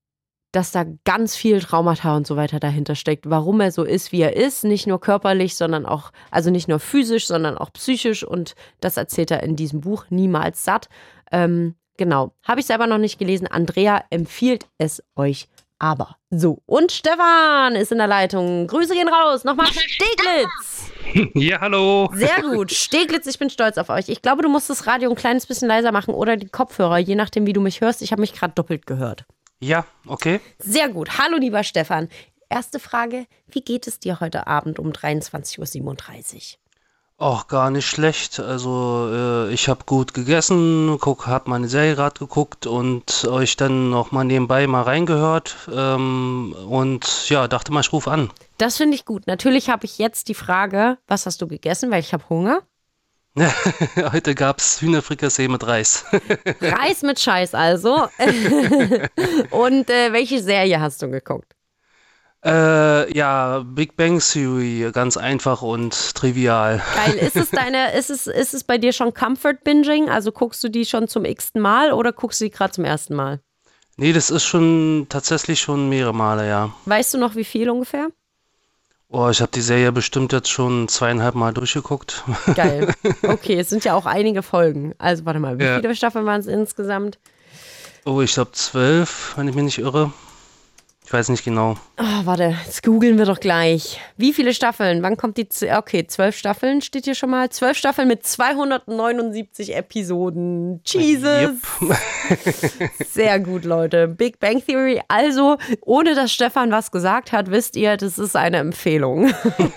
Speaker 3: dass da ganz viel Traumata und so weiter dahinter steckt, warum er so ist, wie er ist, nicht nur körperlich, sondern auch, also nicht nur physisch, sondern auch psychisch und das erzählt er in diesem Buch Niemals satt. Ähm, genau, habe ich selber noch nicht gelesen. Andrea empfiehlt es euch aber. So, und Stefan ist in der Leitung. Grüße gehen raus. Nochmal Steglitz.
Speaker 9: Ja, hallo.
Speaker 3: Sehr gut. Steglitz, ich bin stolz auf euch. Ich glaube, du musst das Radio ein kleines bisschen leiser machen oder die Kopfhörer, je nachdem, wie du mich hörst. Ich habe mich gerade doppelt gehört.
Speaker 9: Ja, okay.
Speaker 3: Sehr gut. Hallo, lieber Stefan. Erste Frage, wie geht es dir heute Abend um dreiundzwanzig Uhr siebenunddreißig?
Speaker 9: Auch gar nicht schlecht. Also äh, ich habe gut gegessen, guck, habe meine Serie gerade geguckt und euch dann noch mal nebenbei mal reingehört ähm, und ja, dachte mal, ich rufe an.
Speaker 3: Das finde ich gut. Natürlich habe ich jetzt die Frage, was hast du gegessen, weil ich habe Hunger.
Speaker 9: Heute gab es Hühnerfrikassee mit Reis.
Speaker 3: Reis mit Scheiß also. Und äh, welche Serie hast du geguckt?
Speaker 9: Äh, ja, Big Bang Theory, ganz einfach und trivial.
Speaker 3: Geil. Ist es deine, ist es, ist es bei dir schon Comfort Binging? Also guckst du die schon zum x-ten Mal oder guckst du die gerade zum ersten Mal?
Speaker 9: Nee, das ist schon tatsächlich schon mehrere Male, ja.
Speaker 3: Weißt du noch, wie viel ungefähr?
Speaker 9: Oh, ich habe die Serie bestimmt jetzt schon zweieinhalb Mal durchgeguckt.
Speaker 3: Geil. Okay, es sind ja auch einige Folgen. Also warte mal, wie
Speaker 9: ja.
Speaker 3: viele Staffeln waren es insgesamt?
Speaker 9: Oh, ich glaube zwölf, wenn ich mich nicht irre. Ich weiß nicht genau.
Speaker 3: Oh, warte, jetzt googeln wir doch gleich. Wie viele Staffeln? Wann kommt die? Z- okay, zwölf Staffeln steht hier schon mal. Zwölf Staffeln mit zweihundertneunundsiebzig Episoden. Jesus. Yep. Sehr gut, Leute. Big Bang Theory. Also, ohne dass Stefan was gesagt hat, wisst ihr, das ist eine Empfehlung.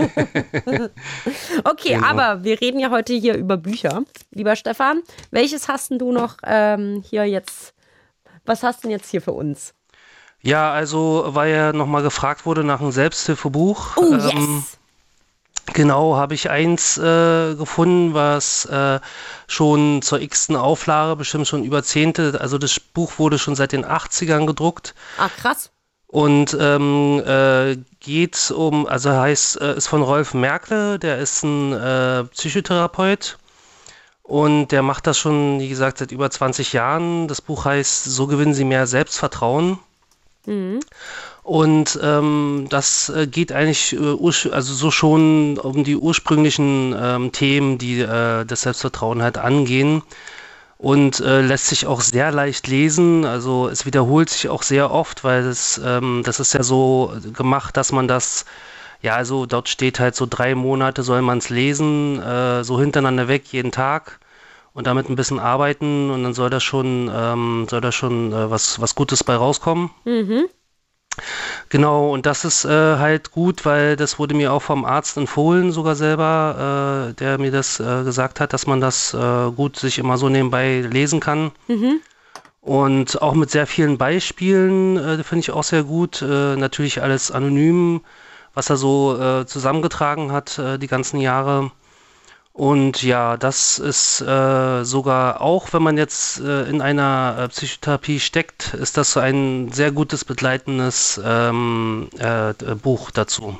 Speaker 3: Okay, genau. Aber wir reden ja heute hier über Bücher. Lieber Stefan, welches hast denn du noch ähm, hier jetzt? Was hast du denn jetzt hier für uns?
Speaker 9: Ja, also, weil ja nochmal gefragt wurde nach einem Selbsthilfebuch.
Speaker 3: Oh,
Speaker 9: yes. Ähm, genau, habe ich eins äh, gefunden, was äh, schon zur x-ten Auflage, bestimmt schon über Zehnte, also das Buch wurde schon seit den achtzigern gedruckt.
Speaker 3: Ach, krass.
Speaker 9: Und ähm, äh, geht um, also heißt, äh, ist von Rolf Merkle, der ist ein äh, Psychotherapeut. Und der macht das schon, wie gesagt, seit über zwanzig Jahren. Das Buch heißt So gewinnen Sie mehr Selbstvertrauen. Mhm. Und ähm, das äh, geht eigentlich äh, urs- also so schon um die ursprünglichen ähm, Themen, die äh, das Selbstvertrauen halt angehen und äh, lässt sich auch sehr leicht lesen. Also es wiederholt sich auch sehr oft, weil es, ähm, das ist ja so gemacht, dass man das, ja also dort steht halt so drei Monate soll man es lesen, äh, so hintereinander weg jeden Tag. Und damit ein bisschen arbeiten und dann soll da schon, ähm, soll da schon äh, was, was Gutes bei rauskommen. Mhm. Genau, und das ist äh, halt gut, weil das wurde mir auch vom Arzt empfohlen, sogar selber, äh, der mir das äh, gesagt hat, dass man das äh, gut sich immer so nebenbei lesen kann. Mhm. Und auch mit sehr vielen Beispielen, äh, finde ich auch sehr gut. Äh, natürlich alles anonym, was er so äh, zusammengetragen hat, äh, die ganzen Jahre. Und ja, das ist äh, sogar, auch wenn man jetzt äh, in einer äh, Psychotherapie steckt, ist das ein sehr gutes begleitendes ähm, äh, Buch dazu.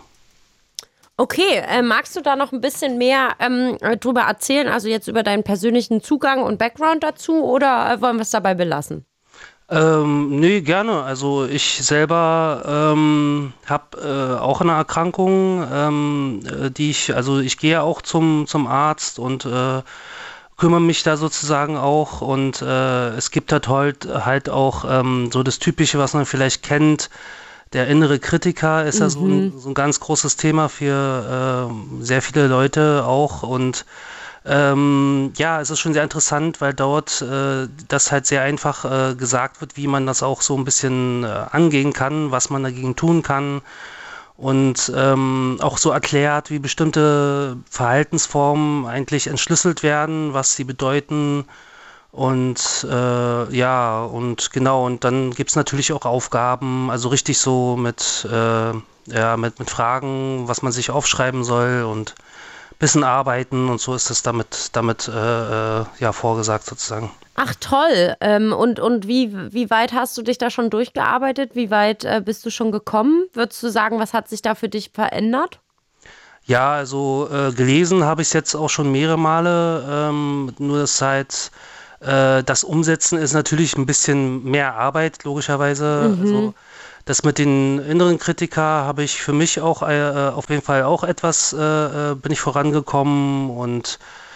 Speaker 3: Okay, äh, magst du da noch ein bisschen mehr ähm, drüber erzählen, also jetzt über deinen persönlichen Zugang und Background dazu oder äh, wollen wir es dabei belassen?
Speaker 9: Ähm, nee, gerne. Also ich selber ähm, habe äh, auch eine Erkrankung, ähm, äh, die ich, also ich gehe auch zum, zum Arzt und äh, kümmere mich da sozusagen auch und äh, es gibt halt, halt, halt auch ähm, so das Typische, was man vielleicht kennt, der innere Kritiker ist mhm. ja so ein, so ein ganz großes Thema für äh, sehr viele Leute auch und Ähm, ja, es ist schon sehr interessant, weil dort äh, das halt sehr einfach äh, gesagt wird, wie man das auch so ein bisschen äh, angehen kann, was man dagegen tun kann und ähm, auch so erklärt, wie bestimmte Verhaltensformen eigentlich entschlüsselt werden, was sie bedeuten und äh, ja, und genau, und dann gibt es natürlich auch Aufgaben, also richtig so mit, äh, ja, mit, mit Fragen, was man sich aufschreiben soll und bisschen arbeiten und so ist es damit, damit äh, äh, ja, vorgesagt sozusagen.
Speaker 3: Ach toll. Ähm, und und wie, wie weit hast du dich da schon durchgearbeitet? Wie weit äh, bist du schon gekommen? Würdest du sagen, was hat sich da für dich verändert?
Speaker 9: Ja, also äh, gelesen habe ich es jetzt auch schon mehrere Male. Ähm, nur das halt, äh, das Umsetzen ist natürlich ein bisschen mehr Arbeit, logischerweise. Mhm. Also, das mit den inneren Kritiker habe ich für mich auch äh, auf jeden Fall auch etwas, äh, bin ich vorangekommen und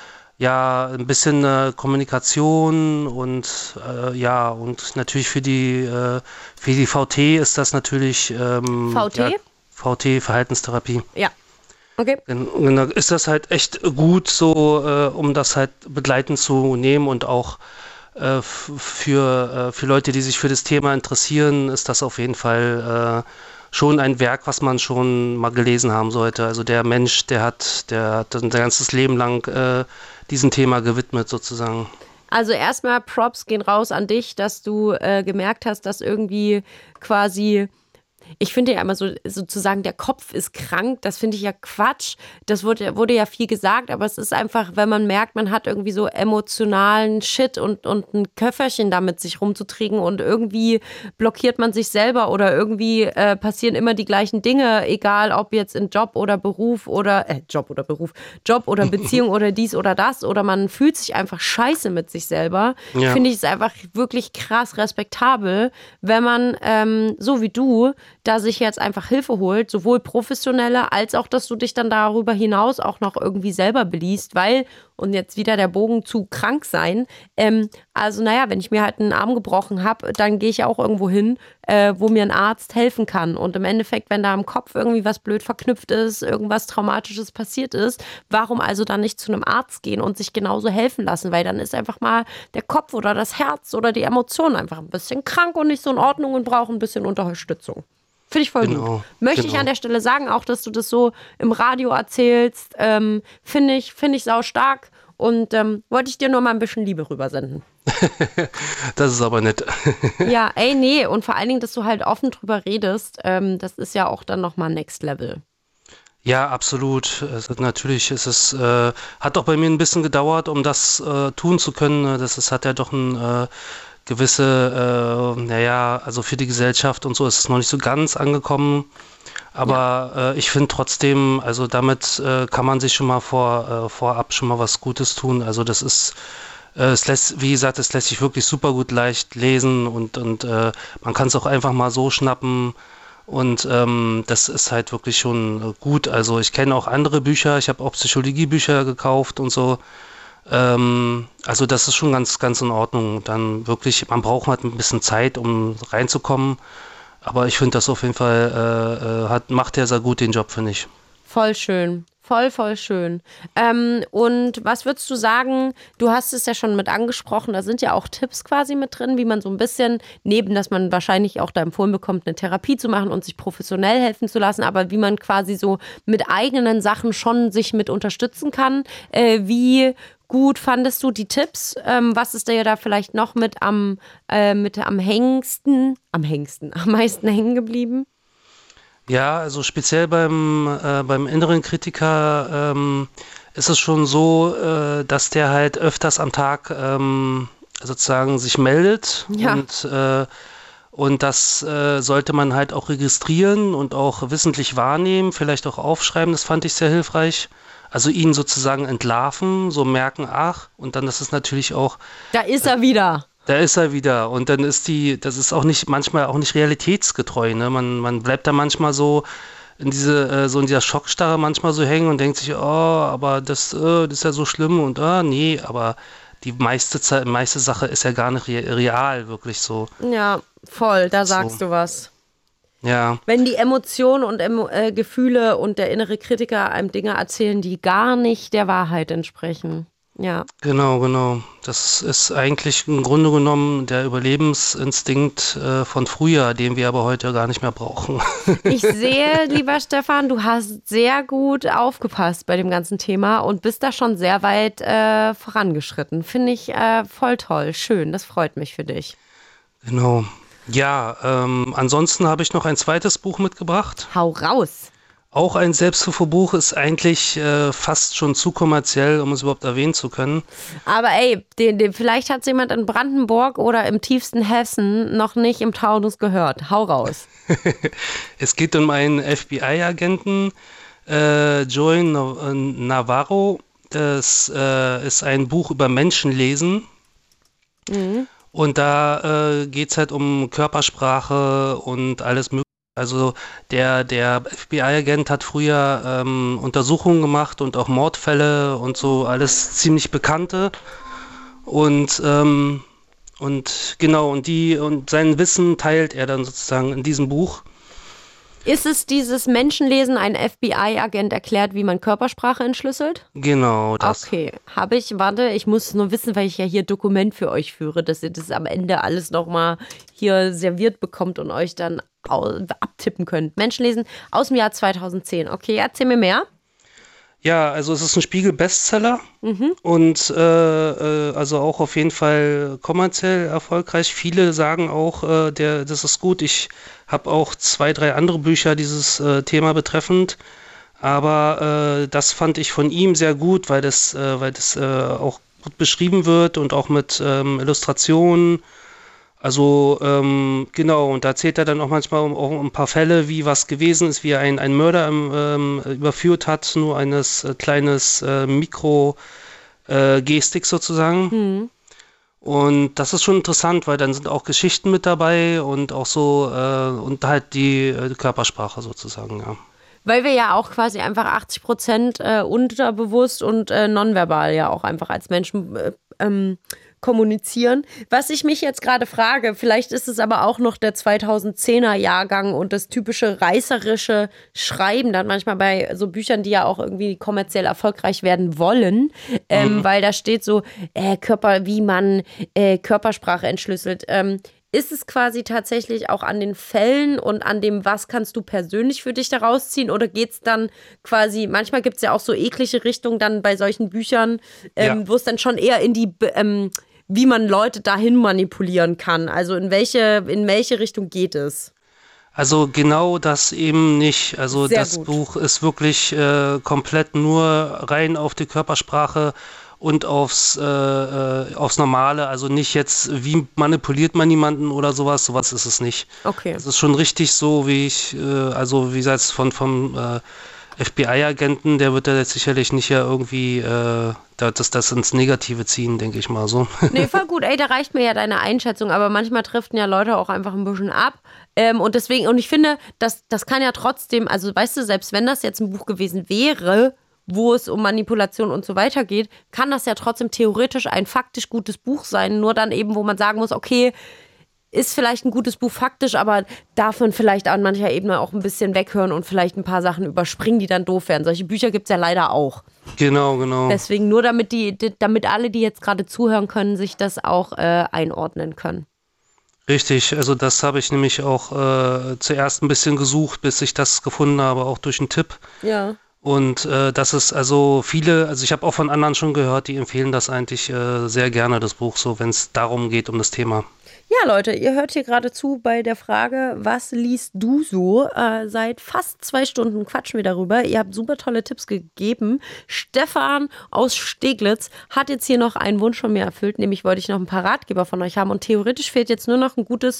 Speaker 9: ja, ein bisschen äh, Kommunikation und äh, ja, und natürlich für die, äh, für die V T ist das natürlich ähm,
Speaker 3: V T?
Speaker 9: Ja, V T, Verhaltenstherapie.
Speaker 3: Ja. Okay.
Speaker 9: Genau, ist das halt echt gut so, äh, um das halt begleitend zu nehmen und auch äh, f- für, äh, für Leute, die sich für das Thema interessieren, ist das auf jeden Fall äh, schon ein Werk, was man schon mal gelesen haben sollte. Also der Mensch, der hat, der hat sein ganzes Leben lang äh, diesem Thema gewidmet sozusagen.
Speaker 3: Also erstmal Props gehen raus an dich, dass du äh, gemerkt hast, dass irgendwie quasi, ich finde ja immer so sozusagen, der Kopf ist krank, das finde ich ja Quatsch. Das wurde, wurde ja viel gesagt, aber es ist einfach, wenn man merkt, man hat irgendwie so emotionalen Shit und, und ein Köfferchen damit sich rumzutragen und irgendwie blockiert man sich selber oder irgendwie äh, passieren immer die gleichen Dinge, egal ob jetzt in Job oder Beruf oder, äh, Job oder Beruf, Job oder Beziehung oder dies oder das oder man fühlt sich einfach scheiße mit sich selber,
Speaker 9: Ja.
Speaker 3: finde ich es einfach wirklich krass respektabel, wenn man, ähm, so wie du, da sich jetzt einfach Hilfe holt, sowohl professionelle, als auch, dass du dich dann darüber hinaus auch noch irgendwie selber beliest, weil, und jetzt wieder der Bogen zu krank sein, ähm, also naja, wenn ich mir halt einen Arm gebrochen habe, dann gehe ich ja auch irgendwo hin, äh, wo mir ein Arzt helfen kann und im Endeffekt, wenn da im Kopf irgendwie was blöd verknüpft ist, irgendwas Traumatisches passiert ist, warum also dann nicht zu einem Arzt gehen und sich genauso helfen lassen, weil dann ist einfach mal der Kopf oder das Herz oder die Emotionen einfach ein bisschen krank und nicht so in Ordnung und brauchen ein bisschen Unterstützung. Finde ich voll
Speaker 9: Genau,
Speaker 3: gut. Möchte ich
Speaker 9: genau.
Speaker 3: an der Stelle sagen, auch dass du das so im Radio erzählst, ähm, finde ich, finde ich sau stark und ähm, wollte ich dir nur mal ein bisschen Liebe rübersenden.
Speaker 9: Das ist aber nett.
Speaker 3: Ja, ey, nee, und vor allen Dingen, dass du halt offen drüber redest, ähm, das ist ja auch dann nochmal Next Level.
Speaker 9: Ja, absolut. Es ist, natürlich ist es, äh, hat auch bei mir ein bisschen gedauert, um das äh, tun zu können. Das ist, hat ja doch ein äh, gewisse, äh, naja, also für die Gesellschaft und so ist es noch nicht so ganz angekommen. Aber äh, ich finde trotzdem, also damit äh, kann man sich schon mal vor, äh, vorab schon mal was Gutes tun. Also das ist, äh, es lässt, wie gesagt, es lässt sich wirklich super gut leicht lesen und, und äh, man kann es auch einfach mal so schnappen. Und ähm, das ist halt wirklich schon äh, gut. Also ich kenne auch andere Bücher, ich habe auch Psychologiebücher gekauft und so. Ähm, also das ist schon ganz, ganz in Ordnung. Dann wirklich, man braucht halt ein bisschen Zeit, um reinzukommen. Aber ich finde das auf jeden Fall, äh, äh, hat, macht er sehr gut den Job, finde ich.
Speaker 3: Voll schön. Voll, voll schön. Ähm, und was würdest du sagen, du hast es ja schon mit angesprochen, da sind ja auch Tipps quasi mit drin, wie man so ein bisschen, neben dass man wahrscheinlich auch da empfohlen bekommt, eine Therapie zu machen und sich professionell helfen zu lassen, aber wie man quasi so mit eigenen Sachen schon sich mit unterstützen kann. Äh, wie gut fandest du die Tipps? Ähm, was ist dir da vielleicht noch mit am, äh, mit am hängsten, am hängsten, am meisten hängen geblieben?
Speaker 9: Ja, also speziell beim, äh, beim inneren Kritiker ähm, ist es schon so, äh, dass der halt öfters am Tag ähm, sozusagen sich meldet
Speaker 3: Ja.
Speaker 9: und, äh, und das äh, sollte man halt auch registrieren und auch wissentlich wahrnehmen, vielleicht auch aufschreiben, das fand ich sehr hilfreich. Also ihn sozusagen entlarven, so merken, ach, und dann das ist natürlich auch,
Speaker 3: Da ist er wieder.
Speaker 9: da ist er wieder. Und dann ist die, das ist auch nicht, manchmal auch nicht realitätsgetreu, ne? Man, man bleibt da manchmal so in diese, äh, so in dieser Schockstarre manchmal so hängen und denkt sich, oh, aber das, äh, das ist ja so schlimm und ah, nee, aber die meiste Zeit, meiste Sache ist ja gar nicht re- real, wirklich so.
Speaker 3: Ja, voll, da
Speaker 9: So.
Speaker 3: sagst du was.
Speaker 9: Ja,
Speaker 3: Wenn die Emotionen und Emo äh, Gefühle und der innere Kritiker einem Dinge erzählen, die gar nicht der Wahrheit entsprechen. Ja,
Speaker 9: genau, genau. Das ist eigentlich im Grunde genommen der Überlebensinstinkt äh, von früher, den wir aber heute gar nicht mehr brauchen.
Speaker 3: ich sehe, lieber Stefan, du hast sehr gut aufgepasst bei dem ganzen Thema und bist da schon sehr weit äh, vorangeschritten. Finde ich äh, voll toll, schön, das freut mich für dich.
Speaker 9: Genau. Ja, ähm, ansonsten habe ich noch ein zweites Buch mitgebracht.
Speaker 3: Hau raus.
Speaker 9: Auch ein Selbsthilfebuch, ist eigentlich äh, fast schon zu kommerziell, um es überhaupt erwähnen zu können.
Speaker 3: Aber ey, den, den, vielleicht hat es jemand in Brandenburg oder im tiefsten Hessen noch nicht im Taunus gehört. Hau raus.
Speaker 9: Es geht um einen F B I-Agenten, äh, Joey No- äh, Navarro. Das äh, ist ein Buch über Menschenlesen.
Speaker 3: Mhm.
Speaker 9: Und da äh, geht es halt um Körpersprache und alles mögliche. Also der, der F B I-Agent hat früher ähm, Untersuchungen gemacht und auch Mordfälle und so, alles ziemlich bekannte. Und, ähm, und genau, und die und sein Wissen teilt er dann sozusagen in diesem Buch.
Speaker 3: Ist es dieses Menschenlesen, ein F B I-Agent erklärt, wie man Körpersprache entschlüsselt?
Speaker 9: Genau, das.
Speaker 3: Okay, habe ich, warte, ich muss nur wissen, weil ich ja hier Dokument für euch führe, dass ihr das am Ende alles nochmal hier serviert bekommt und euch dann abtippen könnt. Menschenlesen aus dem Jahr zweitausendzehn. Okay, erzähl mir mehr.
Speaker 9: Ja, also es ist ein Spiegel-Bestseller mhm. und äh, äh, also auch auf jeden Fall kommerziell erfolgreich. Viele sagen auch, äh, der, das ist gut. Ich habe auch zwei, drei andere Bücher dieses äh, Thema betreffend, aber äh, das fand ich von ihm sehr gut, weil das, äh, weil das äh, auch gut beschrieben wird und auch mit ähm, Illustrationen. Also ähm, genau, und da erzählt er dann auch manchmal um, um ein paar Fälle, wie was gewesen ist, wie er ein, ein Mörder ähm, überführt hat, nur eines äh, kleines äh, Mikro-Gestik äh, sozusagen. Mhm. Und das ist schon interessant, weil dann sind auch Geschichten mit dabei und auch so, äh, und halt die äh, Körpersprache sozusagen, ja.
Speaker 3: Weil wir ja auch quasi einfach achtzig Prozent äh, unterbewusst und äh, nonverbal ja auch einfach als Menschen äh, ähm, kommunizieren. Was ich mich jetzt gerade frage, vielleicht ist es aber auch noch der zweitausendzehner Jahrgang und das typische reißerische Schreiben dann manchmal bei so Büchern, die ja auch irgendwie kommerziell erfolgreich werden wollen, ähm, mhm. weil da steht so äh, Körper, wie man äh, Körpersprache entschlüsselt. Ähm, ist es quasi tatsächlich auch an den Fällen und an dem, was kannst du persönlich für dich daraus ziehen, oder geht es dann quasi, manchmal gibt es ja auch so eklige Richtungen dann bei solchen Büchern, ähm, ja. wo es dann schon eher in die ähm, wie man Leute dahin manipulieren kann. Also in welche, in welche Richtung geht es?
Speaker 9: Also genau das eben nicht. Also
Speaker 3: Sehr
Speaker 9: das
Speaker 3: gut.
Speaker 9: Buch ist wirklich äh, komplett nur rein auf die Körpersprache und aufs, äh, aufs Normale. Also nicht jetzt, wie manipuliert man jemanden oder sowas. Sowas ist es nicht.
Speaker 3: Okay.
Speaker 9: Es ist schon richtig so, wie ich, äh, also wie gesagt, von vom äh, F B I-Agenten, der wird da jetzt sicherlich nicht ja irgendwie äh, das, das ins Negative ziehen, denke ich mal so.
Speaker 3: Nee, voll gut. Ey, da reicht mir ja deine Einschätzung, aber manchmal driften ja Leute auch einfach ein bisschen ab. Ähm, und deswegen, und ich finde, das, das kann ja trotzdem, also weißt du, selbst wenn das jetzt ein Buch gewesen wäre, wo es um Manipulation und so weiter geht, kann das ja trotzdem theoretisch ein faktisch gutes Buch sein, nur dann eben, wo man sagen muss, okay, ist vielleicht ein gutes Buch faktisch, aber darf man vielleicht an mancher Ebene auch ein bisschen weghören und vielleicht ein paar Sachen überspringen, die dann doof werden. Solche Bücher gibt es ja leider auch.
Speaker 9: Genau, genau.
Speaker 3: Deswegen nur, damit die, damit alle, die jetzt gerade zuhören können, sich das auch äh, einordnen können.
Speaker 9: Richtig, also das habe ich nämlich auch äh, zuerst ein bisschen gesucht, bis ich das gefunden habe, auch durch einen Tipp.
Speaker 3: Ja.
Speaker 9: Und äh, das ist also viele, also ich habe auch von anderen schon gehört, die empfehlen das eigentlich äh, sehr gerne, das Buch, so wenn es darum geht, um das Thema.
Speaker 3: Ja, Leute, ihr hört hier gerade zu bei der Frage, was liest du so? Äh, seit fast zwei Stunden quatschen wir darüber. Ihr habt super tolle Tipps gegeben. Stefan aus Steglitz hat jetzt hier noch einen Wunsch von mir erfüllt, nämlich wollte ich noch ein paar Ratgeber von euch haben und theoretisch fehlt jetzt nur noch ein gutes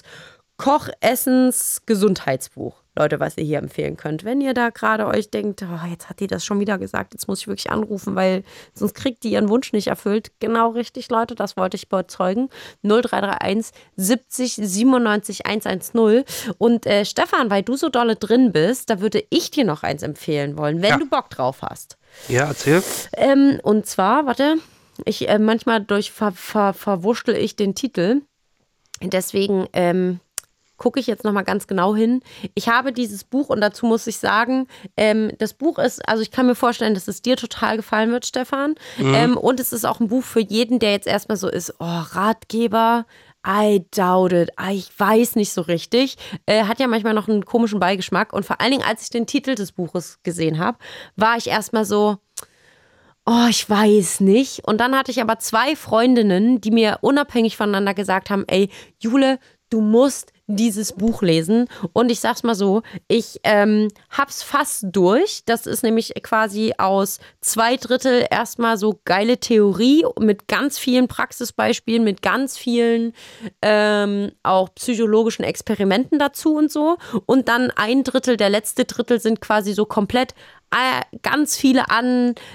Speaker 3: Koch-Essens-Gesundheitsbuch. Leute, was ihr hier empfehlen könnt. Wenn ihr da gerade euch denkt, oh, jetzt hat die das schon wieder gesagt, jetzt muss ich wirklich anrufen, weil sonst kriegt die ihren Wunsch nicht erfüllt. Genau richtig, Leute, das wollte ich überzeugen. null drei drei eins siebzig siebenundneunzig hundertzehn. Und äh, Stefan, weil du so dolle drin bist, da würde ich dir noch eins empfehlen wollen, wenn
Speaker 9: ja.
Speaker 3: du Bock drauf hast.
Speaker 9: Ja, erzähl.
Speaker 3: Ähm, und zwar, warte, ich äh, manchmal durch ver, ver, verwurschtel ich den Titel. Deswegen, ähm, gucke ich jetzt nochmal ganz genau hin. Ich habe dieses Buch und dazu muss ich sagen, ähm, das Buch ist, also ich kann mir vorstellen, dass es dir total gefallen wird, Stefan. Mhm. Ähm, und es ist auch ein Buch für jeden, der jetzt erstmal so ist, oh, Ratgeber, I doubt it, ich weiß nicht so richtig. Äh, hat ja manchmal noch einen komischen Beigeschmack. Und vor allen Dingen, als ich den Titel des Buches gesehen habe, war ich erstmal so, oh, ich weiß nicht. Und dann hatte ich aber zwei Freundinnen, die mir unabhängig voneinander gesagt haben, ey, Jule, du musst dieses Buch lesen. Und ich sag's mal so, ich ähm, hab's fast durch. Das ist nämlich quasi aus zwei Drittel erstmal so geile Theorie mit ganz vielen Praxisbeispielen, mit ganz vielen ähm, auch psychologischen Experimenten dazu und so. Und dann ein Drittel, der letzte Drittel sind quasi so komplett äh, ganz viele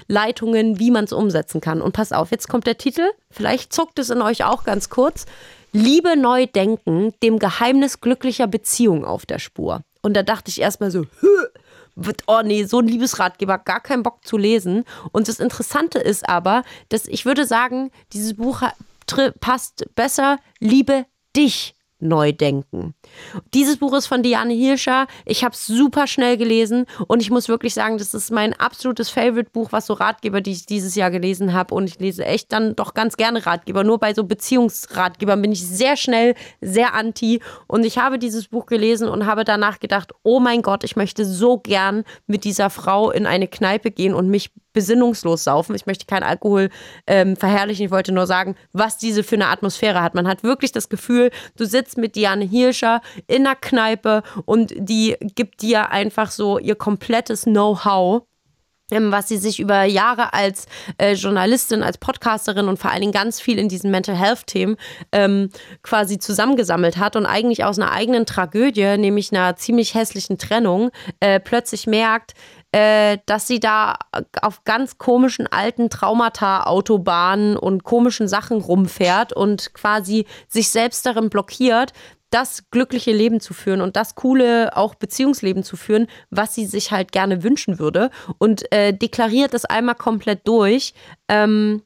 Speaker 3: Anleitungen, wie man es umsetzen kann. Und pass auf, jetzt kommt der Titel. Vielleicht zuckt es in euch auch ganz kurz. Liebe neu denken, dem Geheimnis glücklicher Beziehung auf der Spur. Und da dachte ich erstmal so, oh nee, so ein Liebesratgeber, gar keinen Bock zu lesen. Und das Interessante ist aber, dass ich würde sagen, dieses Buch passt besser, liebe dich neu denken. Dieses Buch ist von Diane Hirscher. Ich habe es super schnell gelesen und ich muss wirklich sagen, das ist mein absolutes Favorite-Buch, was so Ratgeber, die ich dieses Jahr gelesen habe. Und ich lese echt dann doch ganz gerne Ratgeber. Nur bei so Beziehungsratgebern bin ich sehr schnell, sehr anti. Und ich habe dieses Buch gelesen und habe danach gedacht, oh mein Gott, ich möchte so gern mit dieser Frau in eine Kneipe gehen und mich besinnungslos saufen. Ich möchte keinen Alkohol ähm, verherrlichen. Ich wollte nur sagen, was diese für eine Atmosphäre hat. Man hat wirklich das Gefühl, du sitzt mit Diane Hirscher in einer Kneipe und die gibt dir einfach so ihr komplettes Know-how, ähm, was sie sich über Jahre als äh, Journalistin, als Podcasterin und vor allen Dingen ganz viel in diesen Mental Health-Themen ähm, quasi zusammengesammelt hat und eigentlich aus einer eigenen Tragödie, nämlich einer ziemlich hässlichen Trennung, äh, plötzlich merkt, Äh, dass sie da auf ganz komischen alten Traumata-Autobahnen und komischen Sachen rumfährt und quasi sich selbst darin blockiert, das glückliche Leben zu führen und das coole auch Beziehungsleben zu führen, was sie sich halt gerne wünschen würde und äh, deklariert das einmal komplett durch, ähm,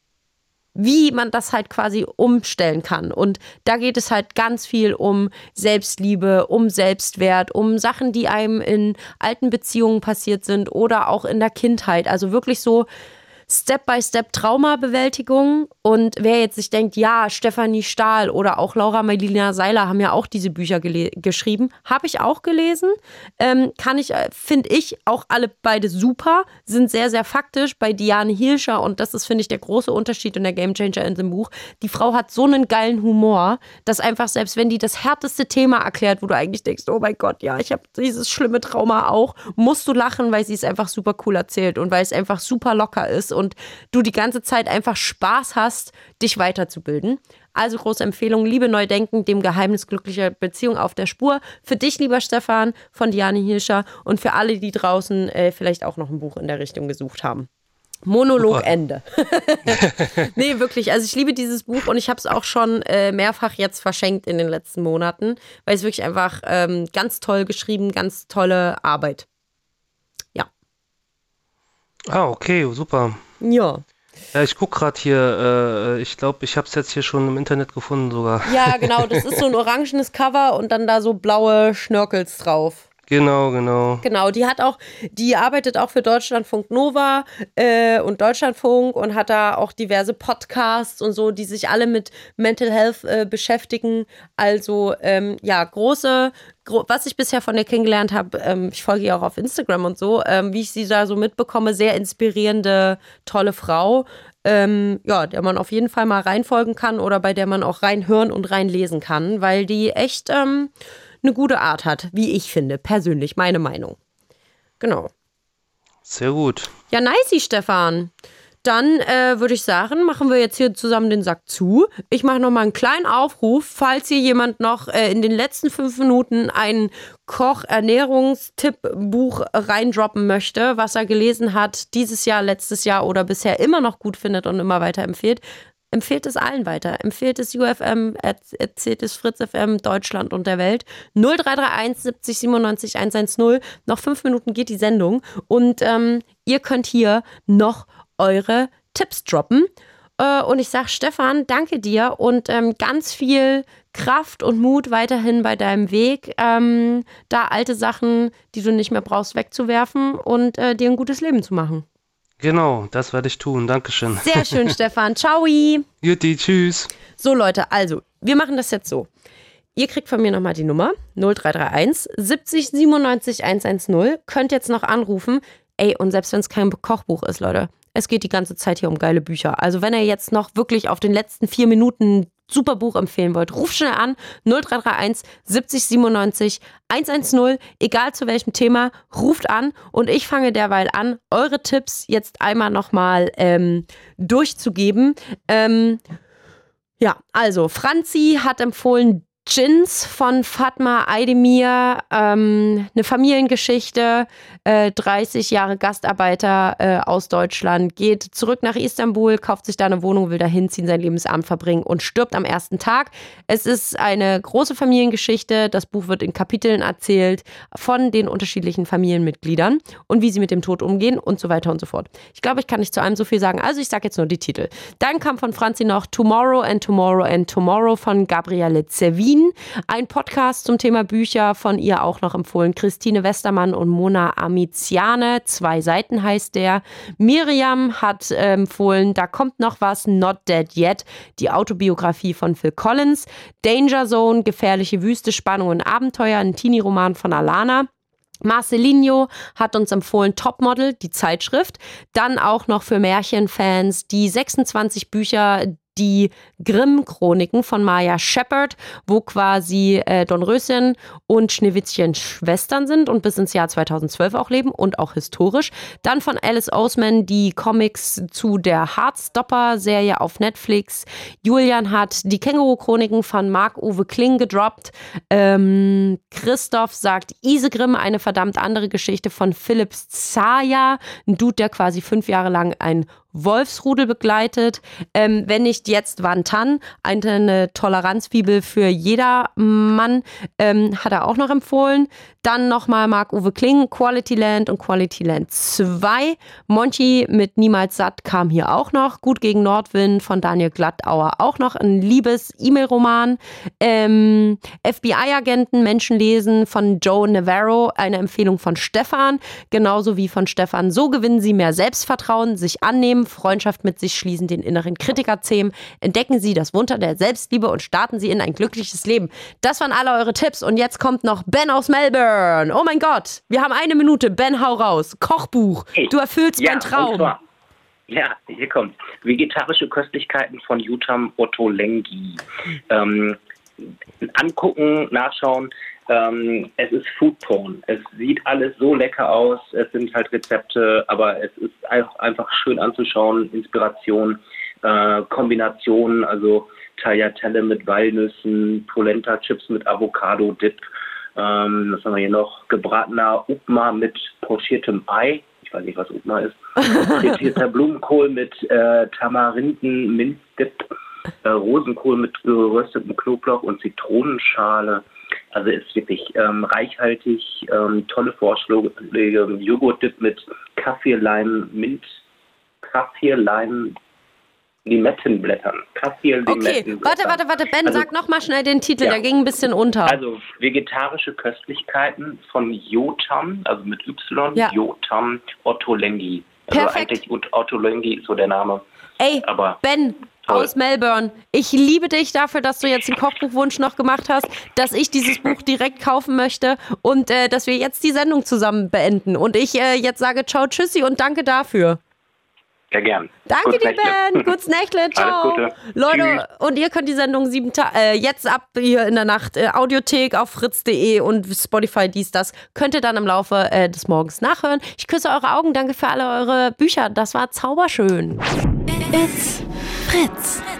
Speaker 3: wie man das halt quasi umstellen kann. Und da geht es halt ganz viel um Selbstliebe, um Selbstwert, um Sachen, die einem in alten Beziehungen passiert sind oder auch in der Kindheit. Also wirklich so Step-by-Step-Traumabewältigung. Und wer jetzt sich denkt, ja, Stefanie Stahl oder auch Laura Marlina Seiler haben ja auch diese Bücher gele- geschrieben. Habe ich auch gelesen. Ähm, kann ich, finde ich, auch alle beide super. Sind sehr, sehr faktisch. Bei Diane Hirscher, und das ist, finde ich, der große Unterschied und der Gamechanger in dem Buch. Die Frau hat so einen geilen Humor, dass einfach, selbst wenn die das härteste Thema erklärt, wo du eigentlich denkst, oh mein Gott, ja, ich habe dieses schlimme Trauma auch, musst du lachen, weil sie es einfach super cool erzählt und weil es einfach super locker ist und du die ganze Zeit einfach Spaß hast, dich weiterzubilden. Also große Empfehlung, Liebe neu denken, dem Geheimnis glücklicher Beziehung auf der Spur. Für dich, lieber Stefan, von Diane Hirscher und für alle, die draußen äh, vielleicht auch noch ein Buch in der Richtung gesucht haben. Monolog Super. Ende. Nee, wirklich. Also ich liebe dieses Buch und ich habe es auch schon äh, mehrfach jetzt verschenkt in den letzten Monaten, weil es wirklich einfach ähm, ganz toll geschrieben, ganz tolle Arbeit. Ja.
Speaker 9: Ah, okay, super.
Speaker 3: Ja.
Speaker 9: Ja, ich gucke gerade hier, äh, ich glaube, ich habe es jetzt hier schon im Internet gefunden sogar.
Speaker 3: Ja, genau, das ist so ein orangenes Cover und dann da so blaue Schnörkels drauf.
Speaker 9: Genau, genau.
Speaker 3: Genau, die hat auch, die arbeitet auch für Deutschlandfunk Nova äh, und Deutschlandfunk und hat da auch diverse Podcasts und so, die sich alle mit Mental Health äh, beschäftigen. Also ähm, ja, große, gro- was ich bisher von ihr kennengelernt habe, ähm, ich folge ihr auch auf Instagram und so, ähm, wie ich sie da so mitbekomme, sehr inspirierende, tolle Frau. Ähm, ja, der man auf jeden Fall mal reinfolgen kann oder bei der man auch reinhören und reinlesen kann, weil die echt ähm, eine gute Art hat, wie ich finde, persönlich, meine Meinung. Genau.
Speaker 9: Sehr gut.
Speaker 3: Ja, nicey, Stefan. Dann äh, würde ich sagen, machen wir jetzt hier zusammen den Sack zu. Ich mache nochmal einen kleinen Aufruf, falls hier jemand noch äh, in den letzten fünf Minuten ein Koch-Ernährungstipp-Buch reindroppen möchte, was er gelesen hat, dieses Jahr, letztes Jahr oder bisher immer noch gut findet und immer weiter empfiehlt. Empfehlt es allen weiter. Empfehlt es U F M, erzählt es Fritz F M, Deutschland und der Welt. null drei drei eins siebzig siebenundneunzig hundertzehn. Noch fünf Minuten geht die Sendung. Und ähm, ihr könnt hier noch eure Tipps droppen. Äh, und ich sage, Stefan, danke dir und ähm, ganz viel Kraft und Mut weiterhin bei deinem Weg, ähm, da alte Sachen, die du nicht mehr brauchst, wegzuwerfen und äh, dir ein gutes Leben zu machen.
Speaker 9: Genau, das werde ich tun. Dankeschön.
Speaker 3: Sehr schön, Stefan. Ciao.
Speaker 9: Jutti, tschüss.
Speaker 3: So, Leute, also, wir machen das jetzt so. Ihr kriegt von mir nochmal die Nummer null drei drei eins siebzig siebenundneunzig hundertzehn. Könnt jetzt noch anrufen. Ey, und selbst wenn es kein Kochbuch ist, Leute, es geht die ganze Zeit hier um geile Bücher. Also wenn ihr jetzt noch wirklich auf den letzten vier Minuten ein super Buch empfehlen wollt, ruft schnell an. null drei drei eins siebzig siebenundneunzig hundertzehn. Egal zu welchem Thema, ruft an. Und ich fange derweil an, eure Tipps jetzt einmal nochmal ähm, durchzugeben. Ähm, ja, also Franzi hat empfohlen Djinns von Fatma Aydemir, ähm, eine Familiengeschichte, äh, dreißig Jahre Gastarbeiter äh, aus Deutschland, geht zurück nach Istanbul, kauft sich da eine Wohnung, will da hinziehen, sein Lebensabend verbringen und stirbt am ersten Tag. Es ist eine große Familiengeschichte, das Buch wird in Kapiteln erzählt von den unterschiedlichen Familienmitgliedern und wie sie mit dem Tod umgehen und so weiter und so fort. Ich glaube, ich kann nicht zu allem so viel sagen, also ich sage jetzt nur die Titel. Dann kam von Franzi noch Tomorrow and Tomorrow and Tomorrow von Gabriele Zerwin. Ein Podcast zum Thema Bücher, von ihr auch noch empfohlen. Christine Westermann und Mona Amiziane. Zwei Seiten heißt der. Miriam hat äh, empfohlen, da kommt noch was, Not Dead Yet. Die Autobiografie von Phil Collins. Danger Zone, gefährliche Wüste, Spannung und Abenteuer. Ein Teenie-Roman von Alana. Marcelinho hat uns empfohlen Topmodel, die Zeitschrift. Dann auch noch für Märchenfans die sechsundzwanzig Bücher, die Grimm-Chroniken von Maya Shepard, wo quasi äh, Dornröschen und Schneewittchen Schwestern sind und bis ins Jahr zweitausendzwölf auch leben und auch historisch. Dann von Alice Oseman die Comics zu der Heartstopper-Serie auf Netflix. Julian hat die Känguru-Chroniken von Marc-Uwe Kling gedroppt. Ähm, Christoph sagt Isegrim, eine verdammt andere Geschichte von Philipp Zaya, ein Dude, der quasi fünf Jahre lang ein Wolfsrudel begleitet. Ähm, wenn nicht jetzt, wann dann? Eine Toleranzbibel für jedermann ähm, hat er auch noch empfohlen. Dann nochmal Marc-Uwe Kling, Quality Land und Quality Land zwei. Monty mit Niemals satt kam hier auch noch. Gut gegen Nordwind von Daniel Glattauer auch noch. Ein Liebes-E-Mail-Roman. Ähm, F B I-Agenten, Menschenlesen von Joe Navarro. Eine Empfehlung von Stefan. Genauso wie von Stefan. So gewinnen Sie mehr Selbstvertrauen, sich annehmen, Freundschaft mit sich schließen, den inneren Kritiker zähmen. Entdecken Sie das Wunder der Selbstliebe und starten Sie in ein glückliches Leben. Das waren alle eure Tipps und jetzt kommt noch Ben aus Melbourne. Oh mein Gott, wir haben eine Minute. Ben, hau raus. Kochbuch. Du erfüllst
Speaker 10: ja,
Speaker 3: meinen Traum.
Speaker 10: Zwar, ja, hier kommt. Vegetarische Köstlichkeiten von Yutam Ottolenghi. Ähm, angucken, nachschauen. Ähm, es ist Foodporn. Es sieht alles so lecker aus. Es sind halt Rezepte, aber es ist einfach schön anzuschauen. Inspiration, äh, Kombinationen, also Tagliatelle mit Walnüssen, Polenta-Chips mit Avocado-Dip. Ähm, was haben wir hier noch? Gebratener Upma mit pochiertem Ei. Ich weiß nicht, was Upma ist. Frittierter Blumenkohl mit äh, Tamarinden-Minzdip. Äh, Rosenkohl mit geröstetem Knoblauch und Zitronenschale. Also ist wirklich ähm, reichhaltig, ähm, tolle Vorschläge, Joghurt-Dip mit Kaffee, Leim, Mint, Kaffee, Leim, Limettenblättern. Kaffee, Limettenblättern.
Speaker 3: Okay, warte, warte, warte, Ben, also, sag nochmal schnell den Titel,
Speaker 10: ja.
Speaker 3: Der ging ein bisschen unter.
Speaker 10: Also vegetarische Köstlichkeiten von Yutam, also mit Y, ja. Yutam Ottolenghi. Also
Speaker 3: Perfekt.
Speaker 10: Eigentlich Ottolenghi ist so der Name.
Speaker 3: Ey,
Speaker 10: aber
Speaker 3: Ben, aus Melbourne. Ich liebe dich dafür, dass du jetzt den Kochbuchwunsch noch gemacht hast, dass ich dieses Buch direkt kaufen möchte und äh, dass wir jetzt die Sendung zusammen beenden. Und ich äh, jetzt sage ciao, tschüssi und danke dafür.
Speaker 10: Ja, gern.
Speaker 3: Danke dir, Ben. Gutes Nächtle. Ciao.
Speaker 10: Alles Gute.
Speaker 3: Leute,
Speaker 10: Tschüss.
Speaker 3: und ihr könnt die Sendung sieben Ta- äh, jetzt ab hier in der Nacht äh, Audiothek auf fritz punkt de und Spotify, dies, das, könnt ihr dann im Laufe äh, des Morgens nachhören. Ich küsse eure Augen. Danke für alle eure Bücher. Das war zauberschön.
Speaker 1: It's Fritz.